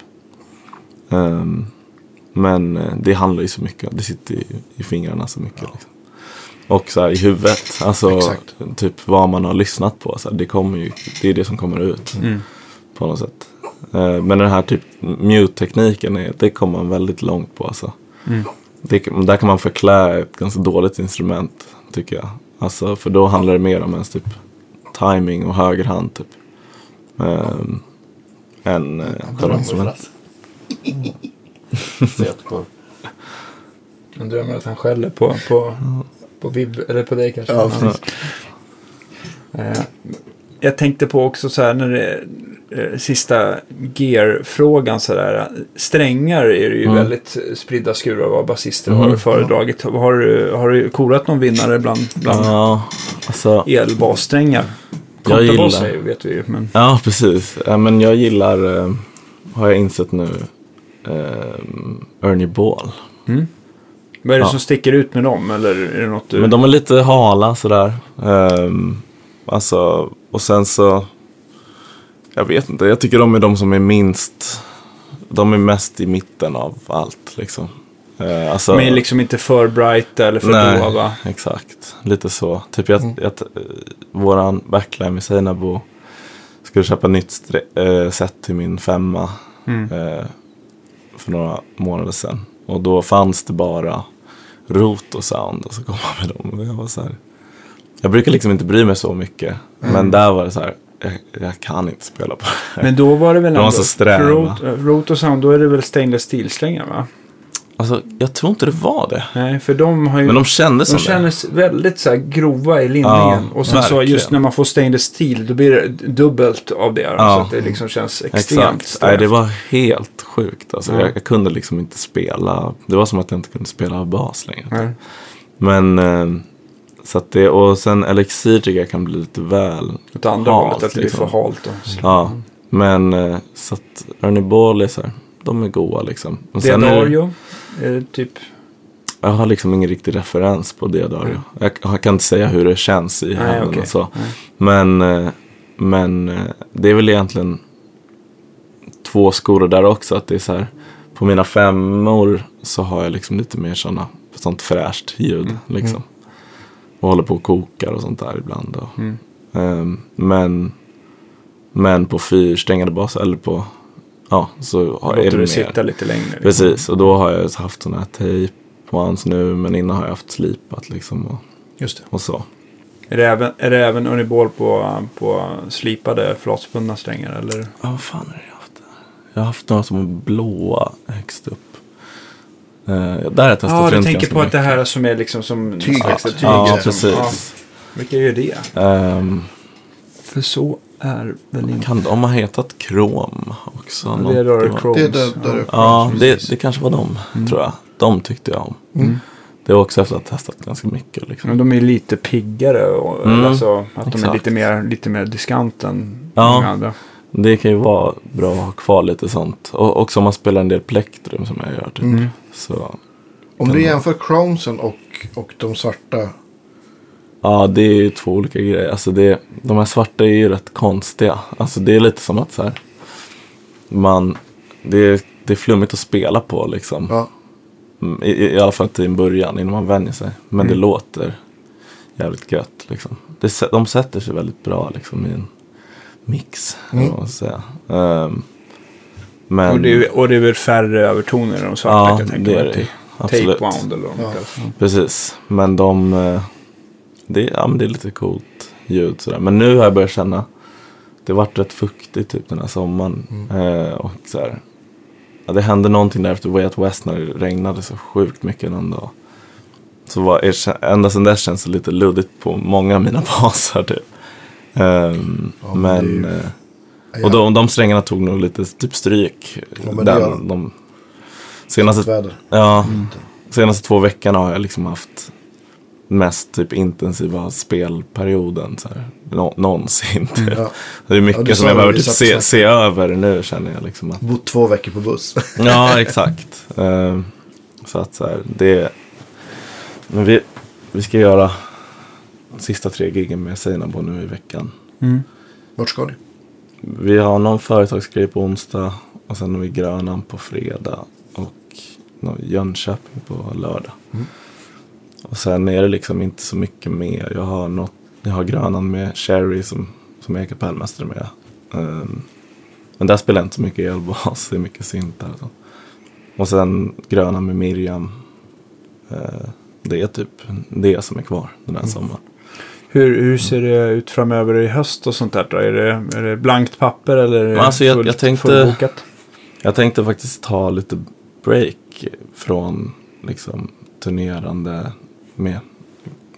Ehm, men eh, det handlar ju så mycket, det sitter i, i fingrarna så mycket liksom. Och så här i huvudet, alltså Exakt. typ vad man har lyssnat på så här, det kommer ju, det är det som kommer ut Mm. på något sätt. Eh, men den här typ mute-tekniken är, det kommer man väldigt långt på alltså. Mm. Det, där kan man förklä ett ganska dåligt instrument tycker jag. Alltså för då handlar det mer om ens typ timing och högerhand typ. Um, än uh, själva instrument. Han drömmer att han skäller på, på, på Vib, eller på dig kanske. Ja, Men- Eh, jag tänkte på också så här när det, eh, sista gear-frågan sådär. Strängar är det ju mm. väldigt spridda skurar vad basister mm. har föredragit. Har du, har du korat någon vinnare bland, bland ja, alltså, elbassträngar? Jag gillar... Säger, vet vi ju, men... Ja, precis. Ja, men jag gillar, eh, har jag insett nu, eh, Ernie Ball. Mm. Vad är det ja. som sticker ut med dem? Eller är det något du... Men de är lite hala sådär. Um, alltså, och sen så... Jag vet inte, jag tycker de är de som är minst... De är mest i mitten av allt, liksom. Uh, alltså, men liksom inte för bright eller för nej, blåa, va? Exakt. Lite så. Typ jag, mm. jag, våran backline med Seinabo skulle köpa nytt stre- äh, set till min femma mm. äh, för några månader sedan. Och då fanns det bara rot och sound och så kom man med dem. Och jag var så här, jag brukar liksom inte bry mig så mycket. Mm. Men där var det så här, jag, jag kan inte spela på det. Men då var det väl ändå, de var så sträva. Rot, rot och sound, då är det väl stainless steel-strängar, va? Alltså, jag tror inte det var det. Nej, för de har ju... Men de kändes de som kändes det. väldigt så här grova i linningen. Ja, och sen verkligen. Så just när man får stainless steel, då blir det dubbelt av det. Ja. Så att det liksom känns extremt exakt. Nej, det var helt sjukt. Alltså, ja. jag, jag kunde liksom inte spela. Det var som att jag inte kunde spela bas längre. Ja. Men... Eh, så att det, och sen Elixir tycker jag kan bli lite väl ett andra halt, hållet, att det liksom. blir för halt. Då. Ja, men eh, så att Ernie Ball är så här, de är goa liksom. Och sen Diadario är det typ... Jag har liksom ingen riktig referens på Diadario. Mm. Jag, jag kan inte säga hur det känns i händerna okay. och så. Mm. Men, eh, men eh, det är väl egentligen två skor där också, att det är så här, på mina femmor så har jag liksom lite mer såna, sånt fräscht ljud mm. liksom. Och håller på och kokar och sånt där ibland. Och, mm. um, men men på fyrsträngade bas eller på ja, så har jag det mer. Sitta lite längre. Liksom. Precis, och då har jag haft såna här tape ones nu, men innan har jag haft slipat liksom och, just det. Och så. Är det även, är det även uniball på, på slipade flatspunna strängar eller? Ja, vad fan är det jag har haft? Jag har haft några som är blåa högst upp. Uh, där har jag testat ja, runt. Ja, du tänker på mycket. Att det här som är liksom som tyg. Ja, tyg ja precis. Ja. Vilka är det? Um, För så är väl inte... Kan de ha hetat Chrome också? Ja, det är då Chrome. Det, det, det, det, ja, det, det kanske var de, mm. tror jag. De tyckte jag om. Mm. Det var också efter att ha testat ganska mycket. Liksom. Men de är lite piggare. Och, mm. Alltså att de Exakt. är lite mer, lite mer diskant än ja. många andra. Det kan ju vara bra att ha kvar lite sånt. Och också om man spelar en del plektrum som jag gör. Typ. Mm. Så om du jämför Chromesen och, och de svarta. Ja, det är ju två olika grejer. Alltså det, de här svarta är ju rätt konstiga. Alltså det är lite som att så här, man, det är, det är flummigt att spela på liksom. Ja. I, I alla fall till en början innan man vänjer sig. Men mm. det låter jävligt gött liksom. Det, de sätter sig väldigt bra liksom i en mix. Mm. Man säga. Um, men, och, det är, och det är väl färre övertoner än de svarta. Ja, jag tänker det är det. Absolut. Tapewound eller ja. Precis. Men de... Det, ja, men det är lite coolt ljud sådär. Men nu har jag börjat känna... Det har varit rätt fuktigt typ den här sommaren. Mm. Eh, och så här, ja, det hände någonting där efter Way Out West när det regnade så sjukt mycket någon dag. Så var, ända sedan dess känns det lite luddigt på många av mina basar typ. Um, ja, men... men ju... Och de, de strängarna tog nog lite typ stryk. Ja, men den, det de senaste, ja, mm. senaste två veckorna har jag liksom haft mest typ intensiva spelperioden så här, nå, någonsin. Mm, ja. Det är mycket ja, det som jag behöver typ se, se över nu känner jag liksom att... Bott två veckor på buss. Ja, exakt. Uh, så att så här, det... Men vi, vi ska göra sista tre giggen med Seinabo nu i veckan. Mm. Vart ska du? Vi har någon företagsgrej på onsdag och sen har vi Grönan på fredag och Jönköping på lördag. Mm. Och sen är det liksom inte så mycket mer. Jag har något, jag har Grönan med Sherry som, som är kapellmästare med. Um, men där spelar jag inte så mycket elbas, det är mycket syntar och så. Och sen Grönan med Miriam. Uh, det är typ det som är kvar den här mm. sommaren. Hur, hur ser det ut framöver i höst och sånt där då? Är det, är det blankt papper eller är det alltså jag, fullt, jag tänkte, fullbokat? Jag tänkte faktiskt ta lite break från liksom turnerande med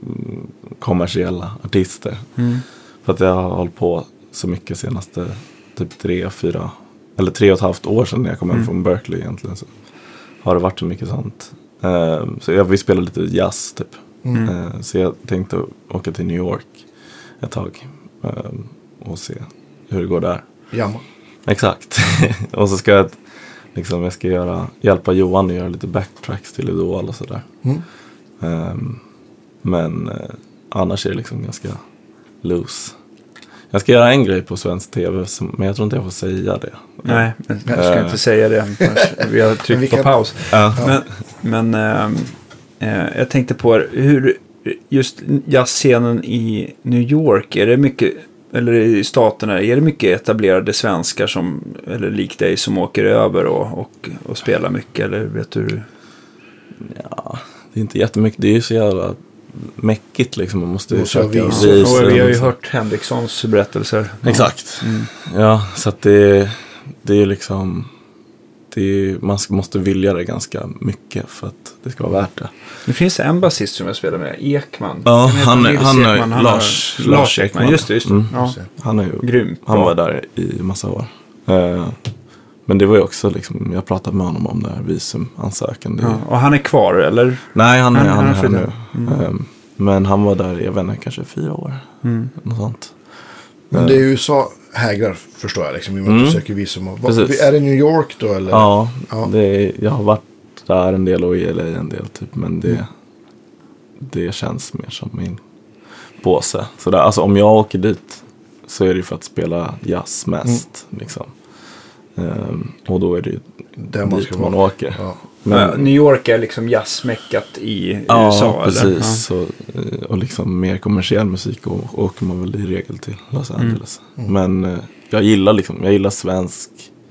kommersiella artister. Mm. För att jag har hållit på så mycket senaste typ tre, fyra, eller tre och ett halvt år sedan när jag kom hem Mm. från Berkeley egentligen. Så har det varit så mycket sånt. Eh, så jag vill spela lite jazz typ. Mm. Eh, så jag tänkte åka till New York ett tag. Eh, och se hur det går där. Jamma. Exakt. Och så ska jag liksom, jag ska göra, hjälpa Johan att göra lite backtracks till Idol och sådär. Mm. Um, men uh, annars är det liksom ganska loose. Jag ska göra en grej på svensk tv, som, men jag tror inte jag får säga det. Nej, jag ska Eh. inte säga det. förrän Vi har Men tryckt vi på kan- paus. Ja. Men, men ehm, eh, jag tänkte på hur just jazzscenen i New York, är det mycket, eller i staterna, är det mycket etablerade svenskar som, eller lik dig, som åker över och, och, och spelar mycket, eller vet du? Ja, det är inte jättemycket. Det är ju så jävla mäckigt liksom. Man måste ju Måste ha söka visum. visum. Och vi har ju så. hört Henrikssons berättelser. Exakt. Mm. Ja, så att det, det är liksom, det är, man ska, måste vilja det ganska mycket för att det ska vara värt det. Det finns en basist som jag spelar med, Ekman. Ja, Han heter han är- Nils han är Ekman, Lars- Lars, Lars Ekman. Ekman. Just det, just det. Mm. Ja. Han är ju, Grymt. han bra. var där i massa år. Eh, men det var ju också liksom, jag pratade med honom om det här visumansökan. Det är- Ja, och han är kvar, eller? Nej, han är, Han- han, han är är här flyttad. nu. Eh, men han var där, jag vet inte, kanske fyra år. Mm. Något sånt. Men det är ju U S A hägrar, förstår jag, liksom, i och med att Mm. du söker visum. Och, vad, Precis. är det New York då, eller? Ja, Ja. det är, jag har varit där en del och i L A en del typ, men det, Mm. det känns mer som min påse. Så där, alltså om jag åker dit så är det för att spela jazz mest. Mm. Liksom. Ehm, och då är det ju Där man dit ska man vara. åker. Ja. Men, New York är liksom jazzmäckat i ja, U S A, precis. eller? Så, eh, och liksom mer kommersiell musik och åker man väl i regel till Los Angeles. Mm. Men eh, jag gillar liksom, jag gillar svensk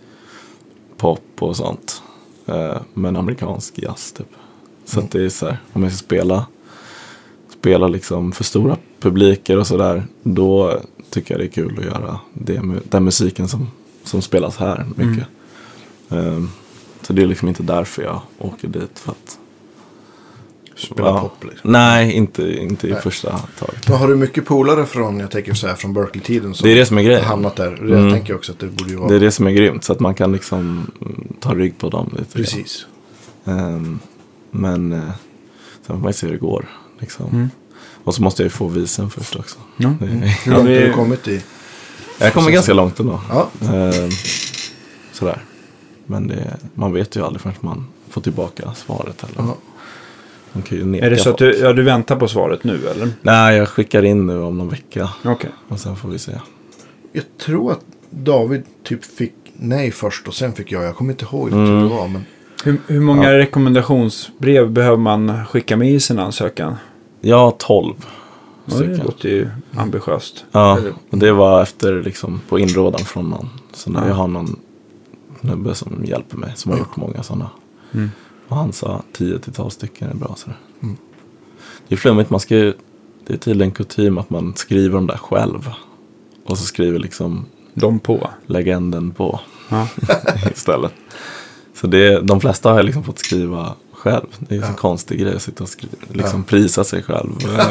pop och sånt. Eh, men amerikansk jazz typ. Så Mm. att det är så här, om jag ska spela spela liksom för stora publiker och sådär, då tycker jag det är kul att göra det, mu- den musiken som, som spelas här mycket. Ehm, så det är liksom inte därför jag åker dit, för att Spela ja. pop liksom. Nej, inte, inte i Nej. första taget. Men har du mycket polare från, jag tänker så här, från Berkeley-tiden som Det är det som är har grejen. hamnat där? Mm. Jag tänker också att det borde ju vara... Det är det som är grymt, så att man kan liksom mm, ta rygg på dem lite. Precis. Ehm, men eh, sen får man ju se hur det går. Liksom. Mm. Och så måste jag ju få visen först också. Ja. Det, Hur Ja, långt vi- har du kommit i? jag kommer ganska långt ändå. Ja. Ehm, sådär. Men det, man vet ju aldrig förrän man får tillbaka svaret. Eller? Ja. Man kan ju neka Är det så att folk. du, ja, du väntar på svaret nu, eller? Nej, jag skickar in nu om någon vecka. Okej. Och sen får vi se. Jag tror att David typ fick nej först och sen fick jag. Jag kommer inte ihåg Mm. hur det var. Men Hur, hur många Ja. rekommendationsbrev behöver man skicka med i sin ansökan? Jag har tolv Ja, det stycken. låter ju ambitiöst. Ja, Eller- och det var efter liksom på inrådan från någon. Så när Ja. jag har någon snubbe som hjälper mig, som har Ja. gjort många sådana. Mm. Och han sa tio till tolv stycken är bra. Sådär. Mm. Det är flummigt, man ska ju, det är tydligen kutym att man skriver dem där själv. Och så skriver liksom De på. legenden på Ja. istället. Så det, de flesta har jag liksom fått skriva själv. Det är en så Ja. konstig grej att sitta och skriva, liksom prisa sig själv.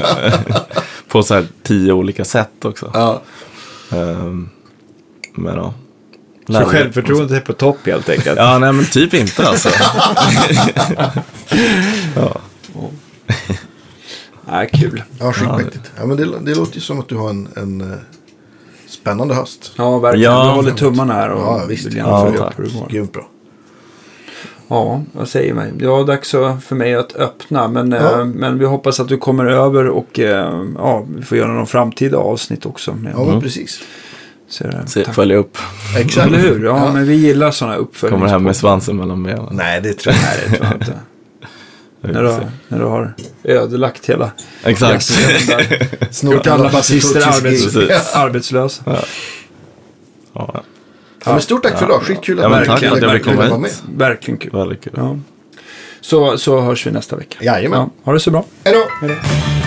På så här tio olika sätt också. ja. Ehm, men ja. Så självförtroendet är på topp helt enkelt. Ja, nej men typ inte alltså. ja. Nej, kul. Ja, skitmäktigt. Ja, men det, det låter ju som att du har en, en uh, spännande höst. Ja, verkligen. Ja. Du håller tummarna här och Ja, visst. vill gärna Ja, följa tack. upp hur det går. Grymt bra. Ja, vad säger man? Ja, dags för mig att öppna. Men, Ja. eh, men vi hoppas att du kommer över och eh, ja, vi får göra någon framtida avsnitt också. Med, Ja, men precis. så är det- Se, tack. följa upp. Exakt. Eller hur? Ja, Ja. men vi gillar sådana uppföljningar. Kommer hem med svansen mellan benen. Nej, det tror jag Nej, det tror jag inte. när, du, har- när du har ödelagt hela Exakt. jazzscenen där. Snort Gjort alla basister arbets, Precis. arbetslösa. Ja. Ja, men stort tack för idag. Skitkul Ja, men tack verkligen- att jag fick komma verkligen hit. var med. Verkligen kul. Väldigt kul. Ja. Så, så hörs vi nästa vecka. Jajamän. Ja, ha det så bra. Hej då! Hej då.